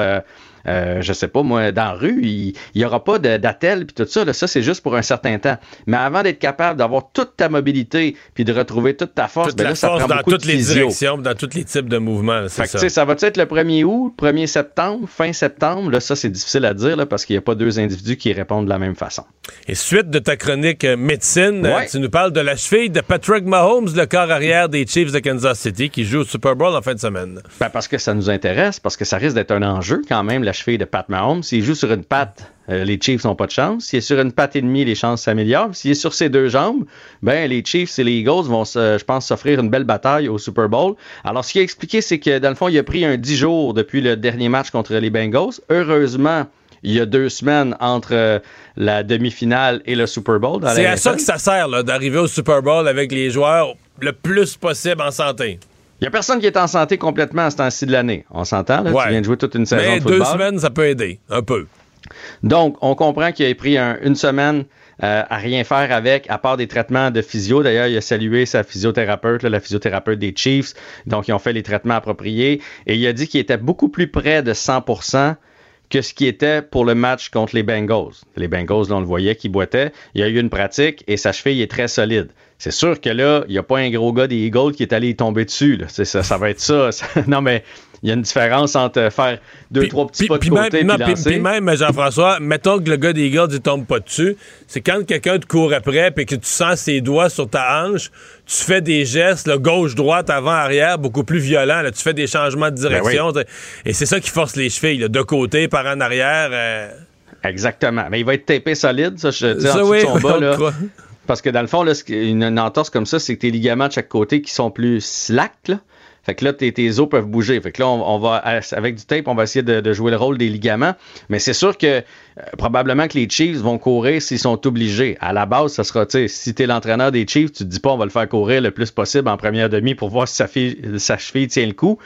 je sais pas, moi, dans la rue, il y aura pas d'attel puis tout ça. Là, ça, c'est juste pour un certain temps. Mais avant d'être capable d'avoir toute ta mobilité puis de retrouver toute ta force, toute la ça force prend dans beaucoup toutes de les physio. directions, dans tous les types de mouvements. Là, c'est fait que, ça va être le 1er août, 1er septembre, fin septembre? Là, ça, c'est difficile à dire là, parce qu'il n'y a pas deux individus qui répondent de la même façon. Et suite de ta chronique médecine, tu nous parles de la cheville de Patrick Mahomes, le corps arrière des Chiefs de Kansas City, qui joue au Super Bowl en fin de semaine. Ben, parce que ça nous intéresse, parce que ça risque d'être un enjeu quand même, la cheville de Pat Mahomes. S'il joue sur une patte, les Chiefs n'ont pas de chance. S'il est sur une patte et demie, les chances s'améliorent. S'il est sur ses deux jambes, ben les Chiefs et les Eagles vont, je pense, s'offrir une belle bataille au Super Bowl. Alors, ce qu'il a expliqué, c'est que, dans le fond, il a pris 10 jours depuis le dernier match contre les Bengals. Heureusement, il y a 2 semaines entre la demi-finale et le Super Bowl. C'est à ça que ça sert, là, d'arriver au Super Bowl avec les joueurs le plus possible en santé. Il n'y a personne qui est en santé complètement à ce temps-ci de l'année. On s'entend, là? Ouais. Tu viens de jouer toute une saison de football. Mais 2 semaines, ça peut aider, un peu. Donc, on comprend qu'il a pris une semaine à rien faire avec, à part des traitements de physio. D'ailleurs, il a salué sa physiothérapeute, la physiothérapeute des Chiefs. Donc, ils ont fait les traitements appropriés. Et il a dit qu'il était beaucoup plus près de 100% que ce qui était pour le match contre les Bengals. Les Bengals, là, on le voyait qui boitait. Il y a eu une pratique et sa cheville est très solide. C'est sûr que là, il n'y a pas un gros gars des Eagles qui est allé y tomber dessus. Là. Ça va être ça. Non, mais il y a une différence entre faire 2-3 petits pas de côté et lancer. Puis même, Jean-François, mettons que le gars des Eagles ne tombe pas dessus. C'est quand quelqu'un te court après et que tu sens ses doigts sur ta hanche, tu fais des gestes, là, gauche, droite, avant, arrière, beaucoup plus violents. Là, tu fais des changements de direction. Ben oui. Et c'est ça qui force les chevilles, là, de côté, par en arrière. Exactement. Mais il va être tapé solide, ça, je dis, en dessous de son bas. Là. Parce que dans le fond, là, une entorse comme ça, c'est que tes ligaments de chaque côté qui sont plus slack, là. Fait que là, tes os peuvent bouger. Fait que là, on va, avec du tape, on va essayer de jouer le rôle des ligaments. Mais c'est sûr que probablement que les Chiefs vont courir s'ils sont obligés. À la base, ça sera, tu sais, si t'es l'entraîneur des Chiefs, tu te dis pas on va le faire courir le plus possible en première demi pour voir si sa cheville tient le coup.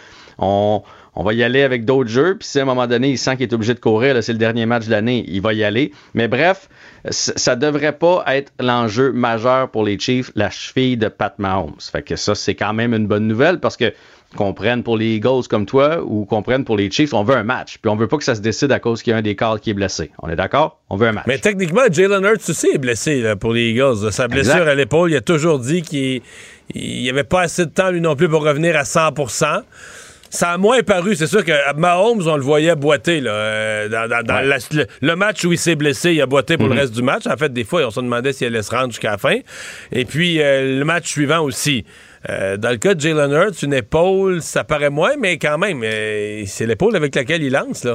On va y aller avec d'autres jeux, puis si à un moment donné, il sent qu'il est obligé de courir, là, c'est le dernier match de l'année, il va y aller. Mais bref, ça devrait pas être l'enjeu majeur pour les Chiefs, la cheville de Pat Mahomes. Fait que ça, c'est quand même une bonne nouvelle, parce que qu'on prenne pour les Eagles comme toi ou qu'on prenne pour les Chiefs, on veut un match. Puis on veut pas que ça se décide à cause qu'il y a un des cadres qui est blessé. On est d'accord? On veut un match. Mais techniquement, Jalen Hurts aussi est blessé là, pour les Eagles. Sa blessure à l'épaule, il a toujours dit qu'il n'y avait pas assez de temps, lui non plus, pour revenir à 100%. Ça a moins paru. C'est sûr que Mahomes, on le voyait boiter. Là, dans le match où il s'est blessé, il a boité pour le reste du match. En fait, des fois, on se demandait s'il allait se rendre jusqu'à la fin. Et puis, le match suivant aussi. Dans le cas de Jalen Hurts, une épaule, ça paraît moins, mais quand même, c'est l'épaule avec laquelle il lance, là.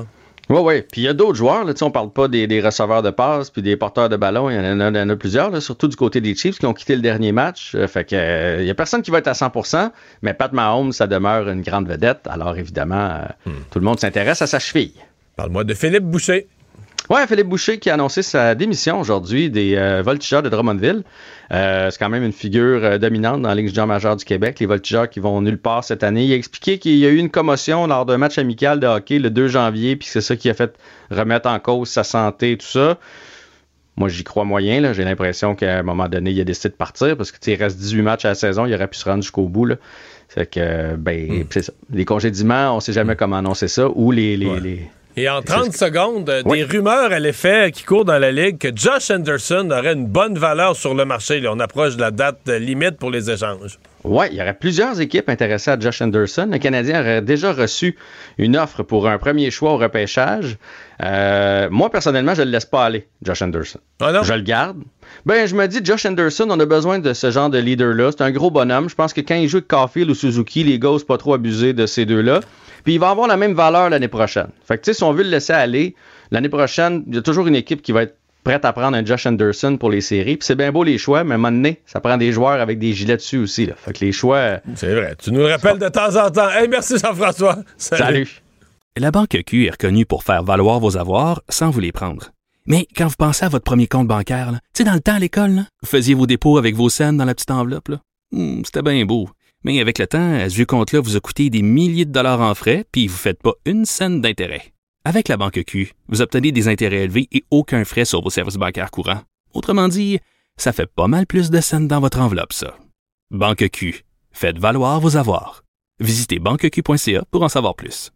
Oui. Puis il y a d'autres joueurs. Là, on ne parle pas des receveurs de passes puis des porteurs de ballon. Il y en a plusieurs, là, surtout du côté des Chiefs qui ont quitté le dernier match. Fait que il n'y a personne qui va être à 100%, mais Pat Mahomes, ça demeure une grande vedette. Alors évidemment, tout le monde s'intéresse à sa cheville. Parle-moi de Philippe Boucher. Oui, Philippe Boucher qui a annoncé sa démission aujourd'hui des Voltigeurs de Drummondville. C'est quand même une figure dominante dans la Ligue junior majeure du Québec. Les Voltigeurs qui vont nulle part cette année. Il a expliqué qu'il y a eu une commotion lors d'un match amical de hockey le 2 janvier, puis c'est ça qui a fait remettre en cause sa santé et tout ça. Moi, j'y crois moyen. Là. J'ai l'impression qu'à un moment donné, il a décidé de partir parce qu'il reste 18 matchs à la saison. Il aurait pu se rendre jusqu'au bout. Là. C'est que, c'est ça. Les congédiements, on ne sait jamais comment annoncer ça. Ou Et en 30 secondes, des rumeurs à l'effet qui courent dans la Ligue que Josh Anderson aurait une bonne valeur sur le marché. Là, on approche de la date limite pour les échanges. Oui, il y aurait plusieurs équipes intéressées à Josh Anderson. Le Canadien aurait déjà reçu une offre pour un premier choix au repêchage. Moi, personnellement, je ne le laisse pas aller, Josh Anderson. Ah non? Je le garde. Je me dis, Josh Anderson, on a besoin de ce genre de leader-là. C'est un gros bonhomme. Je pense que quand il joue avec Caulfield ou Suzuki, les gars n'osent pas trop abuser de ces deux-là. Puis il va avoir la même valeur l'année prochaine. Fait que, tu sais, si on veut le laisser aller, l'année prochaine, il y a toujours une équipe qui va être prête à prendre un Josh Anderson pour les séries. Puis c'est bien beau les choix, mais à un moment donné, ça prend des joueurs avec des gilets dessus aussi. Là. Fait que les choix... C'est vrai. Tu nous le rappelles de temps en temps. Hey, merci Jean-François. Salut. La Banque Q est reconnue pour faire valoir vos avoirs sans vous les prendre. Mais quand vous pensez à votre premier compte bancaire, tu sais, dans le temps à l'école, là, vous faisiez vos dépôts avec vos scènes dans la petite enveloppe. Là. C'était bien beau. Mais avec le temps, ce vieux compte-là vous a coûté des milliers de dollars en frais, puis vous ne faites pas une scène d'intérêt. Avec la Banque Q, vous obtenez des intérêts élevés et aucun frais sur vos services bancaires courants. Autrement dit, ça fait pas mal plus de scènes dans votre enveloppe, ça. Banque Q, faites valoir vos avoirs. Visitez banqueq.ca pour en savoir plus.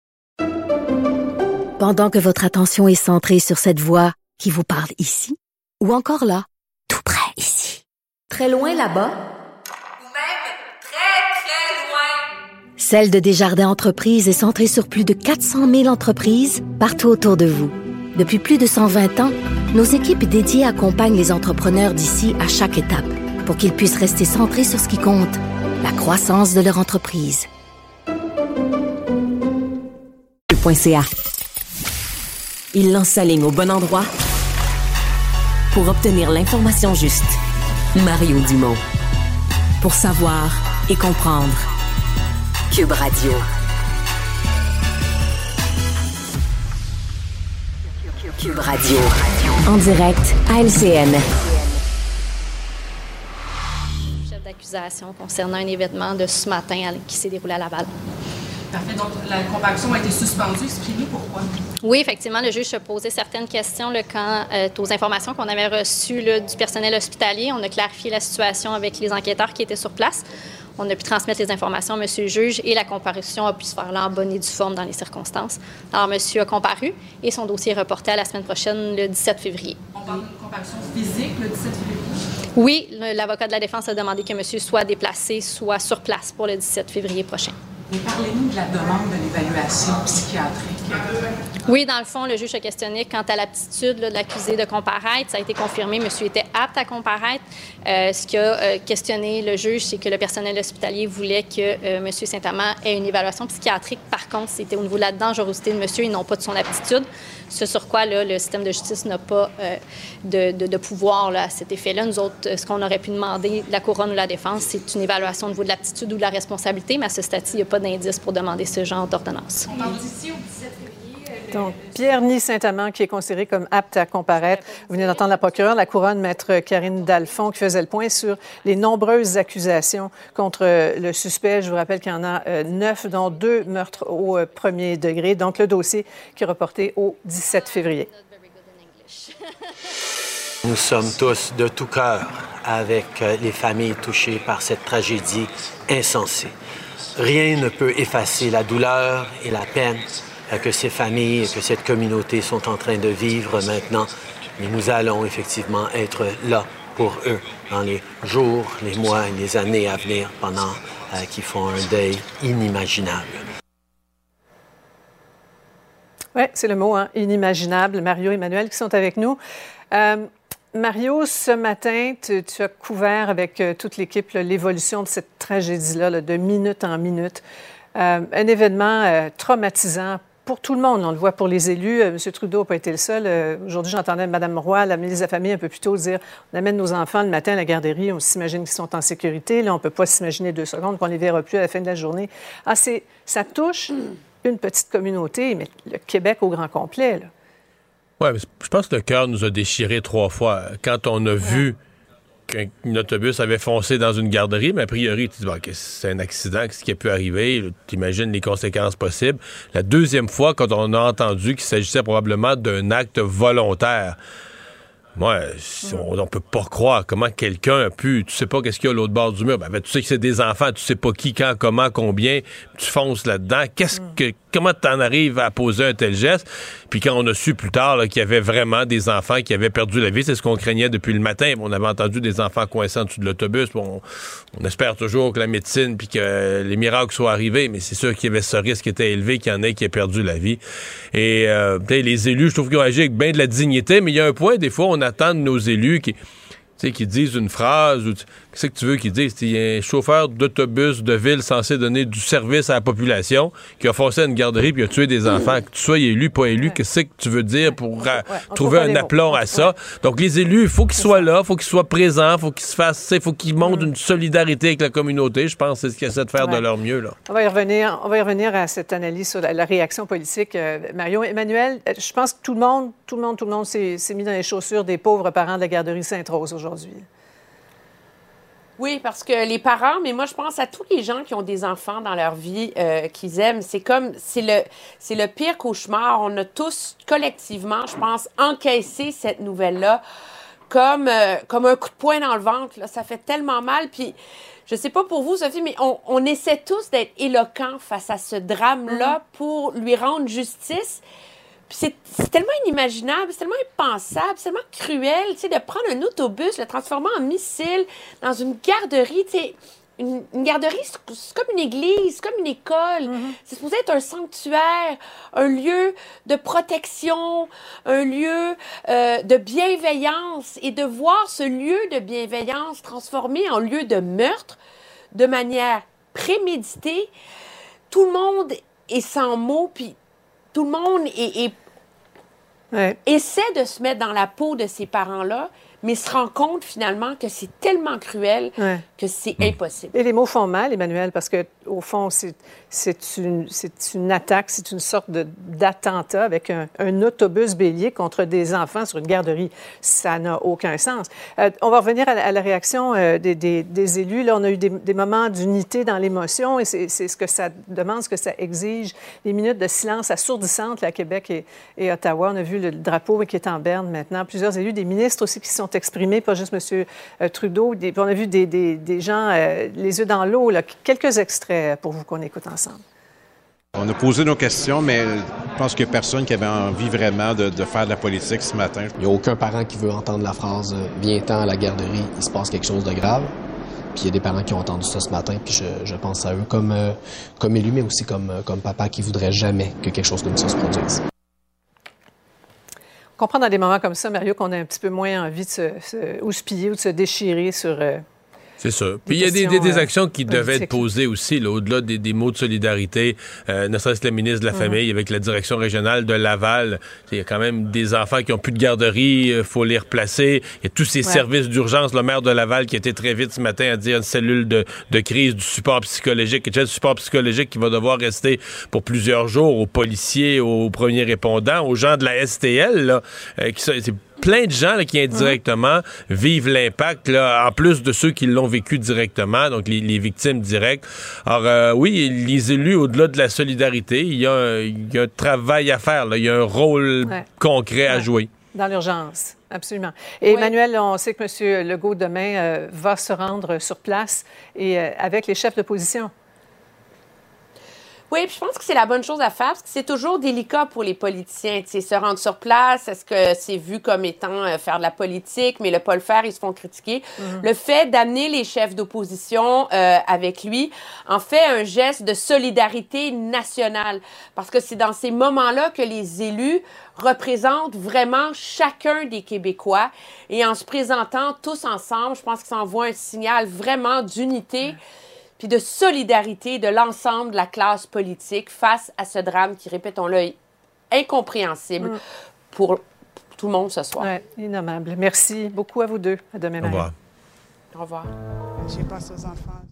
Pendant que votre attention est centrée sur cette voix qui vous parle ici, ou encore là, tout près ici, très loin là-bas, Celle de Desjardins Entreprises est centrée sur plus de 400 000 entreprises partout autour de vous. Depuis plus de 120 ans, nos équipes dédiées accompagnent les entrepreneurs d'ici à chaque étape pour qu'ils puissent rester centrés sur ce qui compte, la croissance de leur entreprise. .ca. Il lance sa ligne au bon endroit pour obtenir l'information juste. Mario Dumont. Pour savoir et comprendre. Cube Radio. Cube Radio. En direct à LCN. Chef d'accusation concernant un événement de ce matin qui s'est déroulé à Laval. Parfait. Donc, la comparution a été suspendue. Expliquez-nous pourquoi. Oui, effectivement, le juge se posait certaines questions là, quant aux informations qu'on avait reçues là, du personnel hospitalier. On a clarifié la situation avec les enquêteurs qui étaient sur place. On a pu transmettre les informations à M. le juge et la comparution a pu se faire là en bonne et due forme dans les circonstances. Alors, monsieur a comparu et son dossier est reporté à la semaine prochaine, le 17 février. On parle d'une comparution physique le 17 février? Oui, l'avocat de la défense a demandé que monsieur soit déplacé, soit sur place pour le 17 février prochain. Mais parlez-nous de la demande de l'évaluation psychiatrique. Oui, dans le fond, le juge a questionné quant à l'aptitude de l'accusé de comparaître. Ça a été confirmé. Monsieur était apte à comparaître. Ce qu'a questionné le juge, c'est que le personnel hospitalier voulait que monsieur Saint-Amand ait une évaluation psychiatrique. Par contre, c'était au niveau de la dangerosité de monsieur et non pas de son aptitude. Ce sur quoi là, le système de justice n'a pas de pouvoir là, à cet effet-là. Nous autres, ce qu'on aurait pu demander, la couronne ou la défense, c'est une évaluation au niveau de l'aptitude ou de la responsabilité, mais à ce stade-ci, il n'y a pas d'indice pour demander ce genre d'ordonnance. On parle d'ici au 17 février. Donc, Pierre-Ny Saint-Amand, qui est considéré comme apte à comparaître. Vous venez d'entendre la procureure de la Couronne, Maître Karine Dalphond, qui faisait le point sur les nombreuses accusations contre le suspect. Je vous rappelle qu'il y en a 9, dont 2 meurtres au premier degré. Donc, le dossier qui est reporté au 17 février. Nous sommes tous de tout cœur avec les familles touchées par cette tragédie insensée. Rien ne peut effacer la douleur et la peine que ces familles et que cette communauté sont en train de vivre maintenant. Mais nous allons effectivement être là pour eux dans les jours, les mois et les années à venir pendant qu'ils font un deuil inimaginable. Oui, c'est le mot, hein, inimaginable. Mario et Emmanuel qui sont avec nous. Mario, ce matin, tu as couvert avec toute l'équipe là, l'évolution de cette tragédie-là là, de minute en minute. Un événement traumatisant pour tout le monde. On le voit pour les élus. M. Trudeau n'a pas été le seul. Aujourd'hui, j'entendais Mme Roy, la ministre de la Famille, un peu plus tôt dire on amène nos enfants le matin à la garderie, on s'imagine qu'ils sont en sécurité. Là, on ne peut pas s'imaginer 2 secondes qu'on ne les verra plus à la fin de la journée. Ça touche une petite communauté, mais le Québec au grand complet. Là. Oui, je pense que le cœur nous a déchirés 3 fois. Quand on a vu qu'un autobus avait foncé dans une garderie, mais a priori, tu dis, bon, okay, c'est un accident, qu'est-ce qui a pu arriver? Tu imagines les conséquences possibles. La deuxième fois, quand on a entendu qu'il s'agissait probablement d'un acte volontaire, moi, on peut pas croire comment quelqu'un a pu... Tu sais pas qu'est-ce qu'il y a à l'autre bord du mur. Ben, tu sais que c'est des enfants, tu sais pas qui, quand, comment, combien. Tu fonces là-dedans. Comment t'en arrives à poser un tel geste? Puis quand on a su plus tard là, qu'il y avait vraiment des enfants qui avaient perdu la vie, c'est ce qu'on craignait depuis le matin. On avait entendu des enfants coincés en dessous de l'autobus. On espère toujours que la médecine puis que les miracles soient arrivés, mais c'est sûr qu'il y avait ce risque qui était élevé, qu'il y en ait qui aient perdu la vie. Et les élus, je trouve qu'ils ont agi avec bien de la dignité, mais il y a un point, des fois, on attend de nos élus qui disent une phrase, ou qu'est-ce que tu veux qu'ils disent? Il y a un chauffeur d'autobus de ville censé donner du service à la population qui a foncé à une garderie puis a tué des enfants. Que tu sois élu, pas élu, qu'est-ce que tu veux dire pour trouver un aplomb à ça? Donc, les élus, il faut qu'ils soient là, il faut qu'ils soient présents, il faut qu'ils se fassent, il faut qu'ils montrent une solidarité avec la communauté. Je pense que c'est ce qu'ils essaient de faire de leur mieux, là. On va y revenir à cette analyse sur la réaction politique. Mario, Emmanuel, je pense que tout le monde s'est mis dans les chaussures des pauvres parents de la garderie Sainte-Rose aujourd'hui. Oui, parce que les parents, mais moi, je pense à tous les gens qui ont des enfants dans leur vie qu'ils aiment. C'est le pire cauchemar. On a tous, collectivement, je pense, encaissé cette nouvelle-là comme un coup de poing dans le ventre. Là. Ça fait tellement mal. Puis, je sais pas pour vous, Sophie, mais on essaie tous d'être éloquents face à ce drame-là pour lui rendre justice. Puis c'est tellement inimaginable, c'est tellement impensable, c'est tellement cruel, tu sais, de prendre un autobus, le transformer en missile dans une garderie, tu sais. Une garderie, c'est comme une église, c'est comme une école. C'est supposé être un sanctuaire, un lieu de protection, un lieu de bienveillance. Et de voir ce lieu de bienveillance transformé en lieu de meurtre de manière préméditée, tout le monde est sans mots, puis tout le monde essaie de se mettre dans la peau de ces parents-là, mais se rend compte finalement que c'est tellement cruel que c'est impossible. Et les mots font mal, Emmanuel, parce que au fond, c'est une attaque, c'est une sorte d'attentat avec un autobus bélier contre des enfants sur une garderie. Ça n'a aucun sens. On va revenir à la réaction des élus. Là, on a eu des moments d'unité dans l'émotion et c'est ce que ça demande, ce que ça exige. Les minutes de silence assourdissantes là, à Québec et Ottawa. On a vu le drapeau qui est en berne maintenant. Plusieurs élus, des ministres aussi qui se sont exprimés, pas juste M. Trudeau. On a vu des gens les yeux dans l'eau. Là. Quelques extraits pour vous qu'on écoute ensemble. On a posé nos questions, mais je pense qu'il n'y a personne qui avait envie vraiment de faire de la politique ce matin. Il n'y a aucun parent qui veut entendre la phrase « Viens-t'en à la garderie, il se passe quelque chose de grave ». Puis il y a des parents qui ont entendu ça ce matin, puis je pense à eux comme élus, mais aussi comme papa qui ne voudrait jamais que quelque chose comme ça se produise. On comprend dans des moments comme ça, Mario, qu'on a un petit peu moins envie de se houspiller ou de se déchirer sur... C'est ça. Puis il y a des actions qui devaient être posées aussi, là, au-delà des mots de solidarité, ne serait-ce que la ministre de la Famille avec la direction régionale de Laval. Il y a quand même des enfants qui n'ont plus de garderie, il faut les replacer. Il y a tous ces services d'urgence. Le maire de Laval qui était très vite ce matin à dire une cellule de crise, du support psychologique, du support psychologique qui va devoir rester pour plusieurs jours aux policiers, aux premiers répondants, aux gens de la STL, là, c'est plein de gens là, qui indirectement vivent l'impact, là, en plus de ceux qui l'ont vécu directement, donc les victimes directes. Alors oui, les élus, au-delà de la solidarité, il y a un travail à faire, là. Il y a un rôle concret à jouer. Dans l'urgence, absolument. Et Emmanuel, on sait que M. Legault, demain, va se rendre sur place et avec les chefs d'opposition. Oui, puis je pense que c'est la bonne chose à faire parce que c'est toujours délicat pour les politiciens. Tu sais, se rendre sur place, est-ce que c'est vu comme étant faire de la politique, mais ne pas le faire, ils se font critiquer. Le fait d'amener les chefs d'opposition avec lui en fait un geste de solidarité nationale parce que c'est dans ces moments-là que les élus représentent vraiment chacun des Québécois et en se présentant tous ensemble, je pense que ça envoie un signal vraiment d'unité. puis de solidarité de l'ensemble de la classe politique face à ce drame qui, répétons-le, est incompréhensible pour tout le monde ce soir. Oui, innommable. Merci beaucoup à vous deux. À demain. Au revoir. Au revoir. Je passe aux enfants.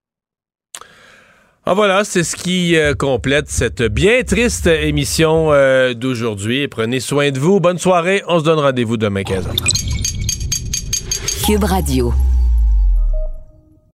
Ah voilà, c'est ce qui complète cette bien triste émission d'aujourd'hui. Prenez soin de vous. Bonne soirée. On se donne rendez-vous demain 15h. Cube Radio.